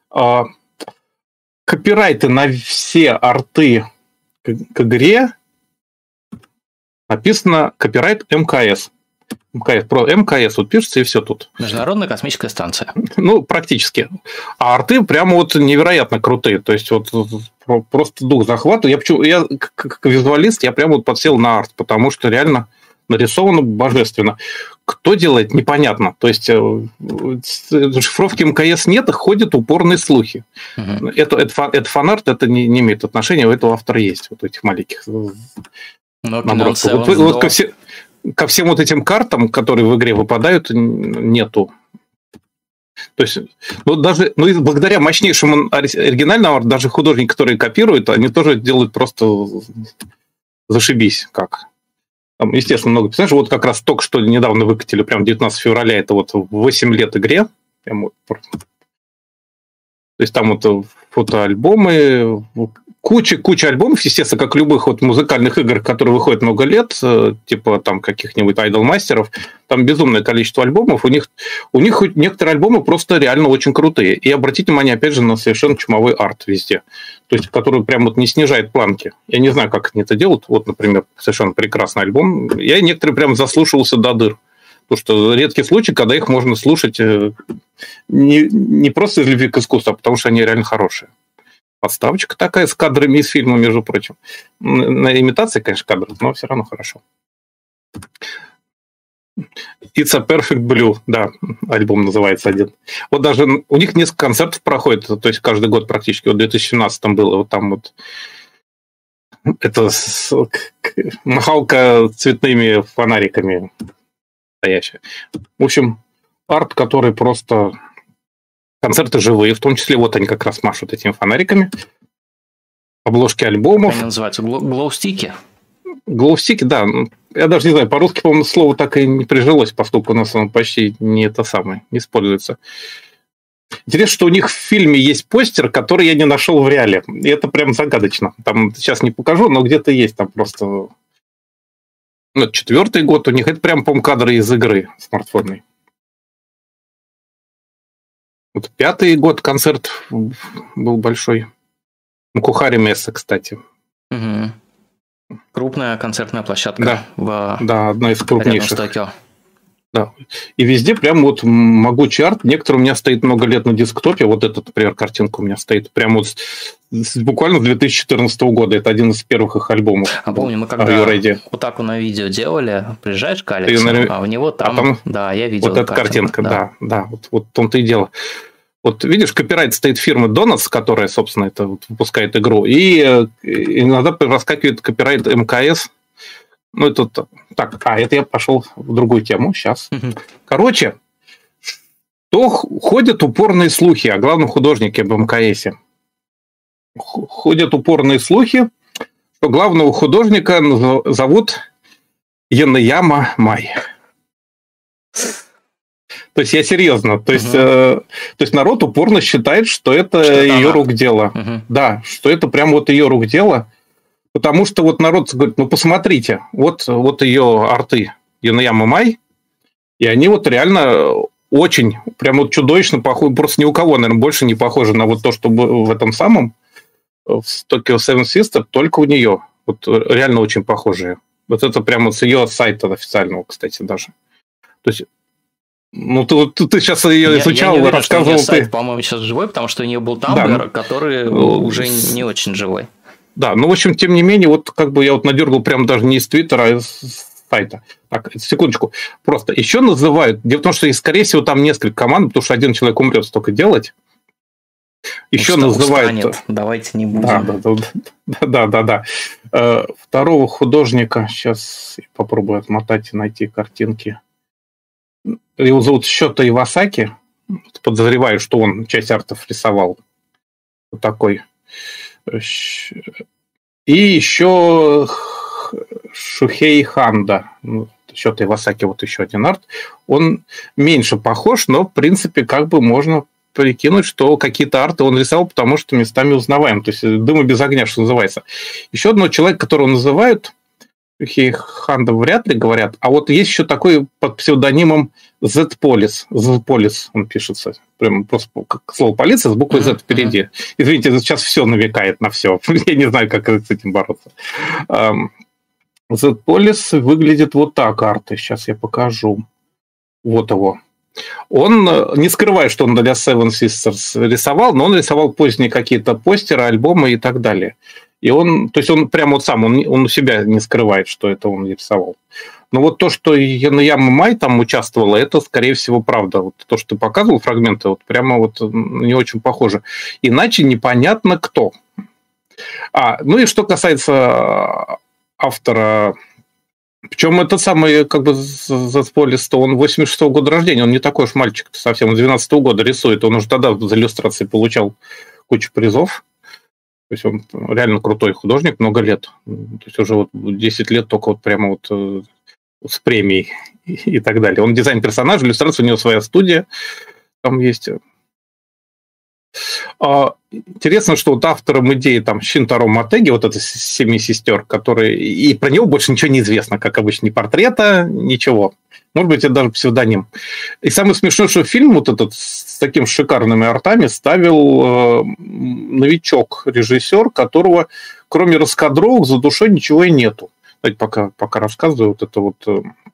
Копирайты на все арты к игре написано копирайт МКС. Про МКС вот пишется, и все тут. Международная космическая станция. Ну, практически. А арты прямо вот невероятно крутые. То есть, вот просто дух захвата. Я как визуалист, я прямо вот подсел на арт, потому что реально нарисовано божественно. Кто делает, непонятно. То есть, шифровки МКС нет, ходят упорные слухи. Угу. Это фанарт, это не имеет отношения, у этого автора есть, вот этих маленьких набросков. Вот ко всем вот этим картам, которые в игре выпадают, нету. То есть, благодаря мощнейшему оригинальному арту, даже художники, которые копируют, они тоже делают просто зашибись как. Там, естественно, много персонажей. Вот как раз только что недавно выкатили, прям 19 февраля, это вот 8 лет игре. Прям, то есть там вот фотоальбомы, куча альбомов, естественно, как любых вот музыкальных игр, которые выходят много лет, типа там каких-нибудь айдол-мастеров, там безумное количество альбомов. У них некоторые альбомы просто реально очень крутые. И обратите внимание, опять же, на совершенно чумовой арт везде. То есть, который прям вот не снижает планки. Я не знаю, как они это делают. Вот, например, совершенно прекрасный альбом. Я некоторые прям заслушивался до дыр. Потому что редкий случай, когда их можно слушать не просто из любви к искусству, а потому что они реально хорошие. Подставочка такая с кадрами из фильма, между прочим. На имитации, конечно, кадров, но все равно хорошо. It's a Perfect Blue, да, альбом называется один. Вот даже у них несколько концертов проходит, то есть каждый год практически. Вот в 2017 было, вот там вот это махалка цветными фонариками стоящая. В общем, арт, который просто... Концерты живые, в том числе вот они как раз машут этими фонариками. Обложки альбомов. Они называются глоустики. Глоустики, да. Я даже не знаю, по-русски, по-моему, слово так и не прижилось, поскольку у нас оно почти не это самое, не используется. Интересно, что у них в фильме есть постер, который я не нашел в реале. И это прям загадочно. Там сейчас не покажу, но где-то есть там просто... Ну, 4-й год у них. Это прям, по-моему, кадры из игры смартфонной. Вот 5-й год концерт был большой. Мукухари Месса, кстати. Угу. Крупная концертная площадка. Да, одна из крупнейших. Рядом с Токио. Да. И везде прям вот могучий арт. Некоторые у меня стоит много лет на десктопе. Вот эта, например, картинка у меня стоит прям вот буквально с 2014 года. Это один из первых их альбомов. А помню, мы когда вот так на видео делали, приезжаешь к Алексу, а у него там... Да, я видел. Вот эта картинка, да. Вот в том-то и дело. Вот видишь, копирайт стоит фирмы Donuts, которая, собственно, это вот выпускает игру, и иногда проскакивает копирайт МКС. Ну, это так. Это я пошел в другую тему сейчас. Короче, то ходят упорные слухи о главном художнике об МКСе. Ходят упорные слухи, что главного художника зовут Янаяма Май. То есть я серьезно. То есть народ упорно считает, что это ее рук дело. Да, что это прям вот ее рук дело. Потому что вот народ говорит, ну посмотрите, вот ее арты Янаяма Май, и они вот реально очень, прям вот чудовищно похожи, просто ни у кого, наверное, больше не похоже на вот то, что в этом самом, в Tokyo Seven Sisters, только у нее. Вот реально очень похожие. Вот это прямо с ее сайта официального, кстати, даже. То есть, ну, ты сейчас ее изучал, я не уверен, рассказывал. Что сайт, по-моему, сейчас живой, потому что у нее был тамблер, который уже не очень живой. Да, ну, в общем, тем не менее, вот как бы я вот надергал прям даже не из Твиттера, а из сайта. Так, секундочку. Просто еще называют... Дело в том, что, скорее всего, там несколько команд, потому что один человек умрет столько делать. Еще называют... Устанет. Давайте не будем. Да. Второго художника, сейчас я попробую отмотать и найти картинки. Его зовут Шото Ивасаки. Подозреваю, что он часть артов рисовал. Вот такой. И еще Шухей Ханда. Шото Ивасаки, вот еще один арт. Он меньше похож, но, в принципе, как бы можно прикинуть, что какие-то арты он рисовал, потому что местами узнаваем. То есть «Дыма без огня», что называется. Еще одного человека, которого называют, Ханда вряд ли говорят, а вот есть еще такой под псевдонимом Z-Polis. Z-Polis он пишется. Прям просто как слово полиция с буквой Z впереди. Извините, сейчас все навекает на все. Я не знаю, как с этим бороться. Z-Polis выглядит вот так, арты. Сейчас я покажу. Вот его. Он не скрывает, что он для Seven Sisters рисовал, но он рисовал поздние какие-то постеры, альбомы и так далее. И он, то есть он прямо вот сам, он у себя не скрывает, что это он рисовал. Но вот то, что Янаяма Май там участвовала, это, скорее всего, правда. Вот то, что ты показывал, фрагменты, вот прямо вот не очень похоже. Иначе непонятно кто. Ну и что касается автора... Причем этот самый, как бы, Z-Polis, он 86-го года рождения, он не такой уж мальчик совсем, 12-го года рисует. Он уже тогда за иллюстрации получал кучу призов. То есть он реально крутой художник, много лет. То есть уже вот 10 лет только вот прямо вот с премией и так далее. Он дизайн персонажа, иллюстрация, у него своя студия там есть. Интересно, что вот автором идеи там Шинтаро Матеги, вот это «Семи сестер», который... И про него больше ничего не известно, как обычно, ни портрета, ничего. Может быть, это даже псевдоним. И самое смешное, что фильм вот этот с такими шикарными артами ставил новичок-режиссер, которого кроме раскадровок за душой ничего и нету. Давайте пока рассказываю. Вот это вот...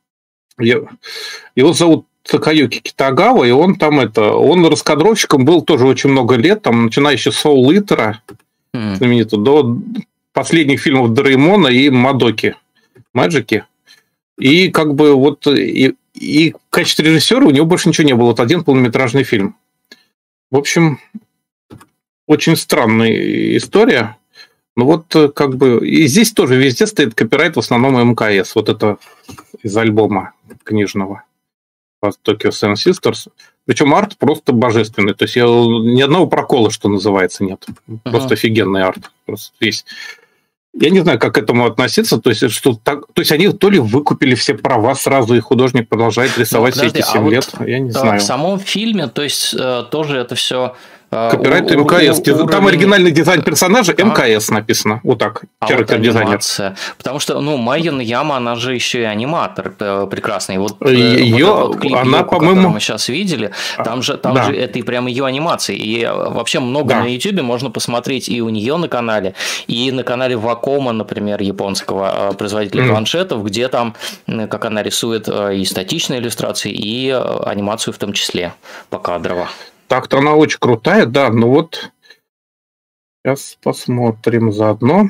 Его зовут Такаюки Китагава, и он там он раскадровщиком был тоже очень много лет, там, начиная еще с Soul Eater, знаменитого, до последних фильмов Дораэмона и Мадоки, Маджики. И как бы вот и в качестве режиссера у него больше ничего не было. Вот один полнометражный фильм. В общем, очень странная история. Ну вот как бы... И здесь тоже везде стоит копирайт, в основном МКС. Вот это из альбома книжного. Tokyo Seven Sisters. Причем арт просто божественный. То есть ни одного прокола, что называется, нет. Просто офигенный арт. Просто весь. Я не знаю, как к этому относиться. То есть они то ли выкупили все права сразу, и художник продолжает рисовать все эти 7 лет. Я не знаю. В самом фильме, то есть тоже это все... Копирайт МКС. Там оригинальный дизайн персонажа МКС написано. Вот так. Характер-дизайнер. Потому что, Май Янаяма, она же еще и аниматор прекрасный. Вот ее, клип, она, по-моему... который мы сейчас видели, там же это и прям ее анимации. И вообще много на YouTube можно посмотреть и у нее на канале, и на канале Вакома, например, японского производителя планшетов, где там, как она рисует и статичные иллюстрации, и анимацию в том числе покадрово. Так-то она очень крутая, да, но вот сейчас посмотрим заодно.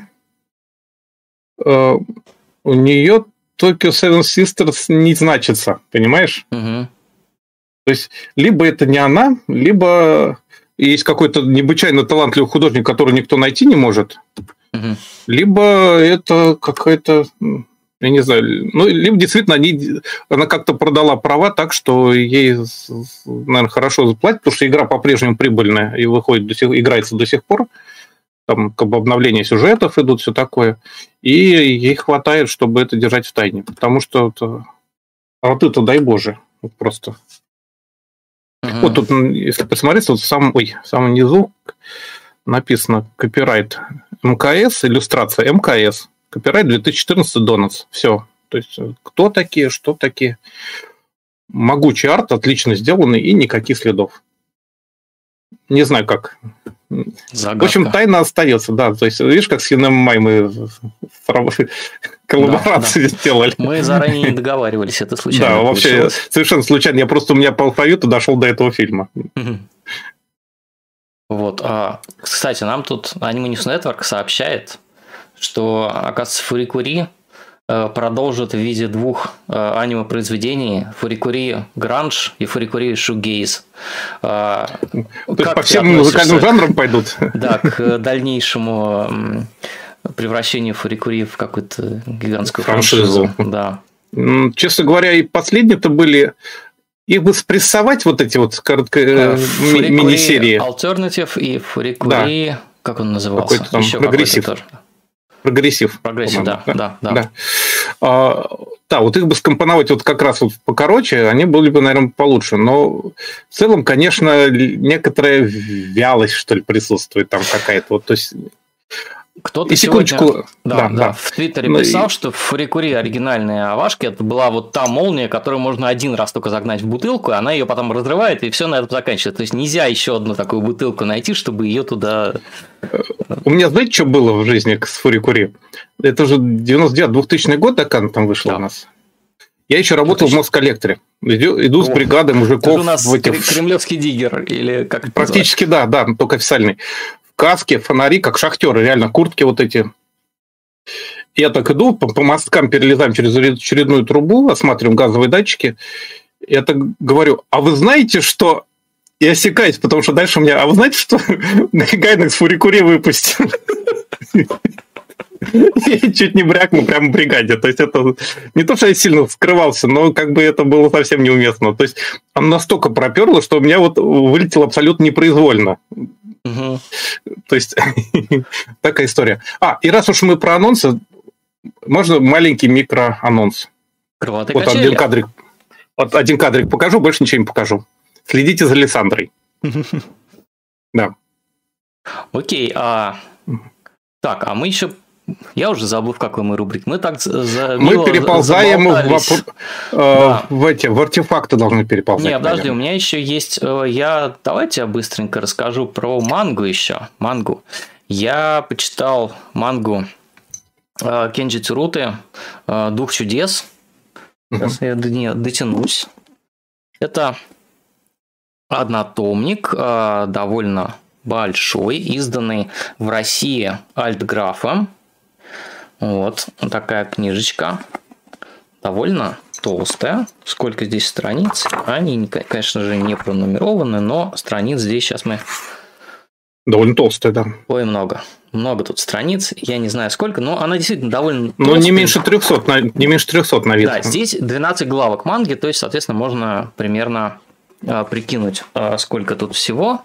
У нее Tokyo Seven Sisters не значится, понимаешь? То есть, либо это не она, либо есть какой-то необычайно талантливый художник, который никто найти не может, либо это какая-то... Я не знаю, либо действительно она как-то продала права так, что ей, наверное, хорошо заплатят, потому что игра по-прежнему прибыльная и играется до сих пор. Там как бы обновления сюжетов идут, все такое. И ей хватает, чтобы это держать в тайне. Потому что вот это, дай Боже, вот просто. Вот тут, если посмотреть, вот в самом низу написано копирайт МКС, иллюстрация МКС. Копирайт 2014 Donuts. Все. То есть, кто такие, что такие. Могучий арт, отлично сделанный и никаких следов. Не знаю, как. Загадка. В общем, тайна остается, да. То есть, видишь, как с Янаяма мы коллаборацию сделали. Мы заранее не договаривались, это случайно. Да, вообще совершенно случайно. Я просто у меня по алфавиту дошел до этого фильма. Вот. Кстати, нам тут Anime News Network сообщает, что, оказывается, Фурикури продолжит в виде двух аниме-произведений: Фурикури Гранж и Фурикури Шугейз. То есть по всем музыкальным жанрам пойдут? Да, к дальнейшему превращению Фурикури в какую-то гигантскую франшизу. Да. Честно говоря, и последние-то были... Их бы спрессовать, вот эти вот мини-серии. Alternative и Фурикури... Как он назывался? Какой-то там прогрессив. Прогрессив, да. Да, вот их бы скомпоновать вот как раз вот покороче, они были бы, наверное, получше. Но в целом, конечно, некоторая вялость, что ли, присутствует там какая-то. Вот, то есть... Кто-то секундочку. Да, в Твиттере писал, что в Фурикури оригинальные Авашки это была вот та молния, которую можно один раз только загнать в бутылку, и она ее потом разрывает, и все на этом заканчивается. То есть нельзя еще одну такую бутылку найти, чтобы ее туда... У меня, знаете, что было в жизни с Фурикури? Это уже 99-2000 год, так она там вышла у нас. Я еще работал в Москоллекторе. Иду с бригадой мужиков. Это у нас кремлевский диггер, или как это практически называется? Да, только официальный. Каски, фонари, как шахтеры, реально, куртки вот эти. Я так иду, по мосткам перелезаем через очередную трубу, осматриваем газовые датчики. Я так говорю, а вы знаете, что... И осекаюсь, потому что дальше у меня... А вы знаете, что Гайнекс Фурикури выпустил? Я чуть не брякнул прямо в бригаде. То есть, это не то, что я сильно скрывался, но как бы это было совсем неуместно. То есть, он настолько проперло, что у меня вот вылетело абсолютно непроизвольно. Угу. То есть, такая история. И раз уж мы про анонсы, можно маленький микроанонс. Вот один кадрик покажу, больше ничего не покажу. Следите за Лиссандрой. Да. Окей, так, а мы еще... Я уже забыл, в какой мы рубрике. Мы так мы переползаем в артефакты должны переползать. Нет, подожди, у меня еще есть... Давайте я быстренько расскажу про мангу еще. Мангу. Я почитал мангу Кенджи Цуруты «Дух чудес». Сейчас я дотянусь. Это однотомник, довольно большой, изданный в России Альтграфом. Вот такая книжечка. Довольно толстая. Сколько здесь страниц? Они, конечно же, не пронумерованы, но страниц здесь сейчас мы... Довольно толстая, да. Ой, много. Много тут страниц. Я не знаю сколько, но она действительно довольно толстая. Ну, не меньше 300 на вид. Да, здесь 12 главок манги, то есть, соответственно, можно примерно прикинуть, сколько тут всего.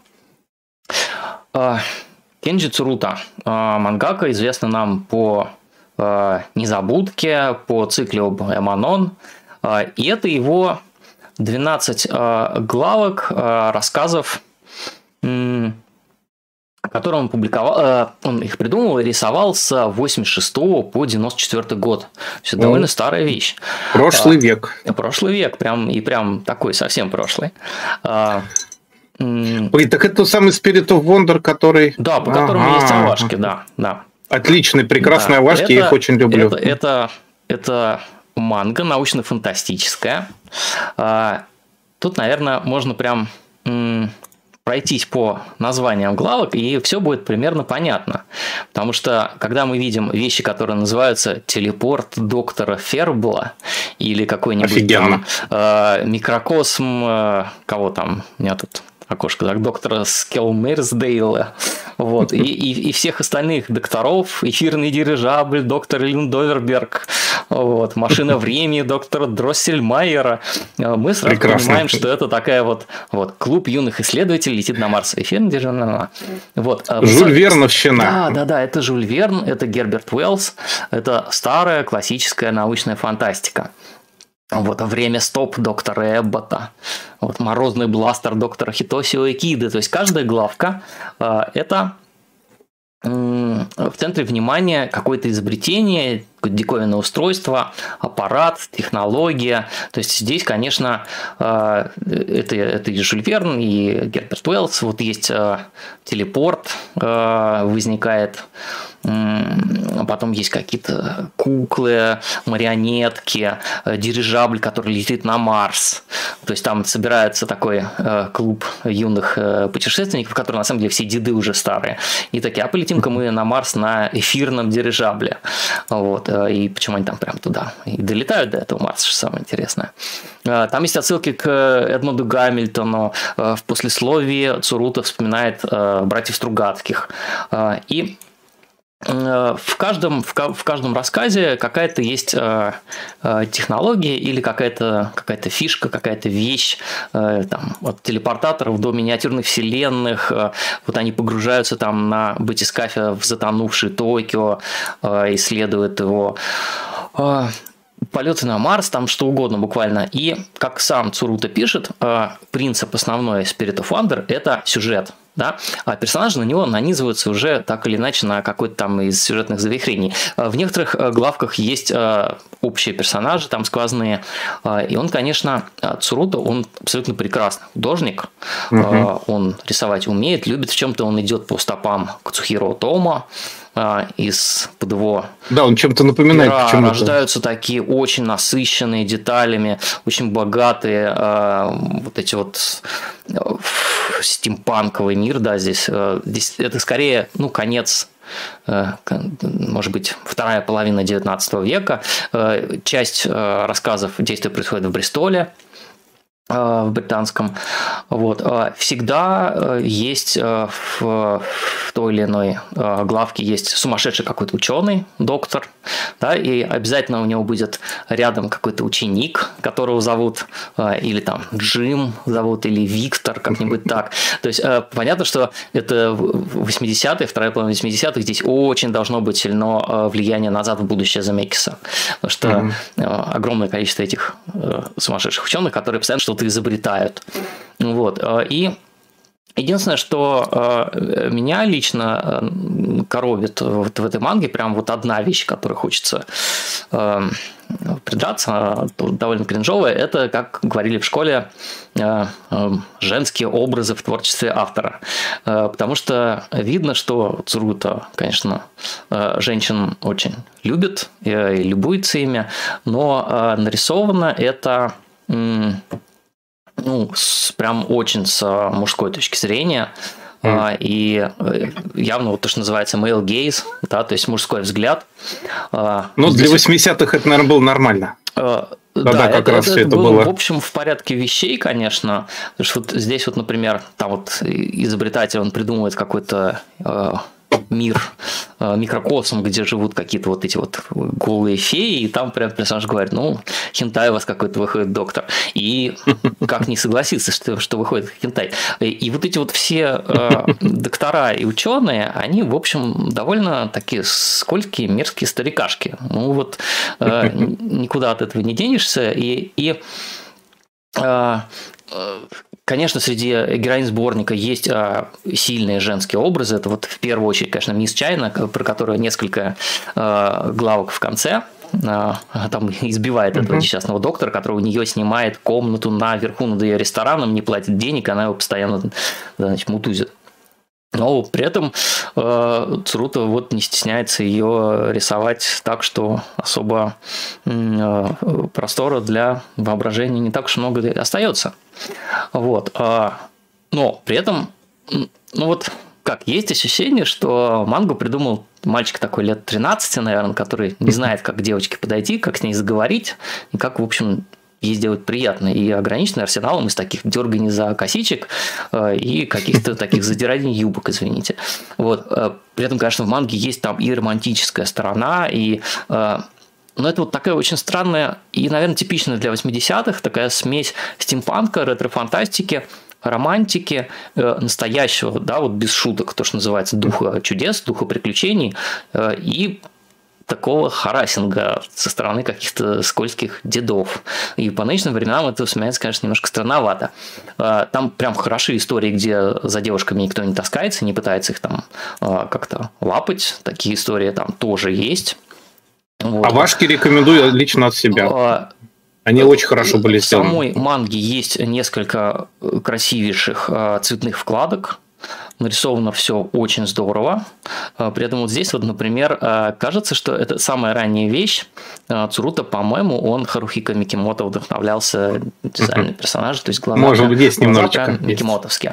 Кенджи Цурута, мангака, известна нам по «Незабудке», по цикле об Эманон. И это его 12 главок рассказов, которые он публиковал, он их придумал и рисовал с 86 по 94 год. Все довольно старая вещь. Прошлый век. Прошлый век, прям такой совсем прошлый. Ой, так это тот самый Spirit of Wonder, который... Да, по которому есть Авашки, да. Отличный, прекрасные Авашки, я их очень люблю. Это манга научно-фантастическая. Тут, наверное, можно прям пройтись по названиям главок, и все будет примерно понятно. Потому что, когда мы видим вещи, которые называются «Телепорт доктора Фербла» или какой-нибудь там «Микрокосм», кого там, у меня тут окошко, так, доктора Скелмерсдейла, вот, и всех остальных докторов, эфирный дирижабль, доктор Линдоверберг, вот, машина времени доктора Дроссельмайера, мы сразу понимаем, что это такая вот клуб юных исследователей летит на Марс, эфирный дирижабль, вот. Жюль Верновщина. Да, это Жюль Верн, это Герберт Уэллс, это старая классическая научная фантастика. Вот «Время стоп» доктора Эббота, вот «Морозный бластер» доктора Хитосио Икиды. То есть каждая главка это в центре внимания какое-то изобретение, какое-то диковинное устройство, аппарат, технология. То есть здесь, конечно, это и Жюль Верн, и Герберт Уэллс. Вот есть телепорт, возникает. Потом есть какие-то куклы, марионетки, дирижабль, который летит на Марс. То есть там собирается такой клуб юных путешественников, которые на самом деле все деды уже старые. И такие, а полетим-ка мы на Марс на эфирном дирижабле. Вот. И почему они там прям туда и долетают до этого Марса, что самое интересное. Там есть отсылки к Эдмунду Гамильтону. В послесловии Цурута вспоминает братьев Стругацких. И в каждом рассказе какая-то есть технология или какая-то фишка, какая-то вещь, там, от телепортаторов до миниатюрных вселенных. Вот они погружаются там на батискафе в затонувший Токио, исследуют его. полеты на Марс, там что угодно буквально. И, как сам Цурута пишет, принцип основной Spirit of Wonder – это сюжет. Да? А персонажи на него нанизываются уже так или иначе на какой-то там из сюжетных завихрений. В некоторых главках есть общие персонажи, там сквозные. И он, конечно, Цурута, он абсолютно прекрасный художник. Он рисовать умеет, любит. В чем-то он идет по стопам Кацухиро Отомо. Из-под его он чем-то напоминает почему-то. Рождаются такие очень насыщенные деталями, очень богатые вот эти вот стимпанковый мир, да, здесь это скорее, конец, может быть, вторая половина 19 века. Часть рассказов действия происходит в Бристоле, в британском. Вот. Всегда есть в той или иной главке есть сумасшедший какой-то ученый, доктор, да, и обязательно у него будет рядом какой-то ученик, которого зовут или там Джим зовут, или Виктор, как-нибудь так. То есть понятно, что это 80-е, вторая половина 80-х, здесь очень должно быть сильно влияние «Назад в будущее» Земекиса, потому что огромное количество этих сумасшедших ученых, которые постоянно что-то изобретают. Вот. И единственное, что меня лично коробит вот в этой манге, прям вот одна вещь, которой хочется придраться, довольно кринжовая, это, как говорили в школе, женские образы в творчестве автора. Потому что видно, что Цурута, конечно, женщин очень любит и любуется ими, но нарисовано это прям очень с мужской точки зрения. И явно вот то, что называется male gaze, да, то есть мужской взгляд. Для 80-х это, наверное, было нормально. Да, как раз это было, в общем, в порядке вещей, конечно. Потому что вот здесь вот, например, там вот изобретатель, он придумывает какой-то мир, микрокосм, где живут какие-то вот эти вот голые феи, и там прям персонаж говорит, хентай у вас какой-то выходит, доктор. И как не согласиться, что выходит хентай. И вот эти вот все доктора и ученые, они, в общем, довольно такие скользкие, мерзкие старикашки. Никуда от этого не денешься. Конечно, среди героинь сборника есть сильные женские образы. Это вот в первую очередь, конечно, мисс Чайна, про которую несколько главок в конце. Там избивает этого несчастного доктора, который у нее снимает комнату наверху над ее рестораном, не платит денег, она его постоянно, значит, мутузит. Но при этом Цурута вот не стесняется ее рисовать так, что особо простора для воображения не так уж много остается. Вот. Но при этом, есть ощущение, что мангу придумал мальчик такой лет 13, наверное, который не знает, как к девочке подойти, как с ней заговорить, и как, в общем, ей сделать приятно, и ограниченный арсеналом из таких дерганий за косичек и каких-то таких задираний юбок, извините. Вот. При этом, конечно, в манге есть там и романтическая сторона, и но это вот такая очень странная и, наверное, типичная для 80-х такая смесь стимпанка, ретро-фантастики, романтики, настоящего, да, вот без шуток, то, что называется, духа чудес, духа приключений, и такого харассинга со стороны каких-то скользких дедов. И по нынешним временам это воспринимается, конечно, немножко странновато. Там прям хорошие истории, где за девушками никто не таскается, не пытается их там как-то лапать. Такие истории там тоже есть. Вот. А вашки рекомендую лично от себя. Они очень хорошо были сделаны. В самой манге есть несколько красивейших цветных вкладок. Нарисовано все очень здорово. При этом вот здесь, вот, например, кажется, что это самая ранняя вещь. Цурута, по-моему, он Харухико Микимото вдохновлялся дизайном персонажа, то есть глаза. Может быть, есть немножечко. Микимотовские.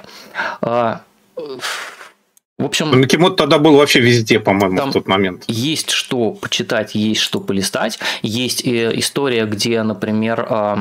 В общем, Микимото тогда был вообще везде, по-моему, в тот момент. Есть что почитать, есть что полистать. Есть история, где, например,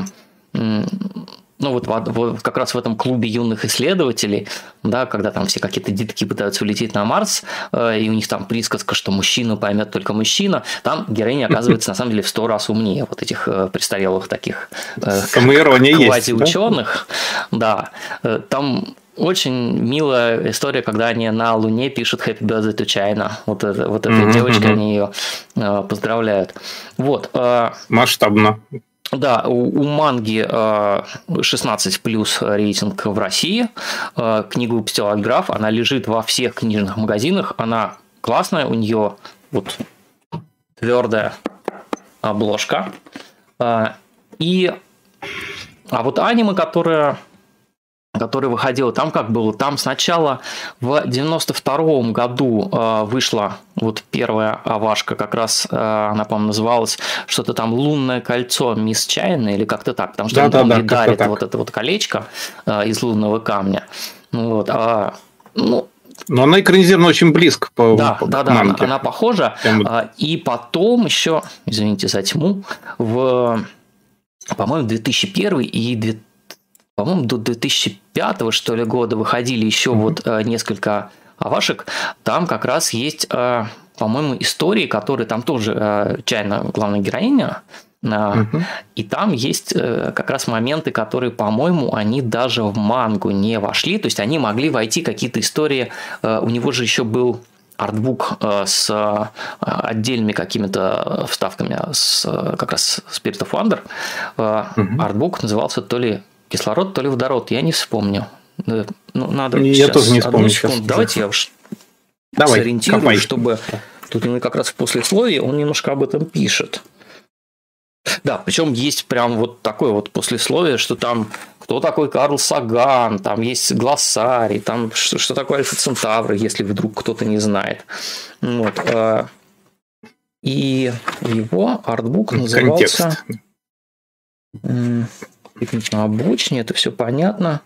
вот как раз в этом клубе юных исследователей, да, когда там все какие-то детки пытаются улететь на Марс, и у них там присказка, что мужчину поймет только мужчина, там героиня оказывается на самом деле в 100 раз умнее вот этих престарелых таких квази-ученых. Да, там очень милая история, когда они на Луне пишут Happy Birthday to China. Вот эта девочка, они ее поздравляют. Вот. Масштабно. Да, у манги 16 плюс рейтинг в России. Книга выпустила Альтграф, она лежит во всех книжных магазинах. Она классная, у нее вот твердая обложка. А вот аниме, которое выходило, там как было? Там сначала в 92-м году вышла вот первая овашка, как раз она, по-моему, называлась что-то там «Лунное кольцо Мисс Чайна» или как-то так, потому что он дарит вот это вот колечко из лунного камня. Вот, но она экранизирована очень близко по манге. Она похожа. И потом еще, извините за тьму, по-моему, 2001 и по-моему, до 2005 что ли года выходили еще вот несколько овашек. Там как раз есть, по-моему, истории, которые там тоже Чайна главная героиня. И там есть как раз моменты, которые, по-моему, они даже в мангу не вошли. То есть они могли войти какие-то истории. У него же еще был артбук с отдельными какими-то вставками как раз Spirit of Wonder. Артбук назывался то ли «Кислород», то ли «Водород», я не вспомню. Ну, надо я тоже не вспомню. Давайте я уж сориентирую, чтобы... Тут как раз в послесловии он немножко об этом пишет. Да, причем есть прям вот такое вот послесловие, что там кто такой Карл Саган, там есть глоссарий, там что такое альфа-центавры, если вдруг кто-то не знает. Вот. И его артбук назывался... На обочине, это все понятно.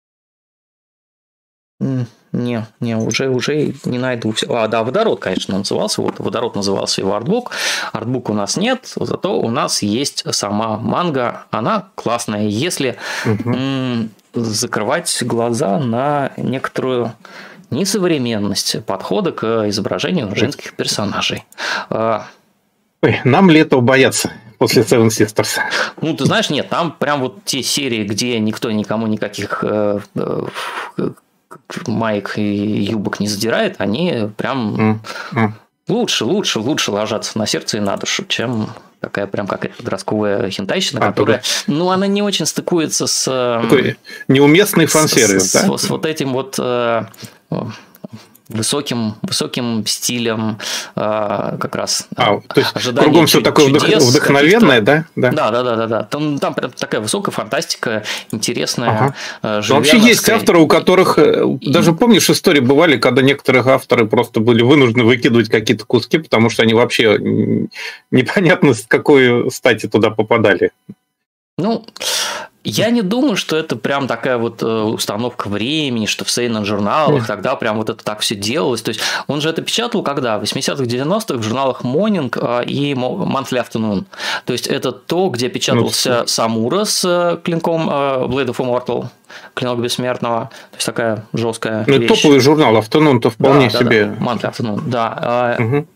Уже не найду все. Да, «Водород», конечно, назывался. Вот «Водород» назывался его артбук. Артбук у нас нет, зато у нас есть сама манга. Она классная, если закрывать глаза на некоторую несовременность подхода к изображению женских персонажей. Нам ли этого бояться после Seven Sisters? Ну, ты знаешь, нет, там прям вот те серии, где никто никому никаких маек и юбок не задирает, они прям лучше ложатся на сердце и на душу, чем такая прям какая-то подростковая хентайщина, которая, ну, она не очень стыкуется с... Такой неуместный фан-сервис, да? С вот этим вот... высоким стилем как раз то есть кругом все такое вдохновенное, да? Да. Там прям такая высокая фантастика, интересная, вообще есть авторы, у которых даже помнишь, истории бывали, когда некоторые авторы просто были вынуждены выкидывать какие-то куски, потому что они вообще непонятно с какой стати туда попадали. Ну, я не думаю, что это прям такая вот установка времени, что в сейнэн-журналах тогда прям вот это так все делалось. То есть он же это печатал когда? В 80-х, 90-х в журналах Morning и Monthly Afternoon. То есть это то, где печатался Самура с клинком Blade of Immortal, клинок бессмертного. То есть такая жесткая вещь. Топовый журнал Afternoon-то вполне себе. Да. Monthly Afternoon, да.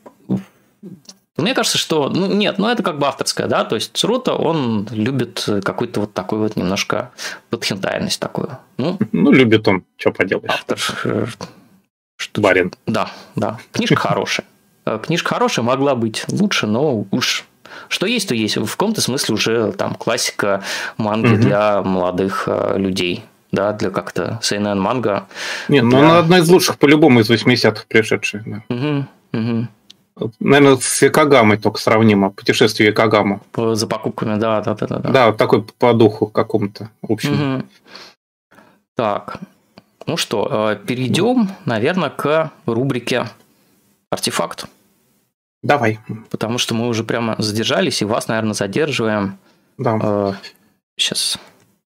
Мне кажется, что... это как бы авторское, да, то есть Цурута, он любит какую-то вот такую вот немножко подхентайность такую. Любит он, что поделаешь. Автор... Барин. Да. Книжка хорошая. Книжка хорошая, могла быть лучше, но уж... Что есть, то есть. В каком-то смысле уже там классика манги для молодых людей. Да, для как-то сейнэн манга. Она одна из лучших по-любому из 80-х пришедших. Да. Наверное, с Якогамой только сравнимо. Путешествие Якогама. За покупками, да. Да, такой по духу какому-то. В общем. Так. Ну что, перейдем, наверное, к рубрике «Артефакт». Давай. Потому что мы уже прямо задержались, и вас, наверное, задерживаем. Да. Сейчас.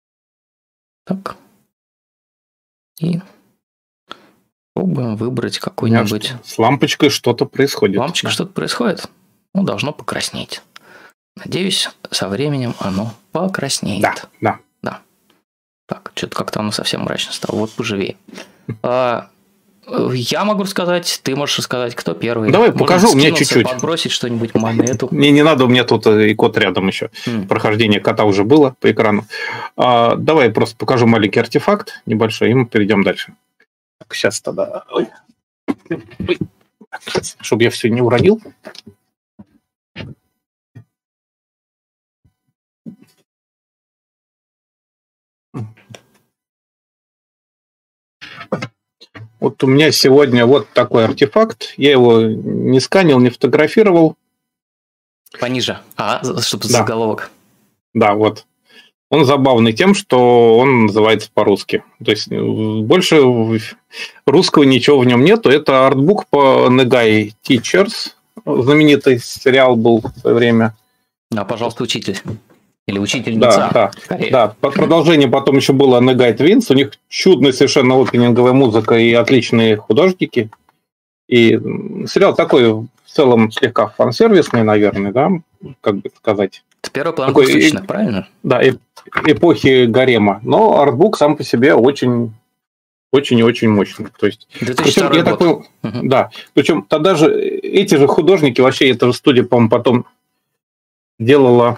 Так. И... Попробуем выбрать какой-нибудь... С лампочкой что-то происходит. Лампочка что-то происходит? Должно покраснеть. Надеюсь, со временем оно покраснеет. Да. Так, что-то как-то оно совсем мрачно стало. Вот поживее. Я могу рассказать, ты можешь рассказать, кто первый. Давай покажу, у меня чуть-чуть. Подбросить что-нибудь монету. Мне не надо, у меня тут и код рядом еще. Прохождение кота уже было по экрану. Давай я просто покажу маленький артефакт небольшой, и мы перейдем дальше. Так, сейчас тогда... Чтобы я все не уронил. Вот у меня сегодня вот такой артефакт. Я его не сканил, не фотографировал. Пониже. Чтобы заголовок. Да, вот. Он забавный тем, что он называется по-русски. То есть больше русского ничего в нем нету. Это артбук по Negai Teachers. Знаменитый сериал был в свое время. Да, пожалуйста, учитель. Или учительница. Да. Продолжение потом еще было Negai Twins. У них чудная совершенно опенинговая музыка и отличные художники. И сериал такой в целом слегка фан-сервисный, наверное, да, как бы сказать. Это первый план двухтысячных, правильно? Да, эпохи гарема. Но артбук сам по себе очень и очень мощный. То есть, 2002 я такой, да. Причем тогда же эти же художники, вообще эта же студия, по-моему, потом делала,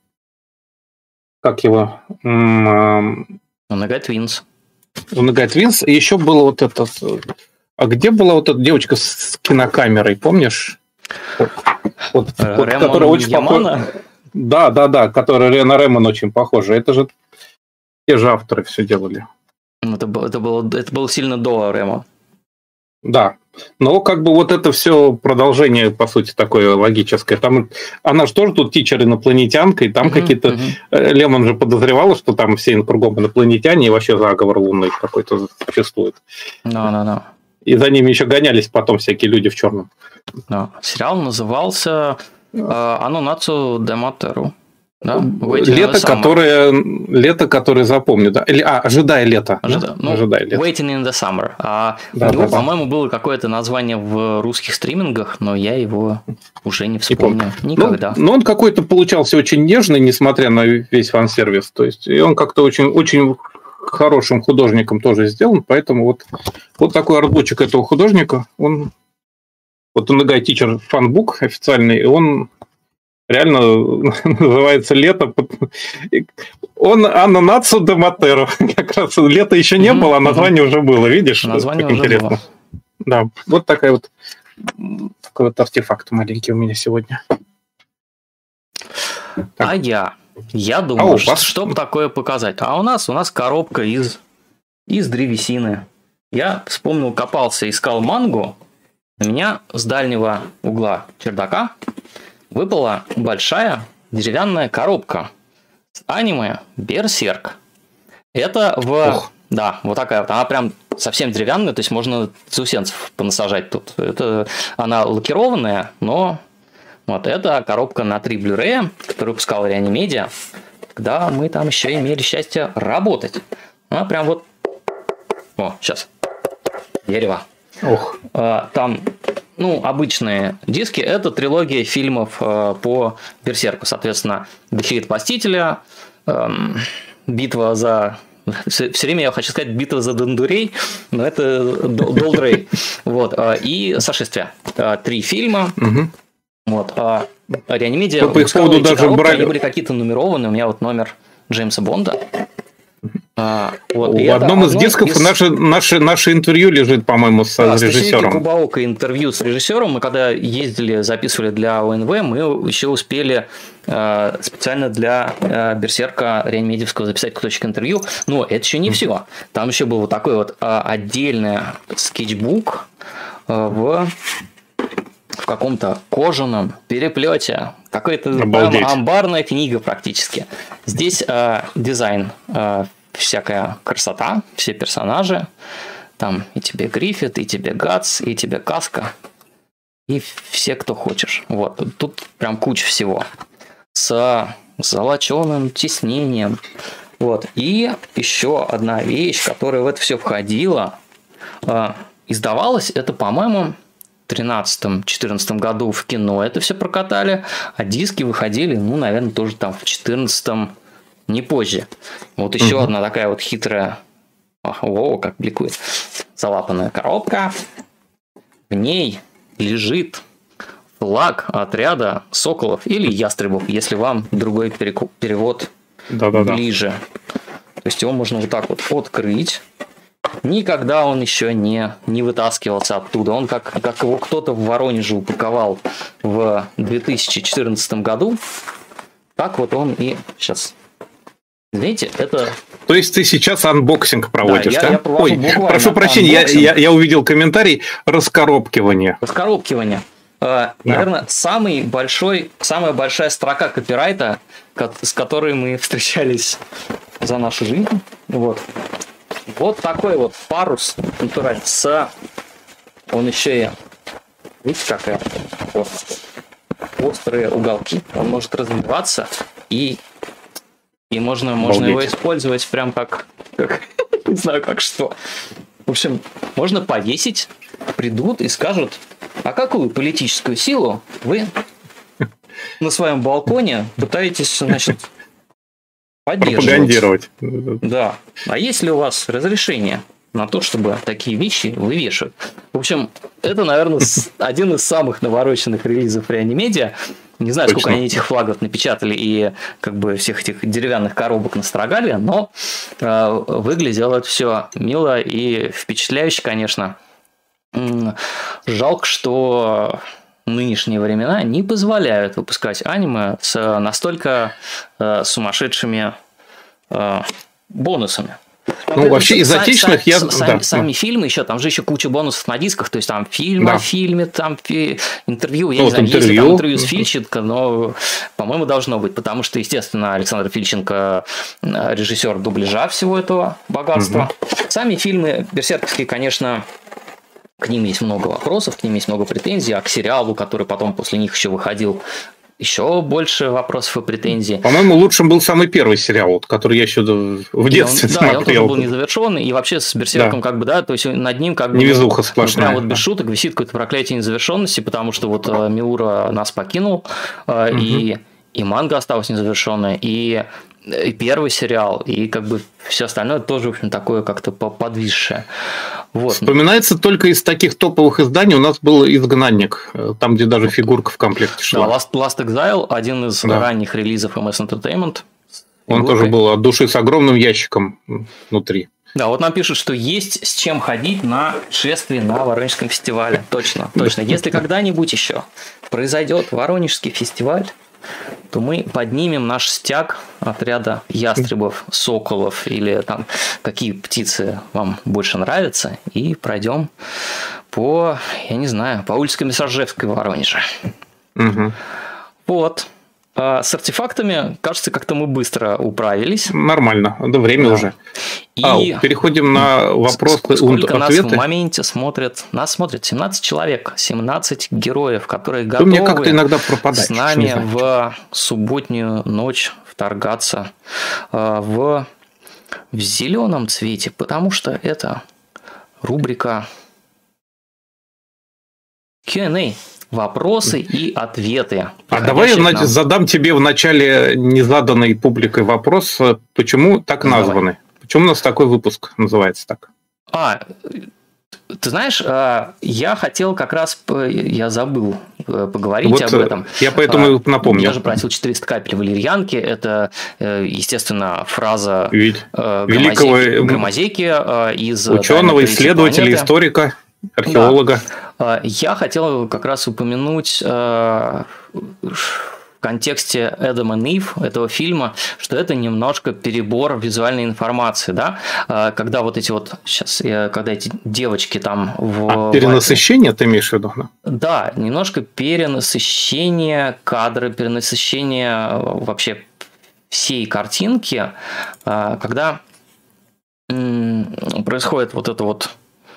как его? Negai Twins. Negai Twins. И еще было вот это... А где была вот эта девочка с кинокамерой, помнишь? Которая очень похожа. Да, которая на Ремон очень похожа. Это же те же авторы все делали. Это было сильно до Ремон. Да. Но как бы вот это все продолжение, по сути, такое логическое. Там она же тоже тут тичер инопланетянка, и там какие-то... Лемон же подозревала, что там все кругом инопланетяне, и вообще заговор лунный какой-то существует. И за ними еще гонялись потом всякие люди в черном. Сериал назывался Анонацу де Матеру. Да? Лето, которое запомню. Да? Ожидая лета. Ожидая лета. Waiting in the Summer. У него, по-моему, было какое-то название в русских стримингах, но я его уже не вспомню. Никогда. Но он какой-то получался очень нежный, несмотря на весь фан-сервис. То есть, и он как-то очень хорошим художником тоже сделан, поэтому вот такой артбучик этого художника, он вот у Negai Teacher фанбук официальный, и он реально называется «Лето». Он Анонацу де Матеру. Как раз лета еще не было, а название уже было, видишь? Название уже интересно было. Да, вот такой вот артефакт маленький у меня сегодня. Так. Я думаю, чтобы такое показать. А у нас коробка из древесины. Я вспомнил, копался, искал мангу. У меня с дальнего угла чердака выпала большая деревянная коробка с аниме Берсерк. Это Да, вот такая вот. Она прям совсем деревянная, то есть можно заусенцев понасажать тут. Она лакированная, но... Вот это коробка на 3 Blu-ray, которую выпускала Реанимедиа, когда мы там еще имели счастье работать. Она прям вот... сейчас. Дерево. Там, обычные диски. Это трилогия фильмов по Берсерку. Соответственно, Дефит Властителя, битва за... Все время я хочу сказать битва за Дондурей, но это Долдрей. И Сошествие. 3 фильма. Реанимедиа выпускала эти коробки, они были какие-то нумерованы. У меня вот номер Джеймса Бонда. В одном из дисков наше интервью лежит, по-моему, с режиссером. Глубокое интервью с режиссером. Мы когда ездили, записывали для ОНВ, мы еще успели специально для Берсерка Реанимедиевского записать кусочек интервью. Но это еще не все. Там еще был вот такой вот отдельный скетчбук в каком-то кожаном переплете. Какая-то амбарная книга практически. Здесь дизайн, всякая красота, все персонажи. Там и тебе Гриффит, и тебе Гатс, и тебе Каска. И все, кто хочешь. Тут прям куча всего. С золоченым тиснением. И еще одна вещь, которая в это все входила. Издавалось это, по-моему, в 2013-2014 году в кино это все прокатали, а диски выходили, наверное, тоже там в 2014, не позже. Еще одна такая вот хитрая... как бликует. залапанная коробка. В ней лежит флаг отряда соколов или ястребов, если вам другой перевод ближе. То есть его можно вот так вот открыть. Никогда он еще не вытаскивался оттуда. Он как его кто-то в Воронеже упаковал в 2014 году, так вот он и сейчас. Знаете, это... То есть ты сейчас анбоксинг проводишь, да? Я Ой, прошу прощения, я увидел комментарий раскоробкивание. Раскоробкивание. Наверное, самая большая строка копирайта, с которой мы встречались за нашу жизнь. Вот такой вот парус натуральный. Он еще и... Видите, какая? Вот. Острые уголки. Он может развиваться и можно его использовать прям как не знаю, как что. В общем, можно повесить, придут и скажут, а какую политическую силу вы на своем балконе пытаетесь, значит, поддерживать. Пропагандировать. Да. А есть ли у вас разрешение на то, чтобы такие вещи вывешивать? В общем, это, наверное, один из самых навороченных релизов Реанимедиа. Не знаю, сколько они этих флагов напечатали и как бы всех этих деревянных коробок настрогали, но выглядело это все мило и впечатляюще, конечно. Жалко, что нынешние времена не позволяют выпускать аниме с настолько сумасшедшими бонусами. Ну, вообще из отечественных сами фильмы еще, там же еще куча бонусов на дисках, то есть там фильм о фильме, там интервью, я не знаю, есть ли там интервью с Фильченко, но, по-моему, должно быть, потому что, естественно, Александр Фильченко режиссер дубляжа всего этого богатства. Сами фильмы берсерковские, конечно, к ним есть много вопросов, к ним есть много претензий, а к сериалу, который потом после них еще выходил, еще больше вопросов и претензий. По-моему, лучшим был самый первый сериал, который я еще в детстве смотрел. Да, он тоже был незавершенный, и вообще с Берсерком как бы, да, то есть над ним как бы... Невезуха сплошная. Прям вот без шуток висит какое-то проклятие незавершенности, потому что вот Миура нас покинул, и манга осталась незавершенная, и первый сериал, и как бы все остальное тоже, в общем, такое как-то подвисшее. Вот. Вспоминается только из таких топовых изданий у нас был «Изгнанник», там, где даже фигурка в комплекте шла. Да, Last Exile, один из ранних релизов MS Entertainment. Он тоже был от души с огромным ящиком внутри. Да, вот нам пишут, что есть с чем ходить на шествие на Воронежском фестивале. Точно. Если когда-нибудь еще произойдет Воронежский фестиваль, то мы поднимем наш стяг отряда ястребов, соколов или там какие птицы вам больше нравятся и пройдем по, я не знаю, по улице Комиссаржевской в Воронеже. Вот. А с артефактами, кажется, как-то мы быстро управились. Нормально, да время уже. И переходим на вопросы. Сколько нас в моменте смотрят? Нас смотрят 17 человек, 17 героев, которые готовы мне как-то иногда пропадать, с нами в субботнюю ночь вторгаться в зеленом цвете, потому что это рубрика Q&A. Вопросы и ответы. А давай я задам тебе в начале незаданной публикой вопрос, почему так названы? Почему у нас такой выпуск называется так? Ты знаешь, я хотел как раз, я забыл поговорить об этом. Я поэтому напомню. Я же просил 400 капель валерьянки. Это, естественно, фраза великого Громозеки из ученого, исследователя, историка, археолога. Да. Я хотел как раз упомянуть в контексте Adam and Eve этого фильма, что это немножко перебор визуальной информации, да, когда вот эти вот когда эти девочки там перенасыщение ты имеешь в виду? Да, немножко перенасыщение кадра, перенасыщение вообще всей картинки, когда происходит вот это вот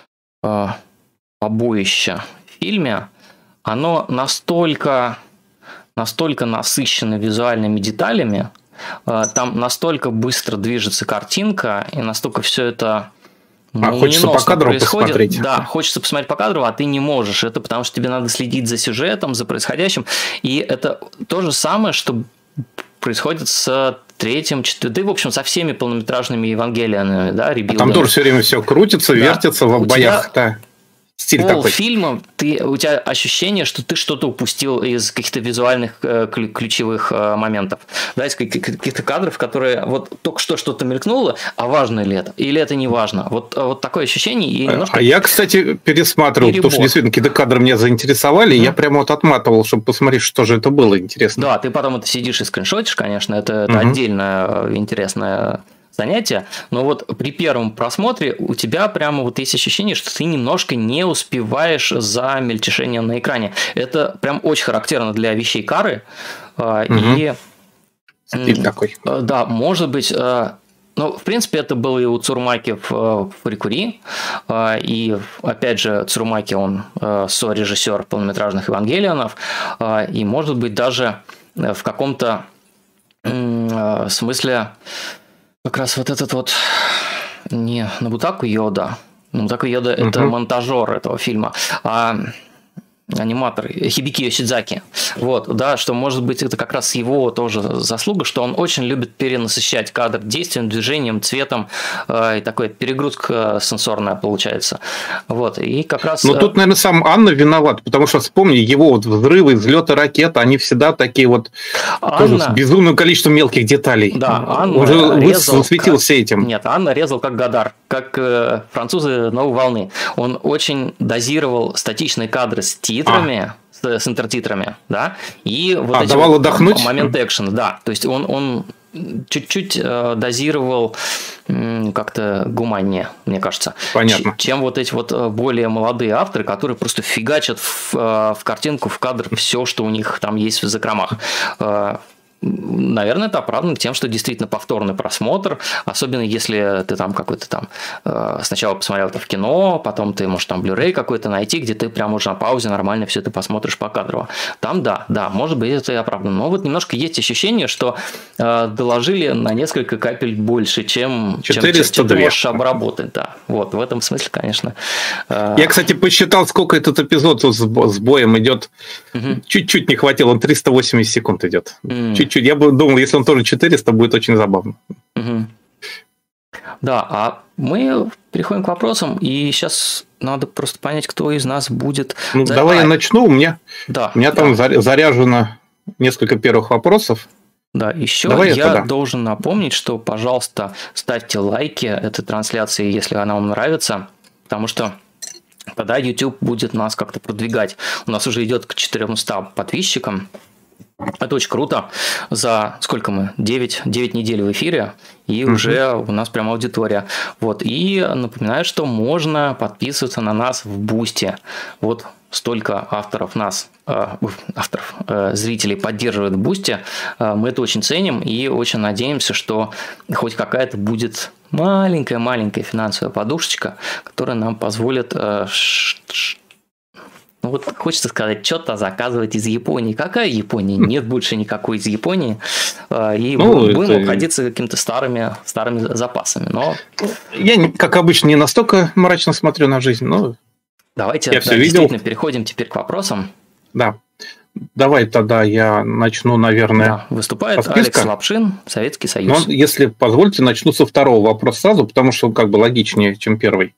побоище в фильме, оно настолько насыщено визуальными деталями, там настолько быстро движется картинка, и настолько все это хочется по кадру посмотреть. Да, хочется посмотреть по кадру, а ты не можешь. Это потому, что тебе надо следить за сюжетом, за происходящим. И это то же самое, что происходит с третьем, четвертом, да и, в общем, со всеми полнометражными Евангелиями, да, ребилдами. Там тоже все время все крутится, вертится в боях, да. Стиль такой. Фильма, у тебя ощущение, что ты что-то упустил из каких-то визуальных ключевых моментов. Да, из каких-то кадров, которые вот только что что-то мелькнуло, а важно ли это? Или это не важно? Вот такое ощущение. И немножко... А я, кстати, пересматривал, потому что действительно какие-то кадры меня заинтересовали, и я прямо вот отматывал, чтобы посмотреть, что же это было интересно. Да, ты потом это сидишь и скриншотишь, конечно, это отдельное интересное занятие, но вот при первом просмотре у тебя прямо вот есть ощущение, что ты немножко не успеваешь за мельтешением на экране. Это прям очень характерно для вещей Кары. И стиль такой. Да, может быть... Ну, в принципе, это было и у Цурумаки в Фурикури. И, опять же, Цурумаки, он сорежиссер полнометражных Евангелионов. И, может быть, даже в каком-то смысле... Как раз вот этот вот не Нобутаку Йода. Нобутаку Йода – это монтажер этого фильма, а аниматор Хибики Йосидзаки. Вот, да, что, может быть, это как раз его тоже заслуга, что он очень любит перенасыщать кадр действием, движением, цветом, и такая перегрузка сенсорная получается. Вот, и как раз... Но тут, наверное, сам Анна виноват, потому что, вспомни, его вот взрывы, взлеты ракет, они всегда такие вот тоже с безумным количеством мелких деталей. Да, Анна он же засветился этим. Нет, Анна резал как Годар, как французы новой волны. Он очень дозировал статичные кадры с титрами, с интертитрами, да, и вот эти давал отдохнуть? Момент экшена, да, то есть он чуть-чуть дозировал как-то гуманнее, мне кажется. Понятно. Чем вот эти вот более молодые авторы, которые просто фигачат в картинку, в кадр все, что у них там есть в закромах. Наверное, это оправдано тем, что действительно повторный просмотр, особенно если ты там какой-то там сначала посмотрел это в кино, потом ты можешь там Blu-ray какой-то найти, где ты прямо уже на паузе нормально все это посмотришь покадрово. Там да, может быть, это и оправдано. Но вот немножко есть ощущение, что доложили на несколько капель больше, чем ты можешь обработать. Да. Вот, в этом смысле, конечно. Я, кстати, посчитал, сколько этот эпизод с боем идет. Чуть-чуть не хватило, он 380 секунд идет. Чуть-чуть. Я бы думал, если он тоже 400, будет очень забавно. Да, а мы переходим к вопросам, и сейчас надо просто понять, кто из нас будет... Давай я начну. У меня там заряжено несколько первых вопросов. Да, еще должен напомнить, что, пожалуйста, ставьте лайки этой трансляции, если она вам нравится, потому что тогда YouTube будет нас как-то продвигать. У нас уже идет к 400 подписчикам. Это очень круто. За сколько мы? 9 недель в эфире, и уже у нас прям аудитория. Вот. И напоминаю, что можно подписываться на нас в Бусти. Вот столько зрителей поддерживает Бусти. Мы это очень ценим и очень надеемся, что хоть какая-то будет маленькая финансовая подушечка, которая нам позволит... Вот хочется сказать, что-то заказывать из Японии. Какая Япония? Нет больше никакой из Японии. И будем обходиться какими-то старыми запасами. Но... Я, как обычно, не настолько мрачно смотрю на жизнь. Но давайте действительно переходим теперь к вопросам. Да. Давай тогда я начну, наверное. Да. Выступает Алекс Лапшин, Советский Союз. Но, если позволите, начну со второго вопроса сразу, потому что он как бы логичнее, чем первый.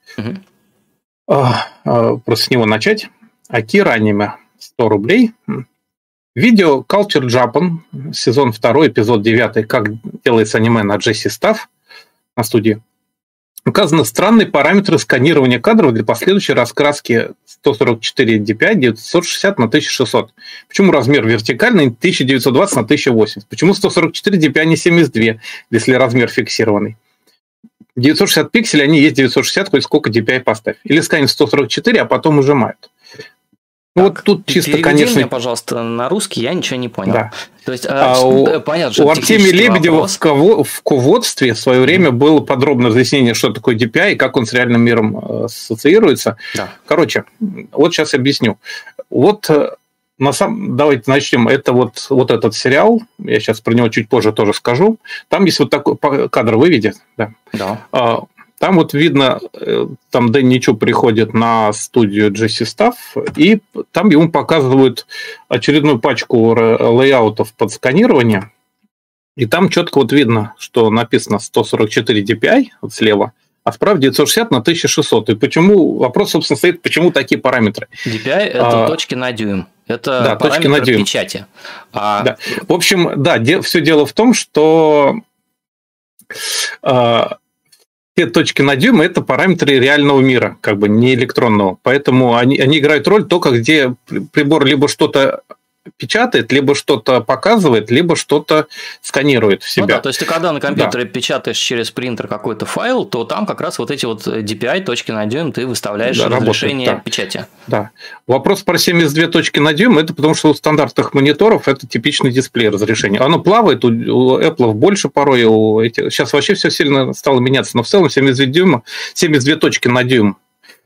Просто с него начать. Акира аниме 100 рублей. Видео Culture Japan, сезон 2, эпизод 9, как делается аниме на Джесси Стафф на студии. Указаны странные параметры сканирования кадров для последующей раскраски 144 dpi 960 на 1600. Почему размер вертикальный 1920 на 1080? Почему 144 dpi, а не 72, если размер фиксированный? 960 пикселей, они есть 960, хоть сколько dpi поставь. Или сканят 144, а потом ужимают. Вот тут чисто, конечно... мне, пожалуйста, на русский, я ничего не понял. Да. То есть, понятно, что у Артемия Лебедева в ководстве в свое время было подробное разъяснение, что такое DPI и как он с реальным миром ассоциируется. Да. Короче, вот сейчас объясню. Вот давайте начнем. Это вот этот сериал, я сейчас про него чуть позже тоже скажу. Там есть вот такой кадр, вы видите? Да. Там вот видно, там Дэнни Чу приходит на студию Джесси Стафф, и там ему показывают очередную пачку лейаутов под сканирование. И там четко вот видно, что написано 144 dpi вот слева, а справа 960 на 1600. И почему, вопрос, собственно, стоит, почему такие параметры? DPI – это точки на дюйм. Это да, параметр на дюйм. печати. Да. В общем, да, все дело в том, что все точки на дюйм – это параметры реального мира, как бы не электронного. Поэтому они играют роль только где прибор либо что-то печатает, либо что-то показывает, либо что-то сканирует в себя. Ну да, то есть ты когда на компьютере печатаешь через принтер какой-то файл, то там как раз вот эти вот DPI, точки на дюйм, ты выставляешь разрешение печати. Да. Вопрос про 72 точки на дюйм, это потому что у стандартных мониторов это типичный дисплей разрешения. Оно плавает, у Apple больше порой, сейчас вообще все сильно стало меняться, но в целом 72 точки на дюйм,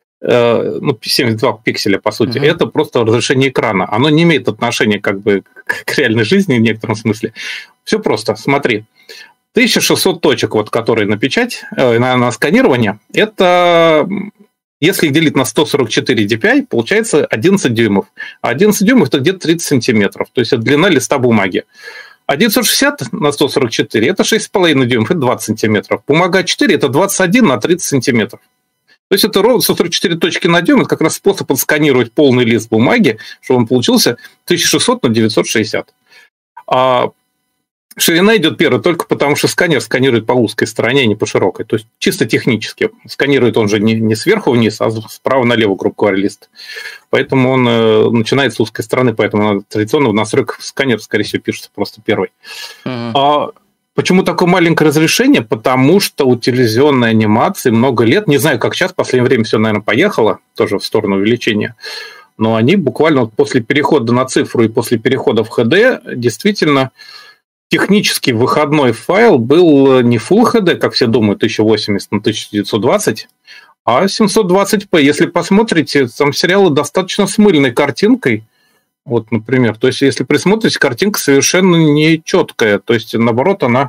72 пикселя, по сути, это просто разрешение экрана. Оно не имеет отношения как бы к реальной жизни в некотором смысле. Все просто, смотри. 1600 точек, вот, которые на печать, на сканирование, это, если их делить на 144 dpi, получается 11 дюймов. А 11 дюймов – это где-то 30 сантиметров. То есть, это длина листа бумаги. А 960 на 144 – это 6,5 дюймов, это 20 сантиметров. Бумага А4 – это 21 на 30 сантиметров. То есть это ровно 144 точки на дюйм, это как раз способ отсканировать полный лист бумаги, чтобы он получился 1600 на 960. А ширина идет первая только потому, что сканер сканирует по узкой стороне, а не по широкой. То есть чисто технически. Сканирует он же не сверху вниз, а справа налево, грубо говоря, лист. Поэтому он начинает с узкой стороны, поэтому традиционно в настройках сканер, скорее всего, пишется просто первый. Почему такое маленькое разрешение? Потому что у телевизионной анимации много лет, не знаю, как сейчас, в последнее время все, наверное, поехало, тоже в сторону увеличения, но они буквально вот после перехода на цифру и после перехода в HD действительно технически выходной файл был не Full HD, как все думают, 1080 на 1920, а 720p. Если посмотрите, там сериалы достаточно с мыльной картинкой. Вот, например, то есть, если присмотритесь, картинка совершенно не четкая. То есть, наоборот, она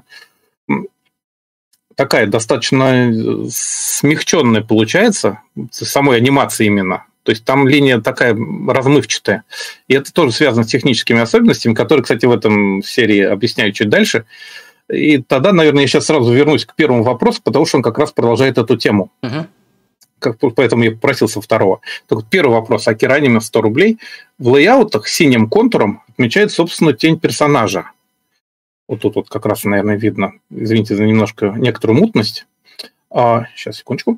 такая достаточно смягченная получается, самой анимации именно. То есть, там линия такая размывчатая. И это тоже связано с техническими особенностями, которые, кстати, в этом серии объясняю чуть дальше. И тогда, наверное, я сейчас сразу вернусь к первому вопросу, потому что он как раз продолжает эту тему. Поэтому я попросил со второго. Так, первый вопрос. Акиранime 100 рублей. В лейаутах синим контуром отмечает, собственно, тень персонажа. Вот тут вот как раз, наверное, видно. Извините за некоторую мутность. Сейчас, секундочку.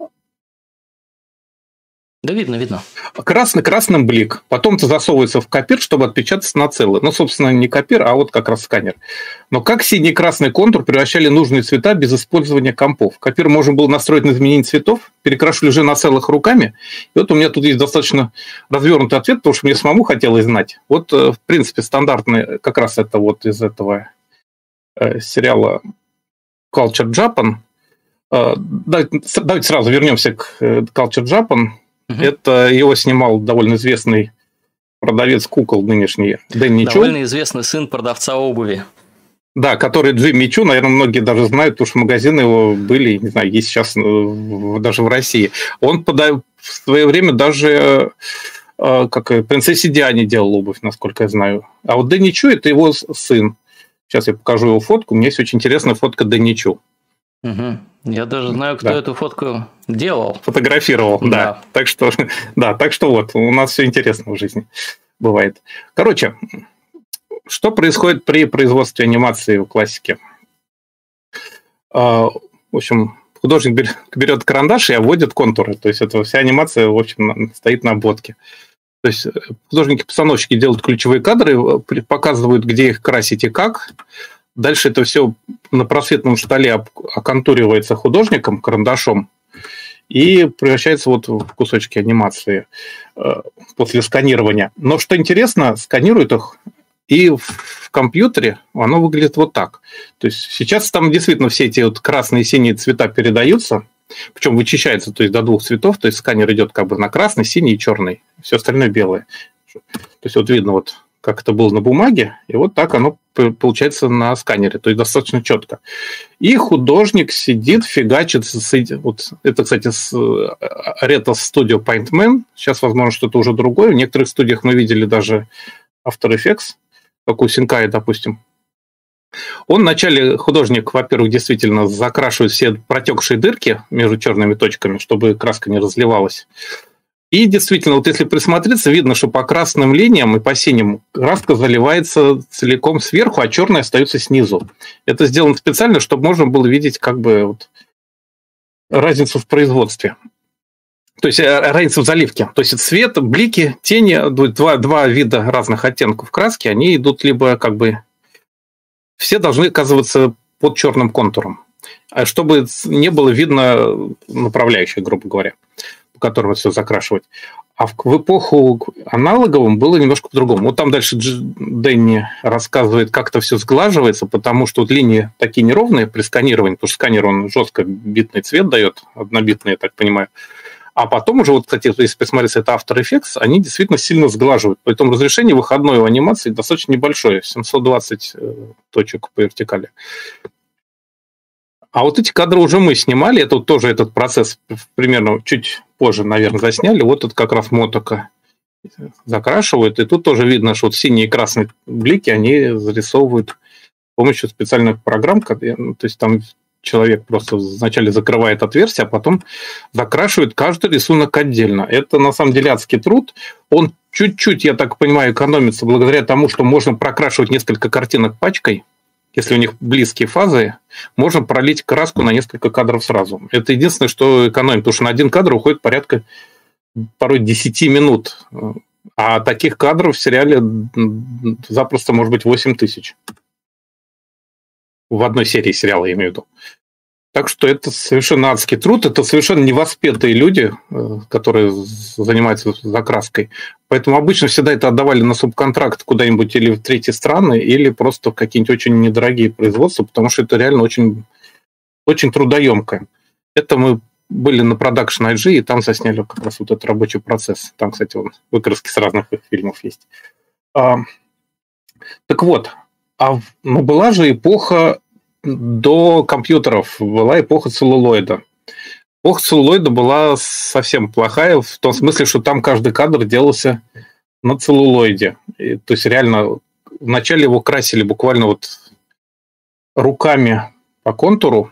Да, видно. Красным блик. Потом-то засовывается в копир, чтобы отпечататься на целый. Ну, собственно, не копир, а вот как раз сканер. Но как синий и красный контур превращали нужные цвета без использования компов? Копир можно было настроить на изменение цветов, перекрашивали уже на целых руками. И вот у меня тут есть достаточно развернутый ответ, потому что мне самому хотелось знать. Вот, в принципе, стандартный, как раз это вот из этого сериала Culture Japan. Давайте сразу вернемся к Culture Japan. Это его снимал довольно известный продавец кукол нынешний Дэнни Чу. Довольно известный сын продавца обуви. Да, который Джимми Чу, наверное, многие даже знают, потому что магазины его были, не знаю, есть сейчас даже в России. Он в свое время даже принцессе Диане делал обувь, насколько я знаю. А вот Дэнни Чу – это его сын. Сейчас я покажу его фотку. У меня есть очень интересная фотка Дэнни Чу. Я даже знаю, кто эту фотку делал. Фотографировал, да. Так что вот, у нас все интересно в жизни бывает. Короче, что происходит при производстве анимации в классике? В общем, художник берет карандаш и обводит контуры. То есть, это вся анимация, в общем, стоит на обводке. То есть, художники-постановщики делают ключевые кадры, показывают, где их красить и как. Дальше это все на просветном столе оконтуривается художником, карандашом, и превращается вот в кусочки анимации после сканирования. Но что интересно, сканируют их, и в компьютере оно выглядит вот так. То есть сейчас там действительно все эти вот красные и синие цвета передаются, причем вычищается, то есть до двух цветов, то есть сканер идет как бы на красный, синий и черный, все остальное белое. То есть вот видно вот, как это было на бумаге, и вот так оно получается на сканере, то есть достаточно четко. И художник сидит, фигачит, вот это, кстати, с Retos Studio Paintman, сейчас, возможно, что-то уже другое, в некоторых студиях мы видели даже After Effects, как у Синкай, допустим. Он вначале, художник, во-первых, действительно закрашивает все протекшие дырки между черными точками, чтобы краска не разливалась. И действительно, вот если присмотреться, видно, что по красным линиям и по синим краска заливается целиком сверху, а черная остается снизу. Это сделано специально, чтобы можно было видеть как бы вот разницу в производстве. То есть разница в заливке. То есть свет, блики, тени, два вида разных оттенков краски, они идут либо как бы... Все должны оказываться под черным контуром, чтобы не было видно направляющей, грубо говоря, по которому все закрашивать. А в эпоху аналоговым было немножко по-другому. Вот там дальше Дэнни рассказывает, как это все сглаживается, потому что вот линии такие неровные при сканировании, потому что сканер, он жестко битный цвет дает, однобитный, я так понимаю. А потом уже, вот, кстати, если посмотреть, это After Effects, они действительно сильно сглаживают. Поэтому разрешение выходной в анимации достаточно небольшое, 720 точек по вертикали. А вот эти кадры уже мы снимали, это вот тоже этот процесс примерно чуть позже, наверное, засняли. Вот это как раз Мотока закрашивают, и тут тоже видно, что вот синие и красные блики, они зарисовывают с помощью специальных программ, то есть там... Человек просто вначале закрывает отверстие, а потом закрашивает каждый рисунок отдельно. Это на самом деле адский труд. Он чуть-чуть, я так понимаю, экономится благодаря тому, что можно прокрашивать несколько картинок пачкой. Если у них близкие фазы, можно пролить краску на несколько кадров сразу. Это единственное, что экономит, потому что на один кадр уходит порядка порой 10 минут. А таких кадров в сериале запросто может быть 8 тысяч. В одной серии сериала, я имею в виду. Так что это совершенно адский труд, это совершенно невоспетые люди, которые занимаются закраской. Поэтому обычно всегда это отдавали на субконтракт куда-нибудь или в третьи страны, или просто в какие-нибудь очень недорогие производства, потому что это реально очень, очень трудоемко. Это мы были на Production IG, и там засняли как раз вот этот рабочий процесс. Там, кстати, выкраски с разных фильмов есть. Так вот, но была же эпоха до компьютеров, была эпоха целлулоида. Эпоха целлулоида была совсем плохая, в том смысле, что там каждый кадр делался на целлулоиде. То есть реально вначале его красили буквально вот руками по контуру.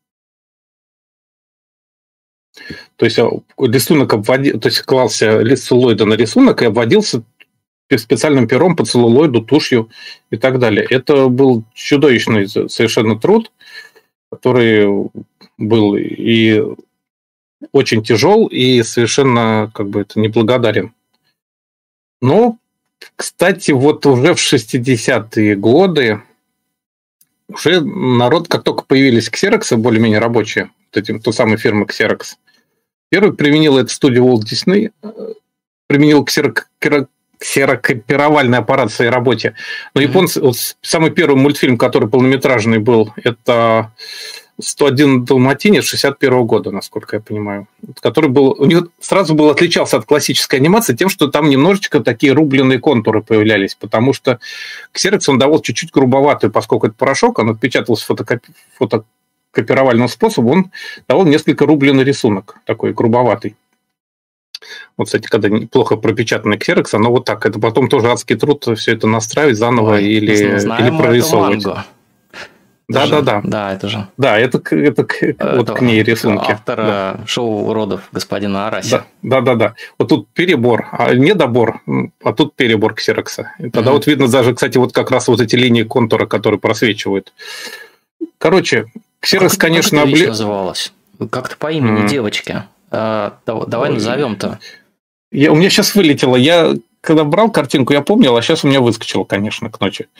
То есть рисунок то есть клался лист целлулоида на рисунок и обводился специальным пером по целлулоиду, тушью и так далее. Это был чудовищный совершенно труд, который был и очень тяжел, и совершенно как бы это неблагодарен. Но, кстати, вот уже в 60-е годы уже народ, как только появились ксероксы, более-менее рабочие, той самой фирмы Xerox, первый применил это студия Walt Disney, применил ксерокопировальный аппарат в своей работе. Но японцы, вот самый первый мультфильм, который полнометражный был, это 101 Далматинец 61 года, насколько я понимаю, который был, у них сразу был отличался от классической анимации тем, что там немножечко такие рубленые контуры появлялись, потому что Xerox он давал чуть-чуть грубоватый, поскольку это порошок, он отпечатался фотокопировальным способом, он давал несколько рубленый рисунок, такой грубоватый. Вот, кстати, когда плохо пропечатанный Xerox, оно вот так. Это потом тоже адский труд все это настраивать заново или прорисовывать. Да. Да, это же. Да, это вот к ней рисунки. Автора шоу уродов господина Араси. Да. Вот тут перебор, недобор, а тут перебор Xerox. Тогда вот видно даже, кстати, вот как раз вот эти линии контура, которые просвечивают. Короче, Xerox, конечно... Как это вещь называлась? Как-то по имени девочки. Давай назовем-то. У меня сейчас вылетело. Я когда брал картинку, я помнил, а сейчас у меня выскочило, конечно, к ночи.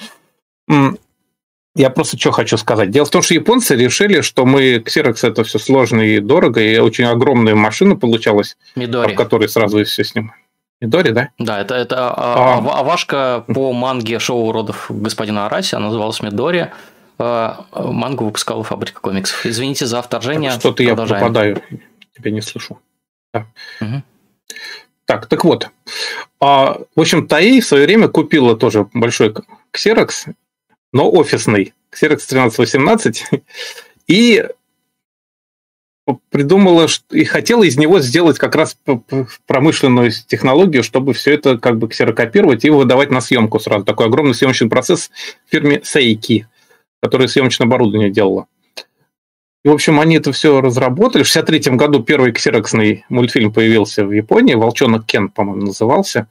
Я просто что хочу сказать. Дело в том, что японцы решили, что Xerox это все сложно и дорого, и очень огромная машина получалась, в которой сразу все снимали. Мидори, да? Да, это авашка по манге шоу уродов господина Араси, она называлась Мидори. Мангу выпускала фабрика комиксов. Извините за вторжение. Что-то я пропадаю. Тебя не слышу. Да. Угу. Так вот. В общем, Toei в свое время купила тоже большой Xerox, но офисный. Xerox 1318. И придумала и хотела из него сделать как раз промышленную технологию, чтобы все это как бы ксерокопировать и выдавать на съемку сразу. Такой огромный съемочный процесс в фирме Seiki. которая съемочное оборудование делала. И, в общем, они это все разработали. В 1963 году первый ксероксный мультфильм появился в Японии. «Волчонок Кен», по-моему, назывался.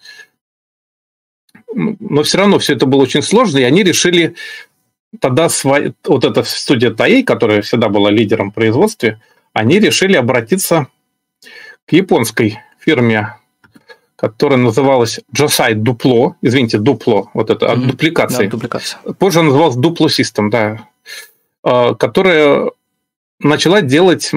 Но все равно все это было очень сложно, и они решили тогда, вот эта студия Toei, которая всегда была лидером в производстве, они решили обратиться к японской фирме, которая называлась Josai Duplo, извините, Duplo, вот это, от дупликации. Да, дупликация. Позже она называлась Duplo System, да, которая начала делать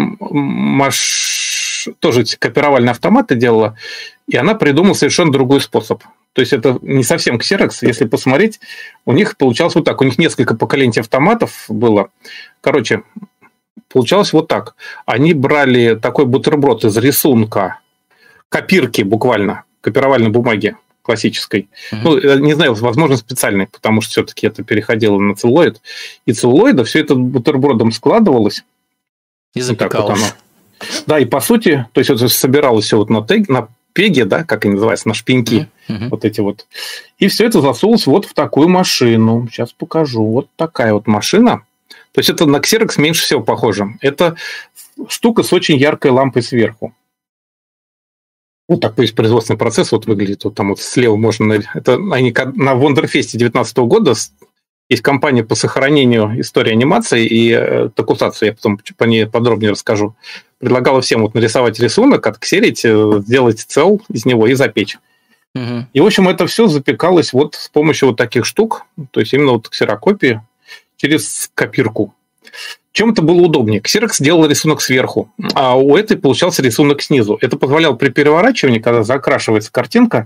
тоже копировальные автоматы делала, и она придумала совершенно другой способ. То есть это не совсем ксерокс. Если посмотреть, у них получалось вот так. У них несколько поколений автоматов было. Короче, получалось вот так. Они брали такой бутерброд из рисунка, копирки буквально, копировальной бумаги классической. Ну, не знаю, возможно, специальной, потому что все-таки это переходило на целлулоид. И целлулоида все это бутербродом складывалось. И запекалось. Вот да, и по сути, то есть это собиралось все вот на пеге, да, как они называются, на шпеньки, вот эти вот. И все это засовывалось вот в такую машину. Сейчас покажу. Вот такая вот машина. То есть это на ксерокс меньше всего похоже. Это штука с очень яркой лампой сверху. Вот такой есть производственный процесс, вот выглядит. Вот там вот слева можно... Это они на Вондерфесте 2019 года есть компания по сохранению истории анимации и токусацию. Я потом по ней подробнее расскажу. Предлагала всем вот нарисовать рисунок, отксерить, сделать цел из него и запечь. И, в общем, это все запекалось вот с помощью вот таких штук, то есть именно вот ксерокопии через копирку. Чем это было удобнее? Ксерокс делал рисунок сверху, а у этой получался рисунок снизу. Это позволяло при переворачивании, когда закрашивается картинка,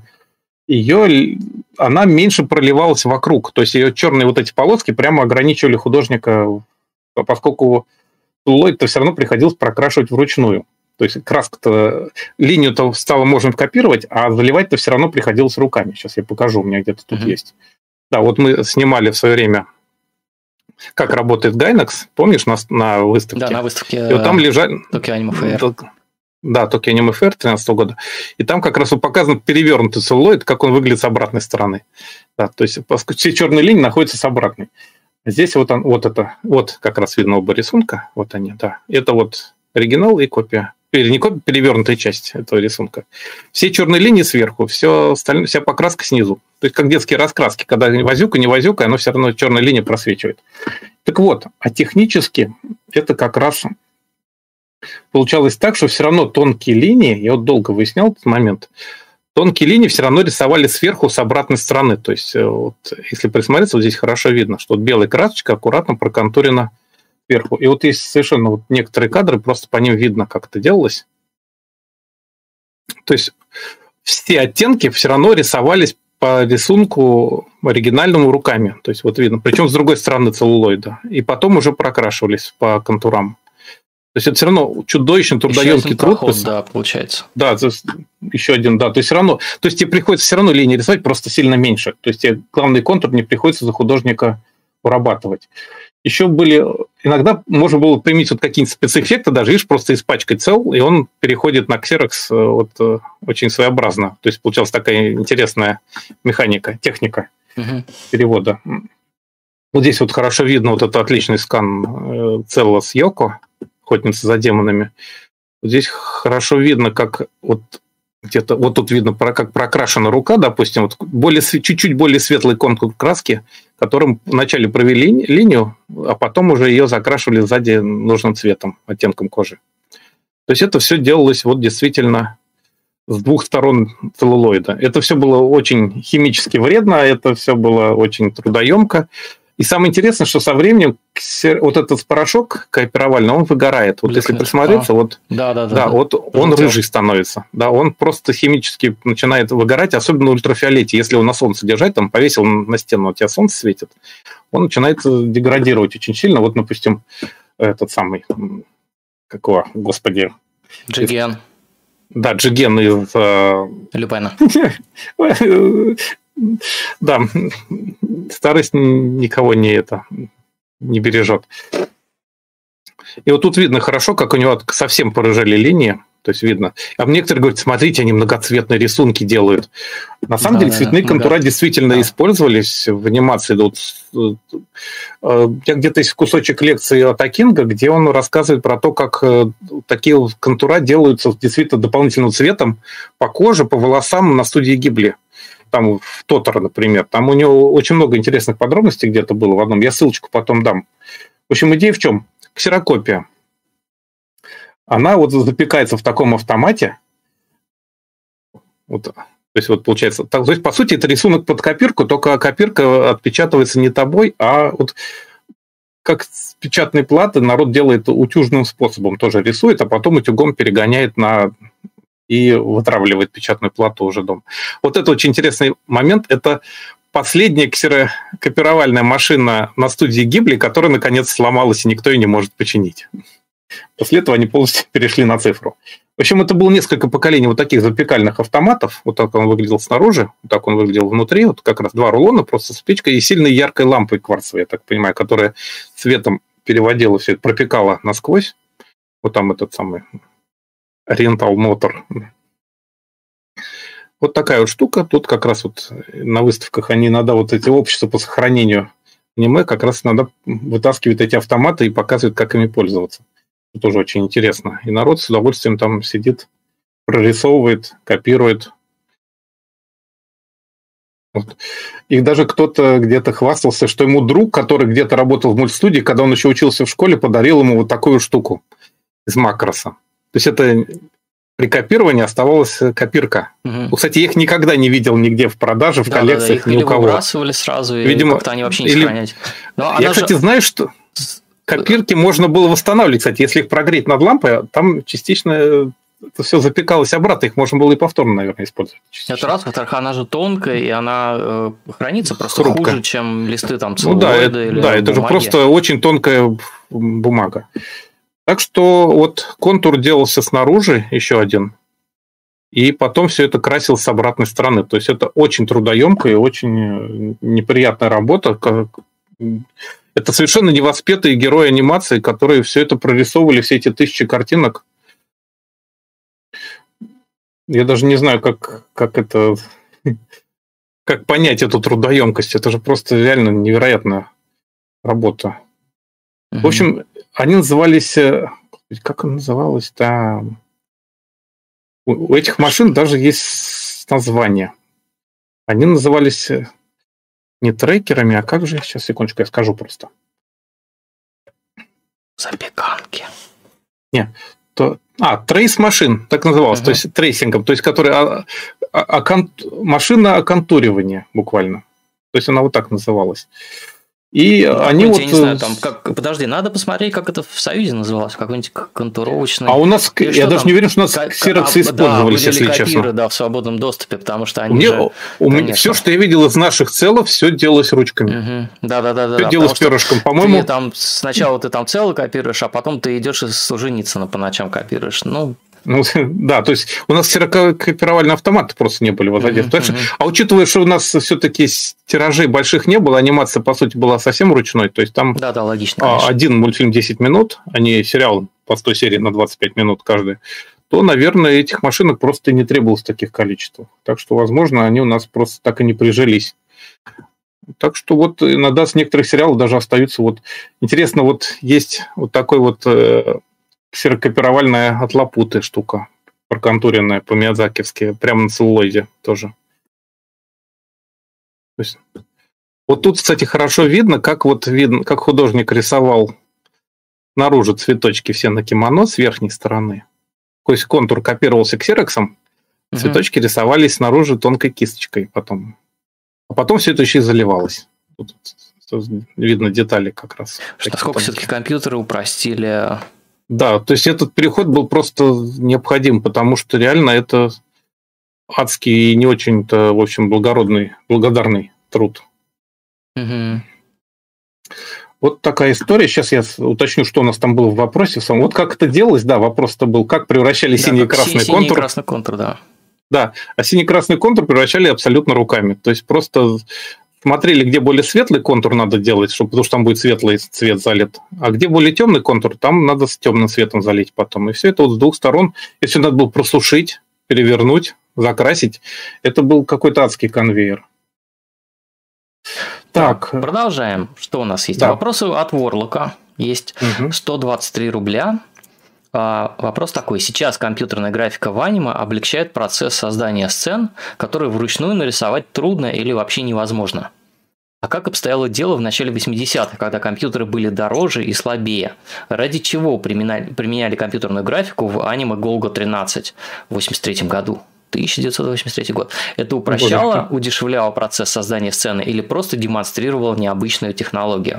она меньше проливалась вокруг. То есть ее черные вот эти полоски прямо ограничивали художника, поскольку целлулоид-то все равно приходилось прокрашивать вручную. То есть краска-то, линию-то стало можно копировать, а заливать-то все равно приходилось руками. Сейчас я покажу, у меня где-то тут есть. Да, вот мы снимали в свое время, как работает Gainax, помнишь, на выставке? Да, на выставке. И вот там лежали... Tokyo Anime Fair. Да, Tokyo Anime Fair 2013 года. И там как раз показан перевернутый целлулоид, как он выглядит с обратной стороны. Да, то есть все черные линии находятся с обратной. Здесь вот как раз видно оба рисунка. Вот они, да. Это вот оригинал и копия. Или не копия, перевернутая часть этого рисунка. Все черные линии сверху, вся покраска снизу. То есть как детские раскраски. Когда возюка, не возюка, оно все равно черная линия просвечивает. Так вот, а технически это как раз получалось так, что все равно тонкие линии, я вот долго выяснял этот момент, тонкие линии все равно рисовали сверху с обратной стороны. То есть, вот, если присмотреться, вот здесь хорошо видно, что вот белая красочка аккуратно проконтурена сверху. И вот есть совершенно вот некоторые кадры, просто по ним видно, как это делалось. То есть, все оттенки все равно рисовались по рисунку оригинальному руками. То есть, вот видно. Причем с другой стороны целлулоида. И потом уже прокрашивались по контурам. То есть это все равно чудовищно трудоемкий труд. Да, получается. Да, еще один, да. То есть все равно, то есть тебе приходится все равно линии рисовать просто сильно меньше. То есть тебе главный контур не приходится за художника урабатывать. Еще иногда можно было применить вот какие-нибудь спецэффекты, даже видишь, просто испачкать цел, и он переходит на ксерокс вот очень своеобразно. То есть получалась такая интересная механика, техника перевода. Вот здесь вот хорошо видно вот этот отличный скан цела с Йоко, охотница за демонами. Вот здесь хорошо видно, как вот где-то вот тут видно, как прокрашена рука, допустим, вот чуть-чуть более светлый контур краски, которым вначале провели линию, а потом уже ее закрашивали сзади нужным цветом, оттенком кожи. То есть это все делалось вот действительно с двух сторон целлулоида. Это все было очень химически вредно, это все было очень трудоемко. И самое интересное, что со временем вот этот порошок копировальный, он выгорает. Вот если присмотреться, вот он рыжий становится. Да, он просто химически начинает выгорать, особенно в ультрафиолете. Если его на солнце держать, там повесил на стену, у тебя солнце светит, он начинает деградировать очень сильно. Вот, допустим, этот самый, какого, господи... Джиген. Да, Джиген из... Люпена. Да, старость никого не бережет. И вот тут видно хорошо, как у него совсем порыжали линии. То есть видно. А некоторые говорят, смотрите, они многоцветные рисунки делают. На самом деле цветные контура действительно использовались в анимации. У меня где-то есть кусочек лекции от Акинга, где он рассказывает про то, как такие контура делаются действительно дополнительным цветом по коже, по волосам на студии Гибли. Там в Тотора, например. Там у него очень много интересных подробностей где-то было в одном. Я ссылочку потом дам. В общем, идея в чем? Ксерокопия. Она вот запекается в таком автомате. Вот, то есть, вот получается... То есть, по сути, это рисунок под копирку, только копирка отпечатывается не тобой, а вот как с печатной платы народ делает утюжным способом. Тоже рисует, а потом утюгом перегоняет и вытравливает печатную плату уже дома. Вот это очень интересный момент. Это последняя ксерокопировальная машина на студии Гибли, которая, наконец, сломалась, и никто ее не может починить. После этого они полностью перешли на цифру. В общем, это было несколько поколений вот таких запекальных автоматов. Вот так он выглядел снаружи, вот так он выглядел внутри. Вот как раз 2 рулона просто с печкой и сильной яркой лампой кварцевой, я так понимаю, которая цветом переводила все это, пропекала насквозь. Вот там этот самый Oriental Motor. Вот такая вот штука. Тут как раз вот на выставках они иногда вот эти общества по сохранению аниме как раз иногда вытаскивают эти автоматы и показывают, как ими пользоваться. Это тоже очень интересно. И народ с удовольствием там сидит, прорисовывает, копирует. Вот. И даже кто-то где-то хвастался, что ему друг, который где-то работал в мультстудии, когда он еще учился в школе, подарил ему вот такую штуку из макроса. То есть это при копировании оставалась копирка. Угу. Кстати, я их никогда не видел нигде в продаже, в коллекциях, их ни у кого. Выбрасывали сразу, видимо, как-то они вообще не сохранять. Я, кстати, знаю, что копирки можно было восстанавливать, кстати, если их прогреть над лампой, там частично это все запекалось обратно, их можно было и повторно, наверное, использовать. Это раз, во-вторых, она же тонкая, и она хранится просто хрупко. Хуже, чем листы там целлулоида или да, это же просто очень тонкая бумага. Так что вот контур делался снаружи, еще один, и потом все это красилось с обратной стороны. То есть это очень трудоемкая и очень неприятная работа. Это совершенно невоспетые герои анимации, которые все это прорисовывали, все эти 1000 картинок. Я даже не знаю, как это... Как понять эту трудоемкость. Это же просто реально невероятная работа. В общем, они назывались... Как она называлась-то? У этих машин даже есть название. Они назывались не трекерами, а как же... Сейчас, секундочку, я скажу просто. Запеканки. Нет. Трейс-машин, так называлось. То есть трейсингом. То есть, которая... машина оконтуривания, буквально. То есть, она вот так называлась. И они вот... Я не знаю, там, подожди, надо посмотреть, как это в Союзе называлось, какой-нибудь контуровочный... А у нас, я даже не уверен, что у нас ксероксы использовались, если копиры, честно. Да, в свободном доступе, потому что они все, что я видел из наших целов, все делалось ручками. Да. Все делалось перышком, по-моему. Сначала ты там целый копируешь, а потом ты идешь из Солженицына по ночам копируешь. Да, то есть у нас ксерокопировальные автоматы просто не были в задействованы. А учитывая, что у нас все-таки тиражей больших не было, анимация, по сути, была совсем ручной, то есть там логично, конечно. Один мультфильм 10 минут, а не сериал по 100 серий на 25 минут каждый, то, наверное, этих машинок просто не требовалось в таких количествах. Так что, возможно, они у нас просто так и не прижились. Так что вот иногда с некоторых сериалов даже остаются вот... Интересно, вот есть вот такой вот... ксерокопировальная от Лапуты штука, проконтуренная по-миядзакевски, прямо на целлулоиде тоже. То есть, вот тут, кстати, хорошо видно, как художник рисовал снаружи цветочки все на кимоно с верхней стороны. То есть контур копировался ксероксом, цветочки рисовались снаружи тонкой кисточкой потом. А потом все это еще и заливалось. Тут видно детали как раз. Насколько все-таки компьютеры упростили... Да, то есть этот переход был просто необходим, потому что реально это адский и не очень-то, в общем, благодарный труд. Вот такая история. Сейчас я уточню, что у нас там было в вопросе. Вот как это делалось, да, вопрос-то был, как превращали синий и красный контур. Синий и красный контур, да. Да, а синий и красный контур превращали абсолютно руками. То есть просто смотрели, где более светлый контур надо делать, потому что там будет светлый цвет залит, а где более темный контур, там надо с темным цветом залить потом. И все это вот с двух сторон. Если надо было просушить, перевернуть, закрасить, это был какой-то адский конвейер. Так, продолжаем. Что у нас есть? Да. Вопросы от Ворлока. Есть 123 рубля. Вопрос такой. Сейчас компьютерная графика в аниме облегчает процесс создания сцен, которые вручную нарисовать трудно или вообще невозможно. А как обстояло дело в начале 80-х, когда компьютеры были дороже и слабее? Ради чего применяли компьютерную графику в аниме Golgo 13 в 1983 году? 1983 год. Это упрощало, удешевляло процесс создания сцены или просто демонстрировало необычную технологию?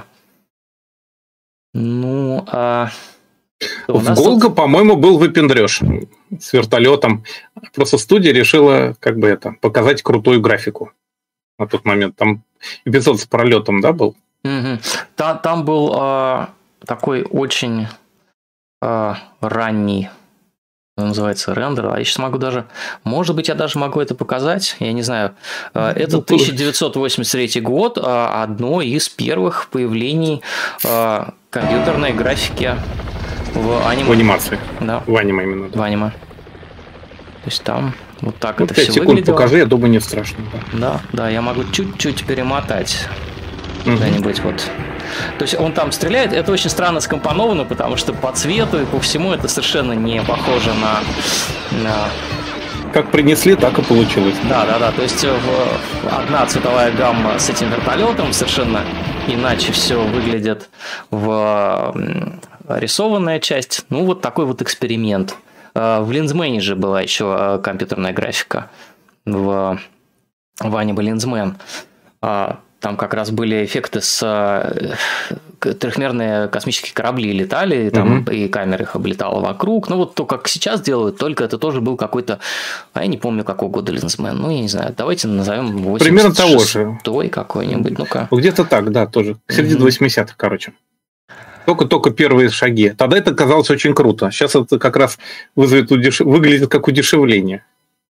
Ну, в Голго, по-моему, был выпендреж с вертолетом. Просто студия решила показать крутую графику на тот момент. Там эпизод с пролетом, да, был? Там был такой очень ранний, называется, рендер. А я сейчас могу даже... Может быть, я даже могу это показать. Я не знаю. Это 1983 год. Одно из первых появлений компьютерной графики в аниме. В анимации. Да. В аниме именно. Да. В аниме. То есть там вот так это 5 все секунд выглядело. Покажи, я думаю, не страшно. Да, я могу чуть-чуть перемотать. Куда-нибудь вот. То есть он там стреляет, это очень странно скомпоновано, потому что по цвету и по всему это совершенно не похоже на... Как принесли, так и получилось. Да. То есть одна цветовая гамма с этим вертолетом, совершенно иначе все выглядит в рисованная часть. Ну, вот такой вот эксперимент. В Линзмене же была еще компьютерная графика в аниме Линзмен. Там как раз были эффекты трехмерные космические корабли летали, там, и камера их облетала вокруг. Ну, вот то, как сейчас делают, только это тоже был какой-то... А я не помню, какого года Линзмен. Ну, я не знаю. Давайте назовем 86-й примерно того же. Какой-нибудь. Ну-ка. Где-то так, да, тоже. Середина 80-х, короче. Только первые шаги. Тогда это казалось очень круто. Сейчас это как раз выглядит как удешевление.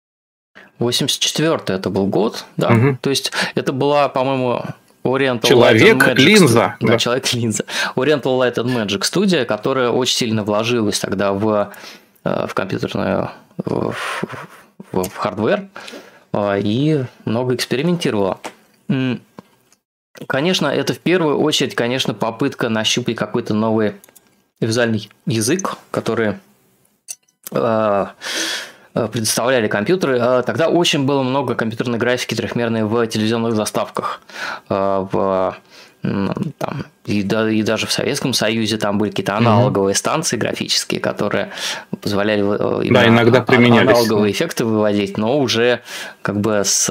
84-й это был год, да. То есть это была, по-моему, Oriental Человек-линза. Да, Человек-линза. Oriental Light and Magic студия, которая очень сильно вложилась тогда в компьютерную, в хардвер и много экспериментировала. Конечно, это в первую очередь, конечно, попытка нащупать какой-то новый визуальный язык, который предоставляли компьютеры. Тогда очень было много компьютерной графики трехмерной в телевизионных заставках. И даже в Советском Союзе там были какие-то аналоговые станции графические, которые позволяли иногда применялись аналоговые эффекты выводить, но уже как бы с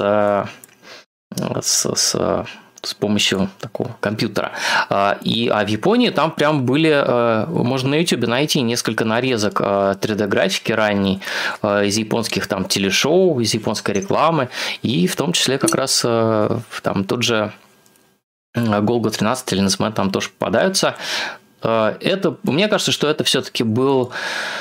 помощью такого компьютера. А в Японии там прям были, можно на YouTube найти несколько нарезок 3D-графики ранней из японских там телешоу, из японской рекламы, и в том числе как раз там тот же Golgo 13 или Lensman там тоже попадаются. Мне кажется, что это все-таки было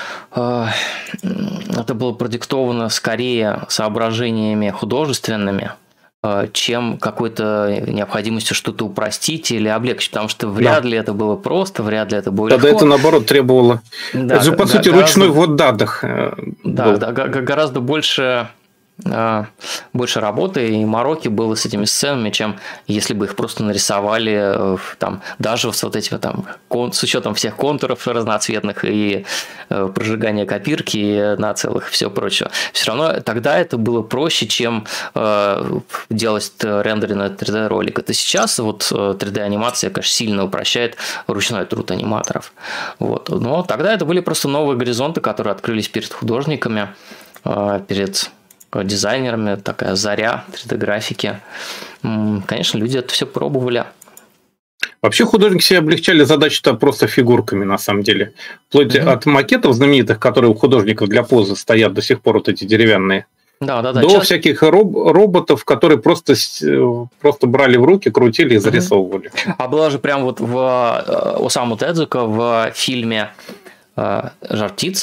продиктовано скорее соображениями художественными, чем какой-то необходимостью что-то упростить или облегчить, потому что вряд ли это было просто, вряд ли это было легко. Тогда это, наоборот, требовало... это же, по сути, ручной ввод данных. Да, гораздо больше работы и мороки было с этими сценами, чем если бы их просто нарисовали там, даже с вот этими там, с учетом всех контуров разноцветных и прожигания копирки на целых и все прочее. Все равно тогда это было проще, чем делать рендеры на 3D ролик. Это сейчас вот 3D анимация, конечно, сильно упрощает ручной труд аниматоров. Вот. Но тогда это были просто новые горизонты, которые открылись перед художниками, перед дизайнерами, такая заря 3D-графики. Конечно, люди это все пробовали. Вообще художники себе облегчали задачу-то просто фигурками, на самом деле. Вплоть от макетов знаменитых, которые у художников для позы стоят до сих пор, вот эти деревянные, до всяких роботов, которые просто брали в руки, крутили и зарисовывали. А была же прям вот у Осаму Тедзука в фильме «Жар птица»,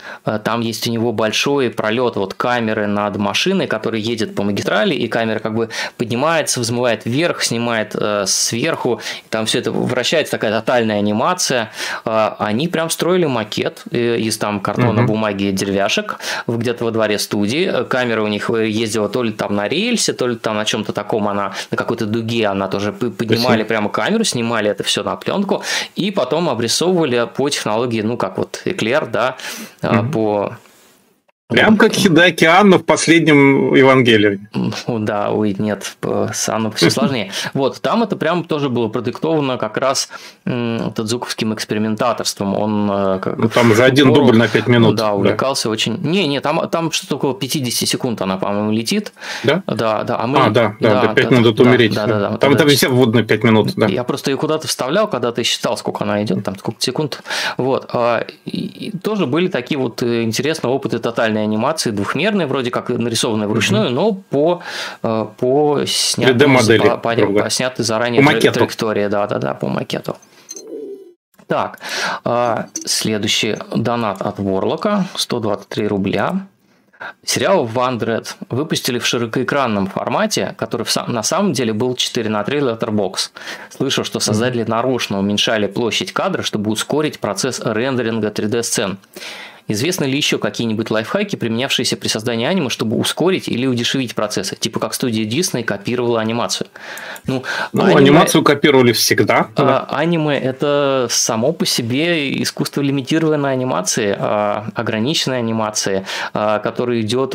Там есть у него большой пролет вот камеры над машиной, которая едет по магистрали, и камера как бы поднимается, взмывает вверх, снимает сверху, и там все это вращается, такая тотальная анимация. Они прям строили макет из там картона, бумаги, деревяшек где-то во дворе студии. Камера у них ездила то ли там на рельсе, то ли там на чем-то таком, она на какой-то дуге, она тоже поднимали прямо камеру, снимали это все на пленку, и потом обрисовывали по технологии, ну как вот эклер, да, по... Прям как Хидаки Анно в последнем Евангелии. Да, ой, нет, с Анно все сложнее. Вот, там это прям тоже было продиктовано как раз тадзуковским экспериментаторством. Он там за один дубль на 5 минут. Да, увлекался очень. Не, там что-то около 50 секунд она, по-моему, летит. Да? Да. Да, 5 минут умереть. Да. Там все вводные 5 минут. Да. Я просто ее куда-то вставлял, когда-то считал, сколько она идет, там сколько секунд. Вот. И тоже были такие вот интересные опыты тотальной анимации, двухмерные, вроде как нарисованные вручную, но по снятой 3D-модели, по снятой заранее траектории, да, по макету. Так, следующий донат от Ворлока, 123 рубля. Сериал «Вандред» выпустили в широкоэкранном формате, который на самом деле был 4:3 Letterboxd. Слышу, что создатели нарочно уменьшали площадь кадра, чтобы ускорить процесс рендеринга 3D-сцен. Известны ли еще какие-нибудь лайфхаки, применявшиеся при создании аниме, чтобы ускорить или удешевить процессы? Типа как студия Disney копировала анимацию. Анимацию копировали всегда. Аниме – это само по себе искусство лимитированной анимации, ограниченной анимации, которая идет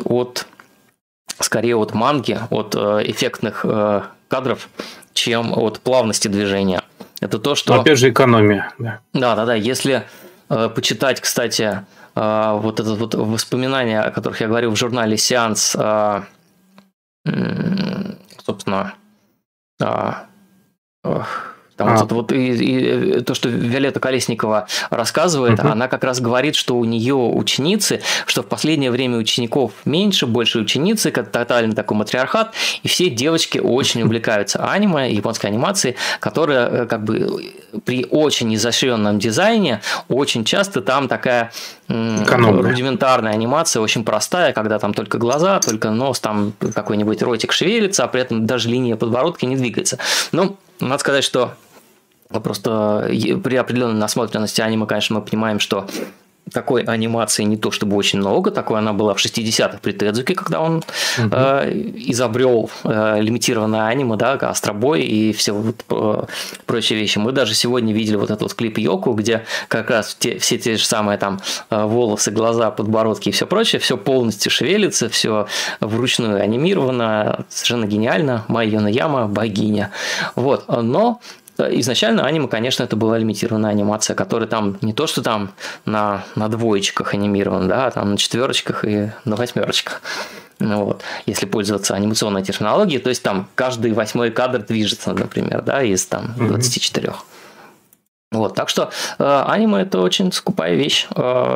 скорее от манги, от эффектных кадров, чем от плавности движения. Это то, что... Опять же, экономия. Да. Если почитать, кстати, вот это вот воспоминания, о которых я говорил в журнале «Сеанс», собственно, там и то, что Виолетта Колесникова рассказывает, она как раз говорит, что у нее ученицы, что в последнее время учеников меньше, больше ученицы, как тотальный такой матриархат, и все девочки очень увлекаются аниме, японской анимацией, которая как бы при очень изощренном дизайне очень часто там такая рудиментарная анимация, очень простая, когда там только глаза, только нос, там какой-нибудь ротик шевелится, а при этом даже линия подбородка не двигается. Ну, надо сказать, что просто при определенной насмотренности аниме, конечно, мы понимаем, что такой анимации не то чтобы очень много, такой она была в 60-х при Тедзуке, когда он изобрел лимитированное аниме, да, Астробой и все вот прочие вещи. Мы даже сегодня видели вот этот вот клип Йоку, где как раз все те же самые там волосы, глаза, подбородки и все прочее, все полностью шевелится, все вручную анимировано, совершенно гениально. Майя Наяма, богиня. Вот, но изначально аниме, конечно, это была лимитированная анимация, которая там не то, что там на двоечках анимирована, да, а там на четверочках и на восьмерочках. Вот. Если пользоваться анимационной технологией, то есть там каждый 8-й кадр движется, например, да, из там 24. Вот. Так что аниме – это очень скупая вещь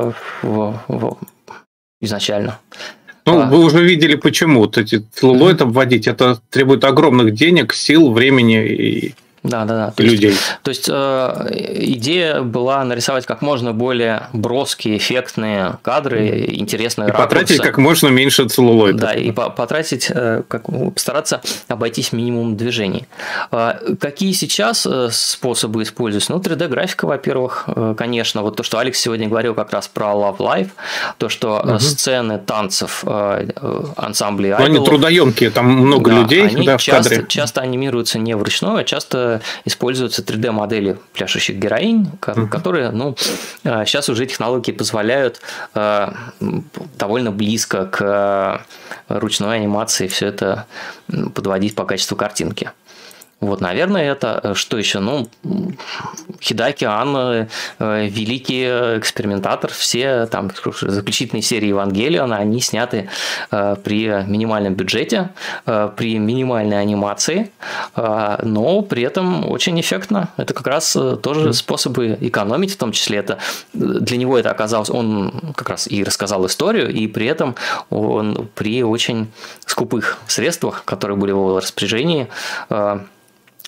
изначально. Вы уже видели, почему. Вот эти целлулоид обводить, это требует огромных денег, сил, времени и... Да. Людей. То есть идея была нарисовать как можно более броские, эффектные кадры, интересные ракурсы. Потратить как можно меньше целлулоида. Да, и потратить, постараться обойтись минимум движений. Какие сейчас способы используются? 3D-графика, во-первых, конечно. Вот то, что Алекс сегодня говорил как раз про Love Live, то, что сцены танцев ансамблей айдолов... Они трудоемкие, там много людей они в кадре. Часто анимируются не вручную, а часто используются 3D-модели пляшущих героинь, которые, сейчас уже технологии позволяют довольно близко к ручной анимации все это подводить по качеству картинки. Вот, наверное, это что еще? Хидаки Анно, великий экспериментатор, все там заключительные серии Евангелиона, они сняты при минимальном бюджете, при минимальной анимации, но при этом очень эффектно. Это как раз тоже способы экономить, в том числе это для него это оказалось, он как раз и рассказал историю, и при этом он при очень скупых средствах, которые были в его распоряжении,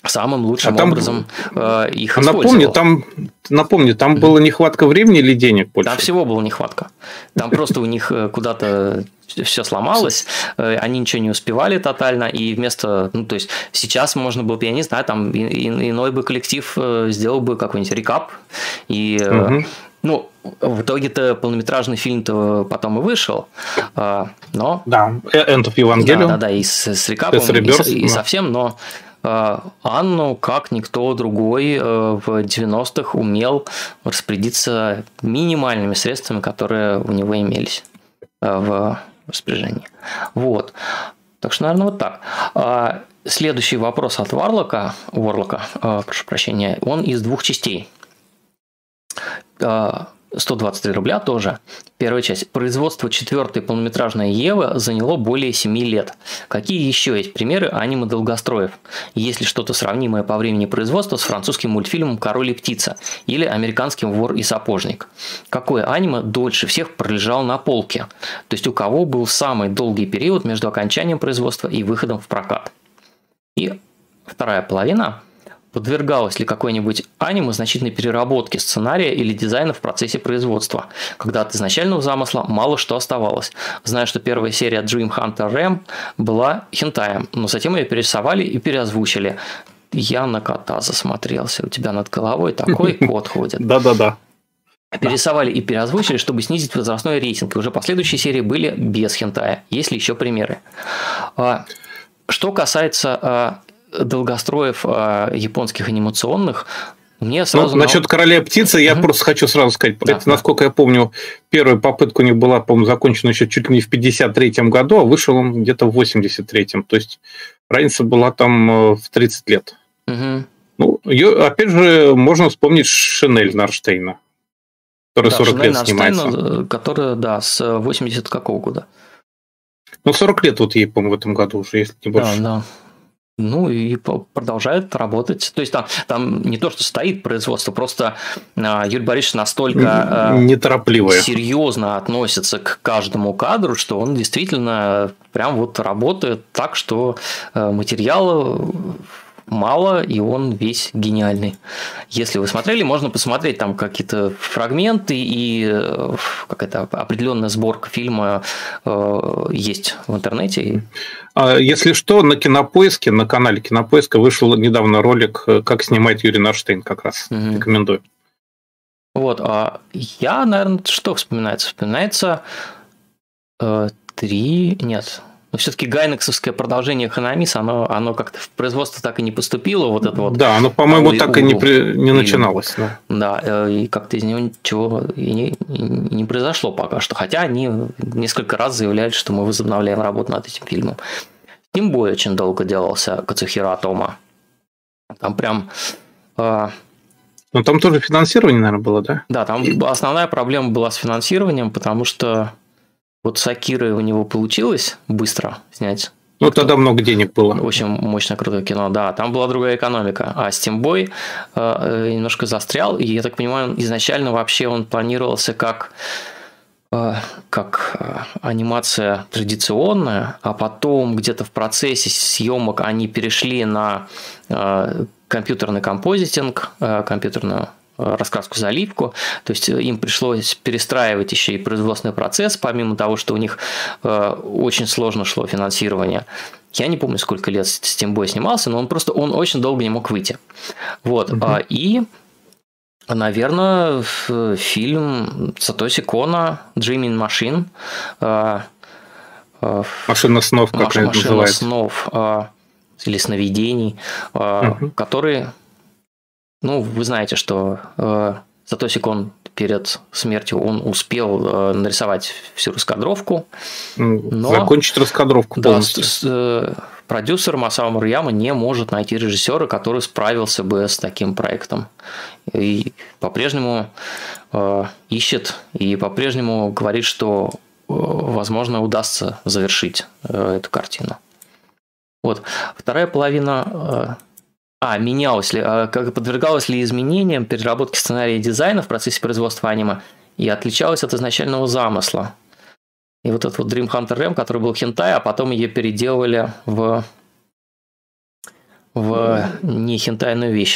самым лучшим там, образом их использовал. Напомню, там была нехватка времени или денег больше? Там всего была нехватка. Там просто у них куда-то все сломалось, они ничего не успевали тотально, и вместо, ну, то есть сейчас можно было, я не знаю, там иной бы коллектив сделал бы какой-нибудь рекап, и, ну, в итоге-то полнометражный фильм-то потом и вышел, но... Да, End of Evangelion. Да, и с рекапом, и совсем, но... Анну, как никто другой в 90-х умел распорядиться минимальными средствами, которые у него имелись в распоряжении. Вот. Так что, наверное, вот так. Следующий вопрос от Уорлока, прошу прощения, он из двух частей. 123 рубля тоже. Первая часть. Производство четвертой полнометражной Евы заняло более 7 лет. Какие еще есть примеры аниме-долгостроев? Есть ли что-то сравнимое по времени производства с французским мультфильмом «Король и птица» или американским «Вор и сапожник»? Какое аниме дольше всех пролежало на полке? То есть у кого был самый долгий период между окончанием производства и выходом в прокат? И вторая половина. Подвергалось ли какое-нибудь аниме значительной переработке сценария или дизайна в процессе производства, когда от изначального замысла мало что оставалось? Знаю, что первая серия Dream Hunter Ram была хентаем, но затем ее перерисовали и переозвучили. Я на кота засмотрелся. У тебя над головой такой кот ходит. Да-да-да. Перерисовали и переозвучили, чтобы снизить возрастной рейтинг. И уже последующие серии были без хентая. Есть ли еще примеры? Что касается долгостроев японских анимационных, мне сразу... Насчет «Короля и птицы» я просто хочу сразу сказать. Да, это, насколько я помню, первая попытка у них была, по-моему, закончена еще чуть ли не в 1953 году, а вышел он где-то в 1983. То есть разница была там в 30 лет. Ну, ее, опять же, можно вспомнить Шинель Нарштейна, который 40 лет снимается. Которая, да, с 80 какого года? Ну, 40 лет вот ей, по-моему, в этом году уже, если не больше. Да. Ну и продолжает работать. То есть там не то, что стоит производство, просто Юрий Борисович настолько неторопливое, серьезно относится к каждому кадру, что он действительно прям вот работает так, что материала мало, и он весь гениальный. Если вы смотрели, можно посмотреть там какие-то фрагменты, и какая-то определенная сборка фильма есть в интернете. Если что, на Кинопоиске, на канале Кинопоиска вышел недавно ролик «Как снимает Юрий Нарштейн», как раз. Рекомендую. Вот, я, наверное, что вспоминается? Вспоминается но все-таки гайнексовское продолжение Ханамис, оно как-то в производство так и не поступило. Вот это вот. Да, оно, по-моему, так и не начиналось. Да, и как-то из него ничего и не произошло пока что. Хотя они несколько раз заявляли, что мы возобновляем работу над этим фильмом. Стимбой очень долго делался Кацухиро Отомо. Там прям... Но там тоже финансирование, наверное, было, да? Да, там основная проблема была с финансированием, потому что вот с Акирой у него получилось быстро снять. Ну, тогда много денег было. Очень мощное, крутое кино, да. Там была другая экономика. А Стимбой немножко застрял. И, я так понимаю, изначально вообще он планировался как анимация традиционная, а потом где-то в процессе съемок они перешли на компьютерный композитинг, компьютерную раскраску, заливку, то есть им пришлось перестраивать еще и производственный процесс, помимо того, что у них очень сложно шло финансирование. Я не помню, сколько лет Стимбой снимался, но он очень долго не мог выйти. Вот. И, наверное, фильм Сатоси Коно «Dreaming Machine», «Машина снов», как это называется. «Машина снов» или «Сновидений», который... Ну, вы знаете, что Сатоси Кон перед смертью он успел нарисовать всю раскадровку. Но, закончить раскадровку полностью. Да, продюсер Масао Мураяма не может найти режиссера, который справился бы с таким проектом. И по-прежнему ищет, и по-прежнему говорит, что, возможно, удастся завершить эту картину. Вот. Вторая половина... менялось ли, подвергалось ли изменениям переработки сценария и дизайна в процессе производства аниме и отличалось от изначального замысла. И вот этот вот Dream Hunter Ram, который был хентай, а потом ее переделывали в в не хентайную вещь.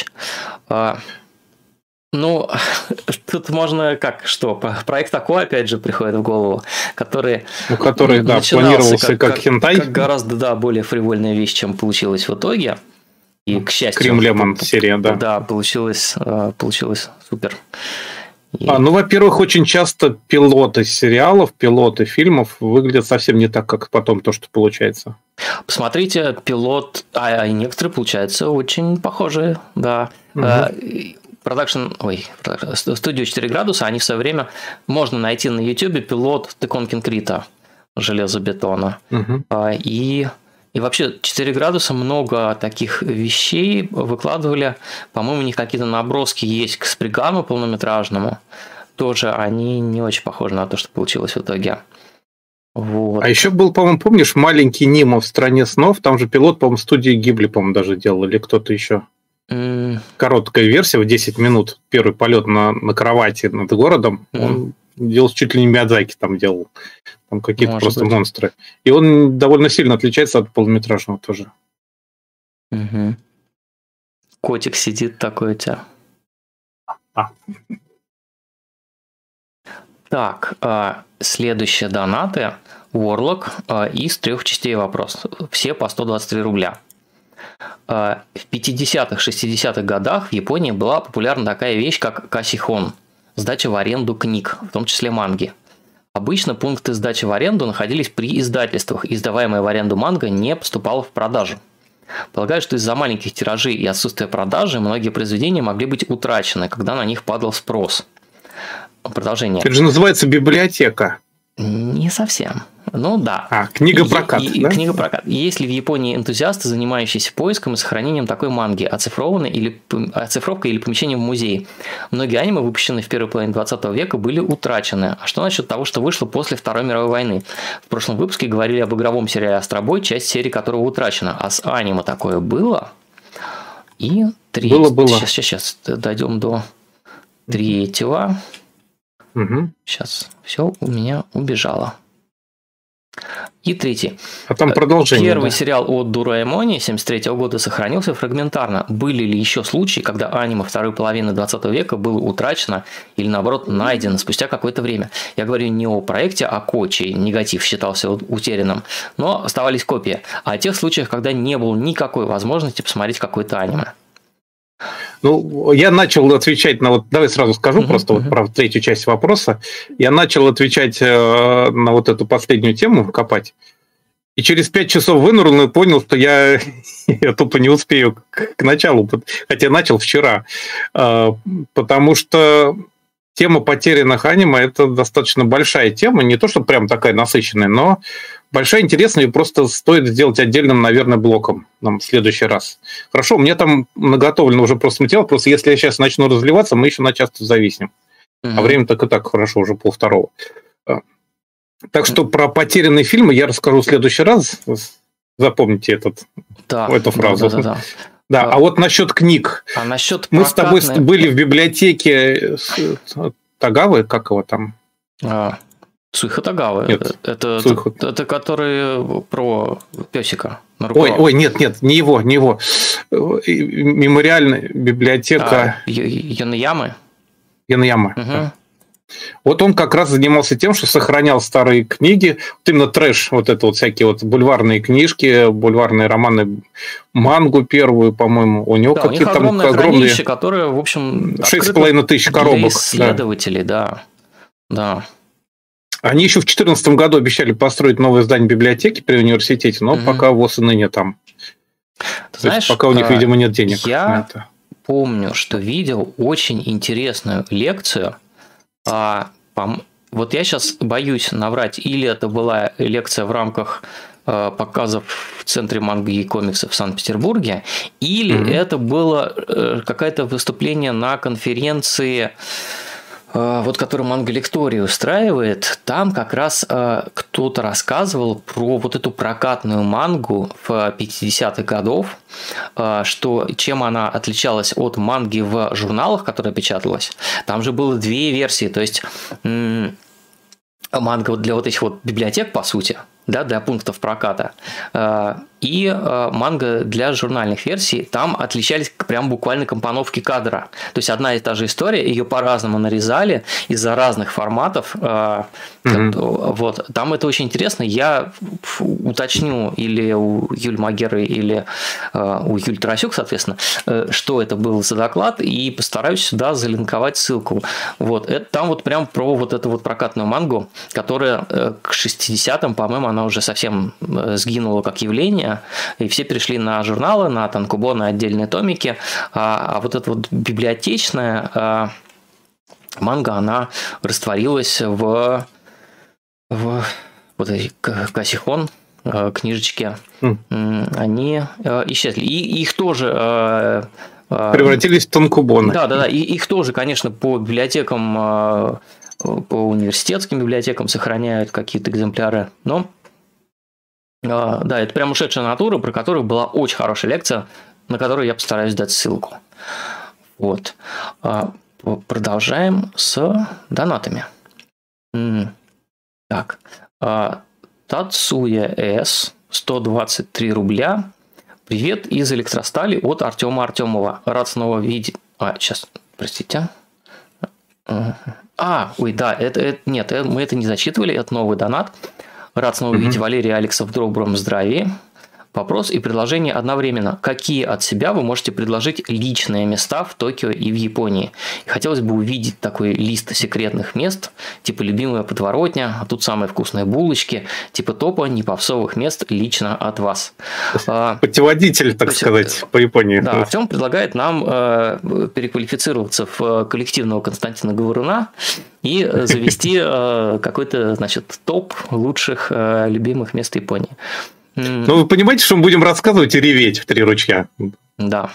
Ну, тут можно проект Ако, опять же, приходит в голову, который да, планировался как хентай. Как гораздо, более фривольная вещь, чем получилось в итоге. И, к счастью... Крим Лемон серия, да. Да, получилось супер. Во-первых, очень часто пилоты сериалов, пилоты фильмов выглядят совсем не так, как потом то, что получается. Посмотрите, пилот, и некоторые, получаются очень похожие, да. Студию 4 градуса, они в свое время можно найти на YouTube пилот Текон Конкрита железобетона. И вообще 4 градуса много таких вещей выкладывали. По-моему, у них какие-то наброски есть к Спригану полнометражному. Тоже они не очень похожи на то, что получилось в итоге. Вот. А еще был, по-моему, помнишь, маленький Немо в «Стране снов»? Там же пилот, по-моему, студии Гибли, по-моему, даже делал, или кто-то еще. Короткая версия в 10 минут. Первый полет на кровати над городом. Он делал чуть ли не Миядзаки там делал. Там какие-то Может просто быть. монстры. И он довольно сильно отличается от полнометражного тоже. Котик сидит такой у тебя. Так, следующие донаты. Warlock из 3 частей вопрос. Все по 123 рубля. В 50-х, 60-х годах в Японии была популярна такая вещь, как касихон – сдача в аренду книг, в том числе манги. Обычно пункты сдачи в аренду находились при издательствах, и издаваемая в аренду манга не поступала в продажу. Полагаю, что из-за маленьких тиражей и отсутствия продажи многие произведения могли быть утрачены, когда на них падал спрос. Продолжение. Это же называется библиотека. Не совсем. Ну да. Книга-прокат. Да? Книга-прокат. Есть ли в Японии энтузиасты, занимающиеся поиском и сохранением такой манги, оцифровкой или помещением в музее? Многие аниме, выпущенные в первой половине 20 века, были утрачены. А что насчет того, что вышло после Второй мировой войны? В прошлом выпуске говорили об игровом сериале «Астробой», часть серии которого утрачена. А с аниме такое было? И Было. Сейчас дойдем до 3-го. Сейчас все у меня убежало. И 3. А там продолжение. Первый сериал о Дораэмоне 1973 года сохранился фрагментарно. Были ли еще случаи, когда аниме второй половины 20 века было утрачено или, наоборот, найдено спустя какое-то время? Я говорю не о проекте Ако, чей негатив считался утерянным, но оставались копии. А о тех случаях, когда не было никакой возможности посмотреть какое-то аниме. Я начал отвечать давай сразу скажу просто про 3-ю часть вопроса. Я начал отвечать на эту последнюю тему, копать. И через 5 часов вынырнул и понял, что я тупо не успею к началу, хотя начал вчера. Потому что тема потерянных аниме – это достаточно большая тема. Не то, что прям такая насыщенная, но большая, интересная, и просто стоит сделать отдельным, наверное, блоком в следующий раз. Хорошо, у меня там наготовлено уже просто материал, просто если я сейчас начну разливаться, мы еще на час зависнем. А время так и так хорошо, уже 1:30. Так что про потерянные фильмы я расскажу в следующий раз. Запомните эту фразу. Да, а вот насчет книг. Мы с тобой были в библиотеке Тагавы, как его там? Суиха Тагавы. Нет, это который про песика. Ой, нет, не его. Мемориальная библиотека. Янаяма. Да. Вот он как раз занимался тем, что сохранял старые книги, именно трэш, всякие бульварные книжки, бульварные романы, мангу первую, по-моему, у него какие-то там огромные хранилище, которое, в общем, 6500 коробок. Для исследователей, да. Они еще в 2014 году обещали построить новое здание библиотеки при университете, но пока ВОС и ныне там. Ты знаешь, пока у них, видимо, нет денег на это. Я помню, что видел очень интересную лекцию. Вот я сейчас боюсь наврать, или это была лекция в рамках показов в Центре манги и комиксов в Санкт-Петербурге, или это было какое-то выступление на конференции, которую Манга Лектория устраивает. Там как раз кто-то рассказывал про эту прокатную мангу в 50-х годов, чем она отличалась от манги в журналах, которая печаталась. Там же было 2 версии, то есть манга для этих библиотек, по сути, да, для пунктов проката. и манга для журнальных версий, там отличались прям буквально компоновки кадра. То есть одна и та же история, ее по-разному нарезали из-за разных форматов. Вот. Там это очень интересно. Я уточню или у Юль Магеры, или у Юль Тарасюк, соответственно, что это был за доклад, и постараюсь сюда залинковать ссылку. Вот. Это там вот прям про вот эту вот прокатную мангу, которая к 60-м, по-моему, она уже совсем сгинула как явление, и все перешли на журналы, на танкубо, на отдельные томики, а вот эта вот библиотечная манга, она растворилась в вот эти Касихон книжечки, они исчезли. И их тоже превратились в танкубоны. Да. И их тоже, конечно, по библиотекам, по университетским библиотекам сохраняют какие-то экземпляры. Но да, это прям ушедшая натура, про которую была очень хорошая лекция, на которую я постараюсь дать ссылку. Вот. Продолжаем с донатами. Так. Тацуя С. 123 рубля. Привет из Электростали от Артема Артемова. Рад снова видеть... сейчас, простите. Ой, да, нет, мы это не зачитывали, это новый донат. Рад снова видеть Валерия и Алекса в добром здравии. Вопрос и предложение одновременно. Какие от себя вы можете предложить личные места в Токио и в Японии? И хотелось бы увидеть такой лист секретных мест, типа любимая подворотня, а тут самые вкусные булочки, типа топа непопсовых мест лично от вас. Путеводитель, так сказать, по Японии. Да, Артем предлагает нам переквалифицироваться в коллективного Константина Говоруна и завести какой-то, значит, топ лучших любимых мест Японии. Ну, вы понимаете, что мы будем рассказывать и реветь в три ручья. Да.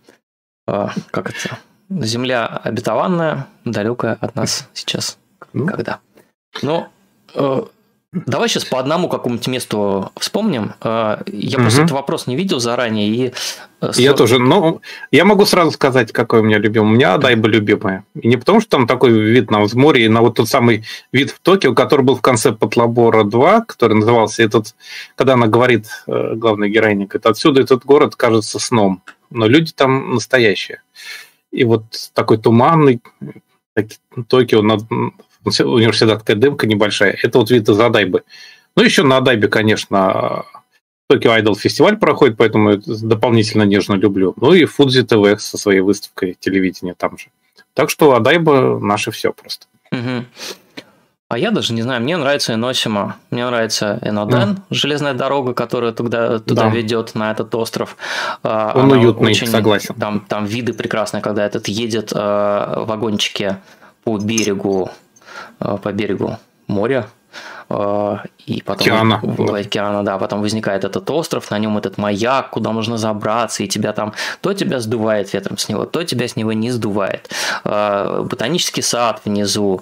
Как это? Земля обетованная, далекая от нас сейчас. Когда? Ну, давай сейчас по одному какому-нибудь месту вспомним. Я просто этот вопрос не видел заранее. И... Я тоже. Но я могу сразу сказать, какой у меня любимый. У меня Адайба любимая. И не потому, что там такой вид на взморье, и на вот тот самый вид в Токио, который был в конце Патлабора 2, который назывался этот, когда она говорит, главная героиня, говорит, отсюда этот город кажется сном, но люди там настоящие. И вот такой туманный Токио, университетская дымка небольшая, это вот вид из Адайбы. Ну, еще на Адайбе, конечно, Токио Айдол фестиваль проходит, поэтому я дополнительно нежно люблю. Ну и Фудзи ТВ со своей выставкой телевидения там же. Так что Адайба наше все просто. А я даже не знаю, мне нравится Эносима, мне нравится Эноден, железная дорога, которая туда ведет на этот остров. Он уютный, очень, согласен. Там виды прекрасные, когда этот едет в вагончике по берегу моря. И потом океана, да, потом возникает этот остров, на нем этот маяк, куда можно забраться, и тебя там то тебя сдувает ветром с него, то тебя с него не сдувает. Ботанический сад внизу,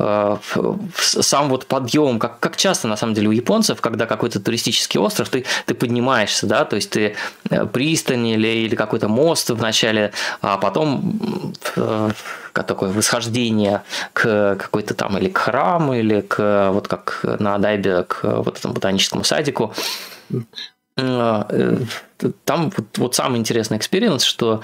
сам вот подъем, как часто на самом деле у японцев, когда какой-то туристический остров, ты поднимаешься, да, то есть ты пристань или какой-то мост вначале, а потом такое восхождение к какой-то там или к храму, или к вот как на Адайбе, к вот этому ботаническому садику. Там вот самый интересный экспириенс, что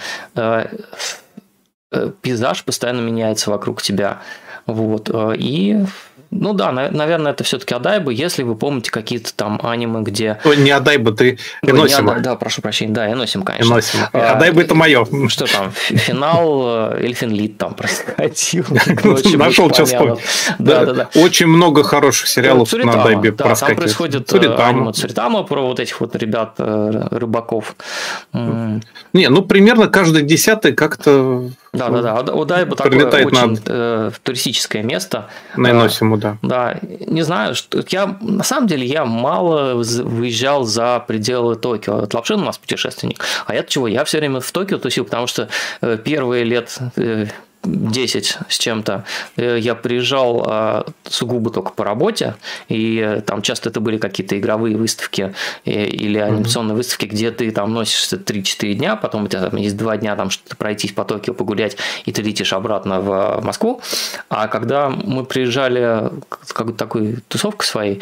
пейзаж постоянно меняется вокруг тебя. Вот. И ну да, наверное, это все-таки Адайба, если вы помните какие-то там аниме, где... Не Адайба, ты Эносима. Да, прошу прощения, да, Эносим, конечно. Эносима. Адайба это мое. Что там, финал Эльфенлит там происходил. Нашел сейчас вспомнить. Да. Очень много хороших сериалов на Адайбе проскакивает. Там происходит аниме Цуритама про вот этих вот ребят, рыбаков. Не, ну примерно каждый 10-й как-то... Да. Адайба такое очень туристическое место. На Эносиму, да. Да, не знаю, что на самом деле я мало выезжал за пределы Токио. Вот Лапшин у нас путешественник. А я-то чего? Я все время в Токио тусил, потому что первые лет 10 с чем-то я приезжал сугубо только по работе, и там часто это были какие-то игровые выставки или анимационные выставки, где ты там носишься 3-4 дня, потом у тебя там есть 2 дня там что-то пройтись по Токио, погулять, и ты летишь обратно в Москву. А когда мы приезжали к такой тусовкой своей,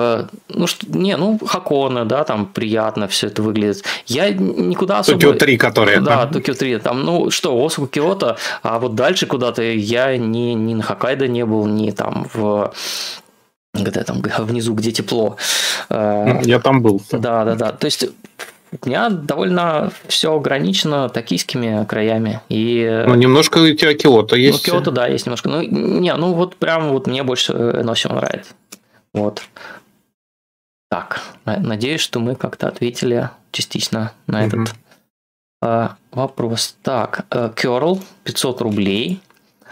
Хакона, да, там приятно все это выглядит. Я никуда особо... Токио 3, которые... Да, Токио 3. Там, Осаку, Киото, а вот дальше куда-то я ни на Хоккайдо не был, ни там где там внизу, где тепло. Я там был. Да. То есть у меня довольно все ограничено токийскими краями. И... немножко у тебя Киото есть. Киото, да, есть немножко. Мне больше всего нравится. Вот. Так, надеюсь, что мы как-то ответили частично на этот вопрос. Так, Curl, 500 рублей.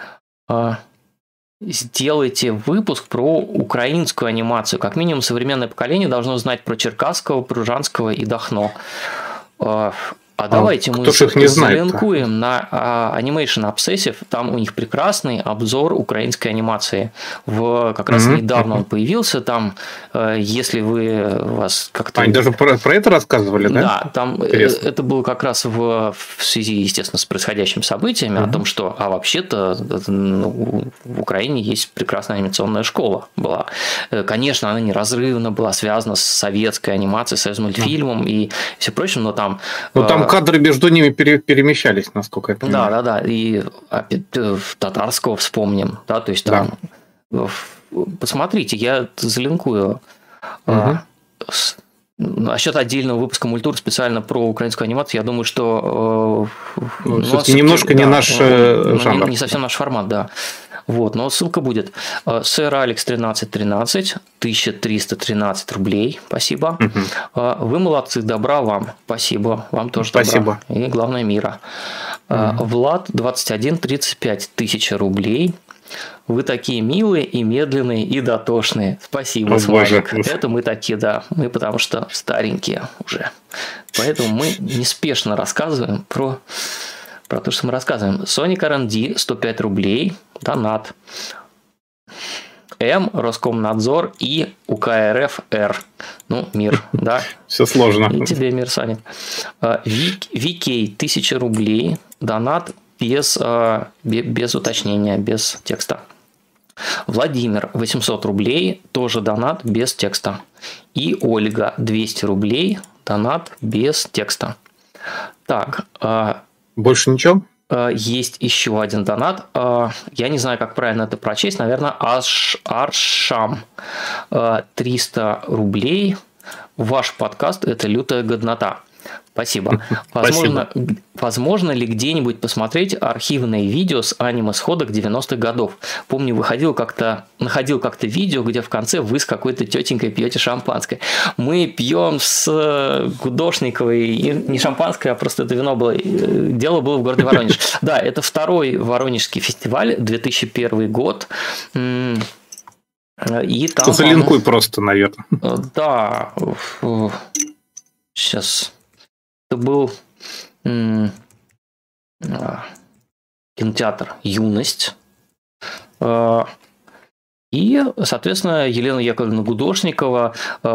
Сделайте выпуск про украинскую анимацию. Как минимум, современное поколение должно знать про Черкасского, Пружанского и Дахно. Давайте мы залинкуем на Animation Obsessive. Там у них прекрасный обзор украинской анимации. Как раз недавно он появился. Там, если вас как-то... Они даже про это рассказывали, да? Да, там это было как раз в связи, естественно, с происходящими событиями, о том, что вообще-то в Украине есть прекрасная анимационная школа была. Конечно, она неразрывно была связана с советской анимацией, с мультфильмом и все прочим, но там... кадры между ними перемещались, насколько я понимаю. Да. И татарского вспомним. Да, то есть там... Посмотрите, я залинкую. Насчет отдельного выпуска Мультур специально про украинскую анимацию, я думаю, что... все-таки немножко не наш жанр. Не совсем наш формат, да. Вот, но ссылка будет. Сэр Алекс 1313, 1313 рублей. Спасибо. Вы молодцы, добра вам. Спасибо. Вам тоже спасибо. Добра. И главное, мира. Влад 2135, 1000 рублей. Вы такие милые и медленные и дотошные. Спасибо, Смайлик. Это мы такие, да. Мы потому что старенькие уже. Поэтому мы неспешно рассказываем про то, что мы рассказываем. Sonic R&D 105 рублей. Донат. Роскомнадзор и УКРФ Р. Мир, да. Все сложно. И тебе мир, Саня. VK 1000 рублей. Донат без уточнения, без текста. Владимир 800 рублей. Тоже донат без текста. И Ольга 200 рублей. Донат без текста. Так. Больше ничего? Есть еще один донат. Я не знаю, как правильно это прочесть. Наверное, Аршам 300 рублей. Ваш подкаст – это лютая годнота. Спасибо. Возможно ли где-нибудь посмотреть архивные видео с аниме-сходок 90-х годов? Помню, находил как-то видео, где в конце вы с какой-то тетенькой пьете шампанское. Мы пьем с Гудошниковой, и не шампанское, а просто это вино было. Дело было в городе Воронеж. Да, это второй Воронежский фестиваль, 2001 год. И там, залинкуй просто, наверное. Да. Сейчас... Это был кинотеатр «Юность». И, соответственно, Елена Яковлевна Гудошникова,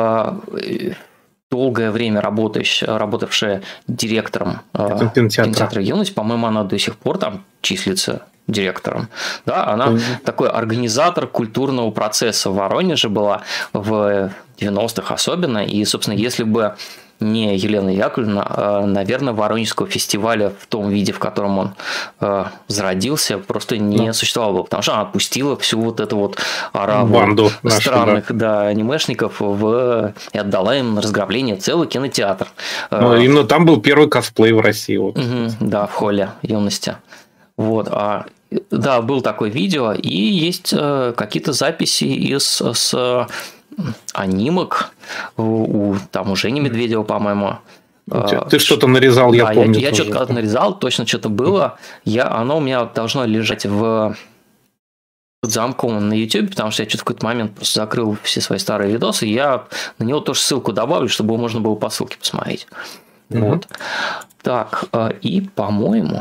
долгое время работавшая директором кинотеатра «Юность», по-моему, она до сих пор там числится директором. Да, она такой организатор культурного процесса в Воронеже была в 90-х особенно. И, собственно, если бы не Елена Яковлевна, наверное, Воронежского фестиваля в том виде, в котором он зародился, просто не существовало бы, потому что она отпустила всю вот эту вот ораву банду странных анимешников и отдала им на разграбление целый кинотеатр. Именно там был первый косплей в России. Вот. Да, в холле юности. Вот. Да, был такое видео, и есть какие-то записи с анимок у Жени Медведева, по-моему. Ты что-то нарезал, я помню. Я что-то нарезал, точно что-то было. Оно у меня должно лежать в замком на YouTube, потому что я что-то в какой-то момент просто закрыл все свои старые видосы, и я на него тоже ссылку добавлю, чтобы можно было по ссылке посмотреть. Вот. Так, и, по-моему,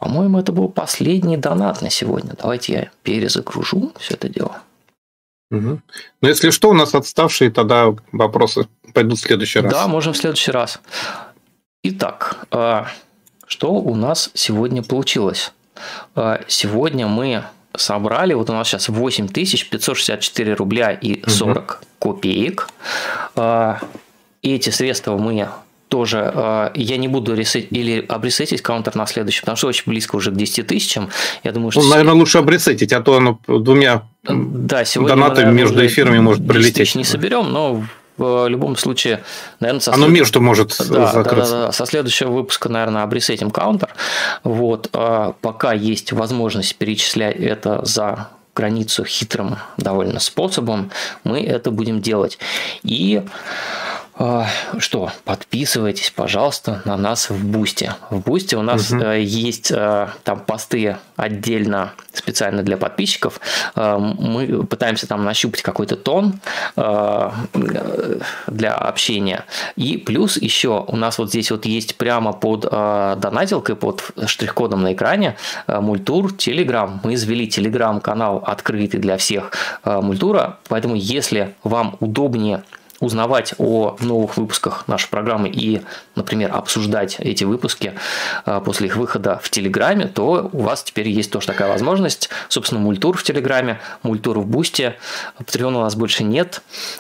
По-моему, это был последний донат на сегодня. Давайте я перезагружу все это дело. Ну, если что, у нас отставшие тогда вопросы пойдут в следующий раз. Да, можем в следующий раз. Итак, что у нас сегодня получилось? Сегодня мы собрали, вот у нас сейчас 8564 рубля и 40 копеек. Эти средства мы тоже, я не буду обресетить каунтер на следующий, потому что очень близко уже к 10 тысячам. Я думаю, что... наверное, лучше обресетить, а то оно двумя донатами между эфирами может прилететь. Не соберем, но в любом случае, наверное, оно между может закрыться. Да. Со следующего выпуска, наверное, обресетим каунтер. Вот. Пока есть возможность перечислять это за границу хитрым довольно способом, мы это будем делать. И что, подписывайтесь, пожалуйста, на нас в Бусти. В Бусти у нас есть там посты отдельно специально для подписчиков. Мы пытаемся там нащупать какой-то тон для общения. И плюс еще у нас вот здесь вот есть прямо под донатилкой, под штрих-кодом на экране Мультур, Телеграм. Мы завели Телеграм-канал открытый для всех Мультура, поэтому если вам удобнее узнавать о новых выпусках нашей программы и, например, обсуждать эти выпуски после их выхода в Телеграме, то у вас теперь есть тоже такая возможность. Собственно, Мультур в Телеграме, Мультур в Бусте. Патреона у нас больше нет.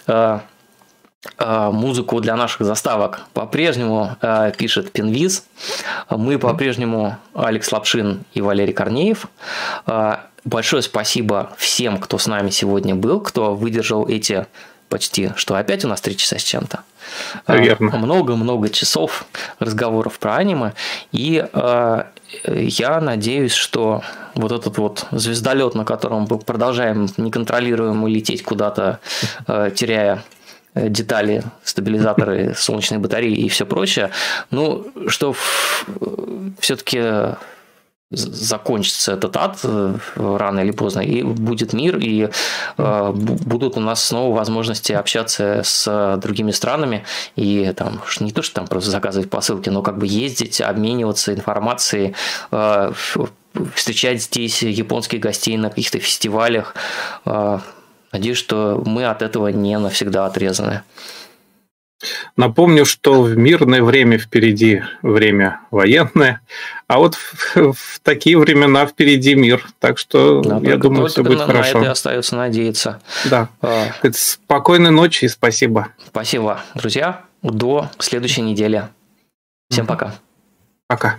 Музыку для наших заставок по-прежнему пишет Пинвиз. Мы по-прежнему Алекс Лапшин и Валерий Корнеев. Большое спасибо всем, кто с нами сегодня был, кто выдержал эти почти, что опять у нас 3 часа с чем-то. Верно. Много-много часов разговоров про аниме. И я надеюсь, что вот этот вот звездолет, на котором мы продолжаем неконтролируемо лететь куда-то, теряя детали, стабилизаторы, солнечные батареи и все прочее, ну, что все-таки закончится этот ад рано или поздно, и будет мир, и будут у нас снова возможности общаться с другими странами, и там не то, что там просто заказывать посылки, но как бы ездить, обмениваться информацией, встречать здесь японских гостей на каких-то фестивалях. Надеюсь, что мы от этого не навсегда отрезаны. Напомню, что в мирное время впереди время военное, а вот в такие времена впереди мир. Так что я думаю, все будет хорошо. На это и остается надеяться. Да. Спокойной ночи и спасибо. Спасибо, друзья. До следующей недели. Всем пока. Пока.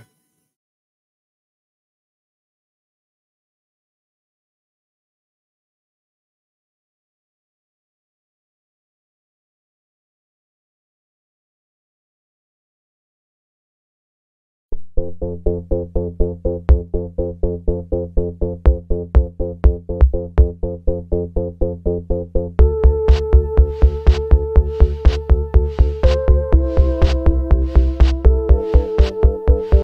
Thank you.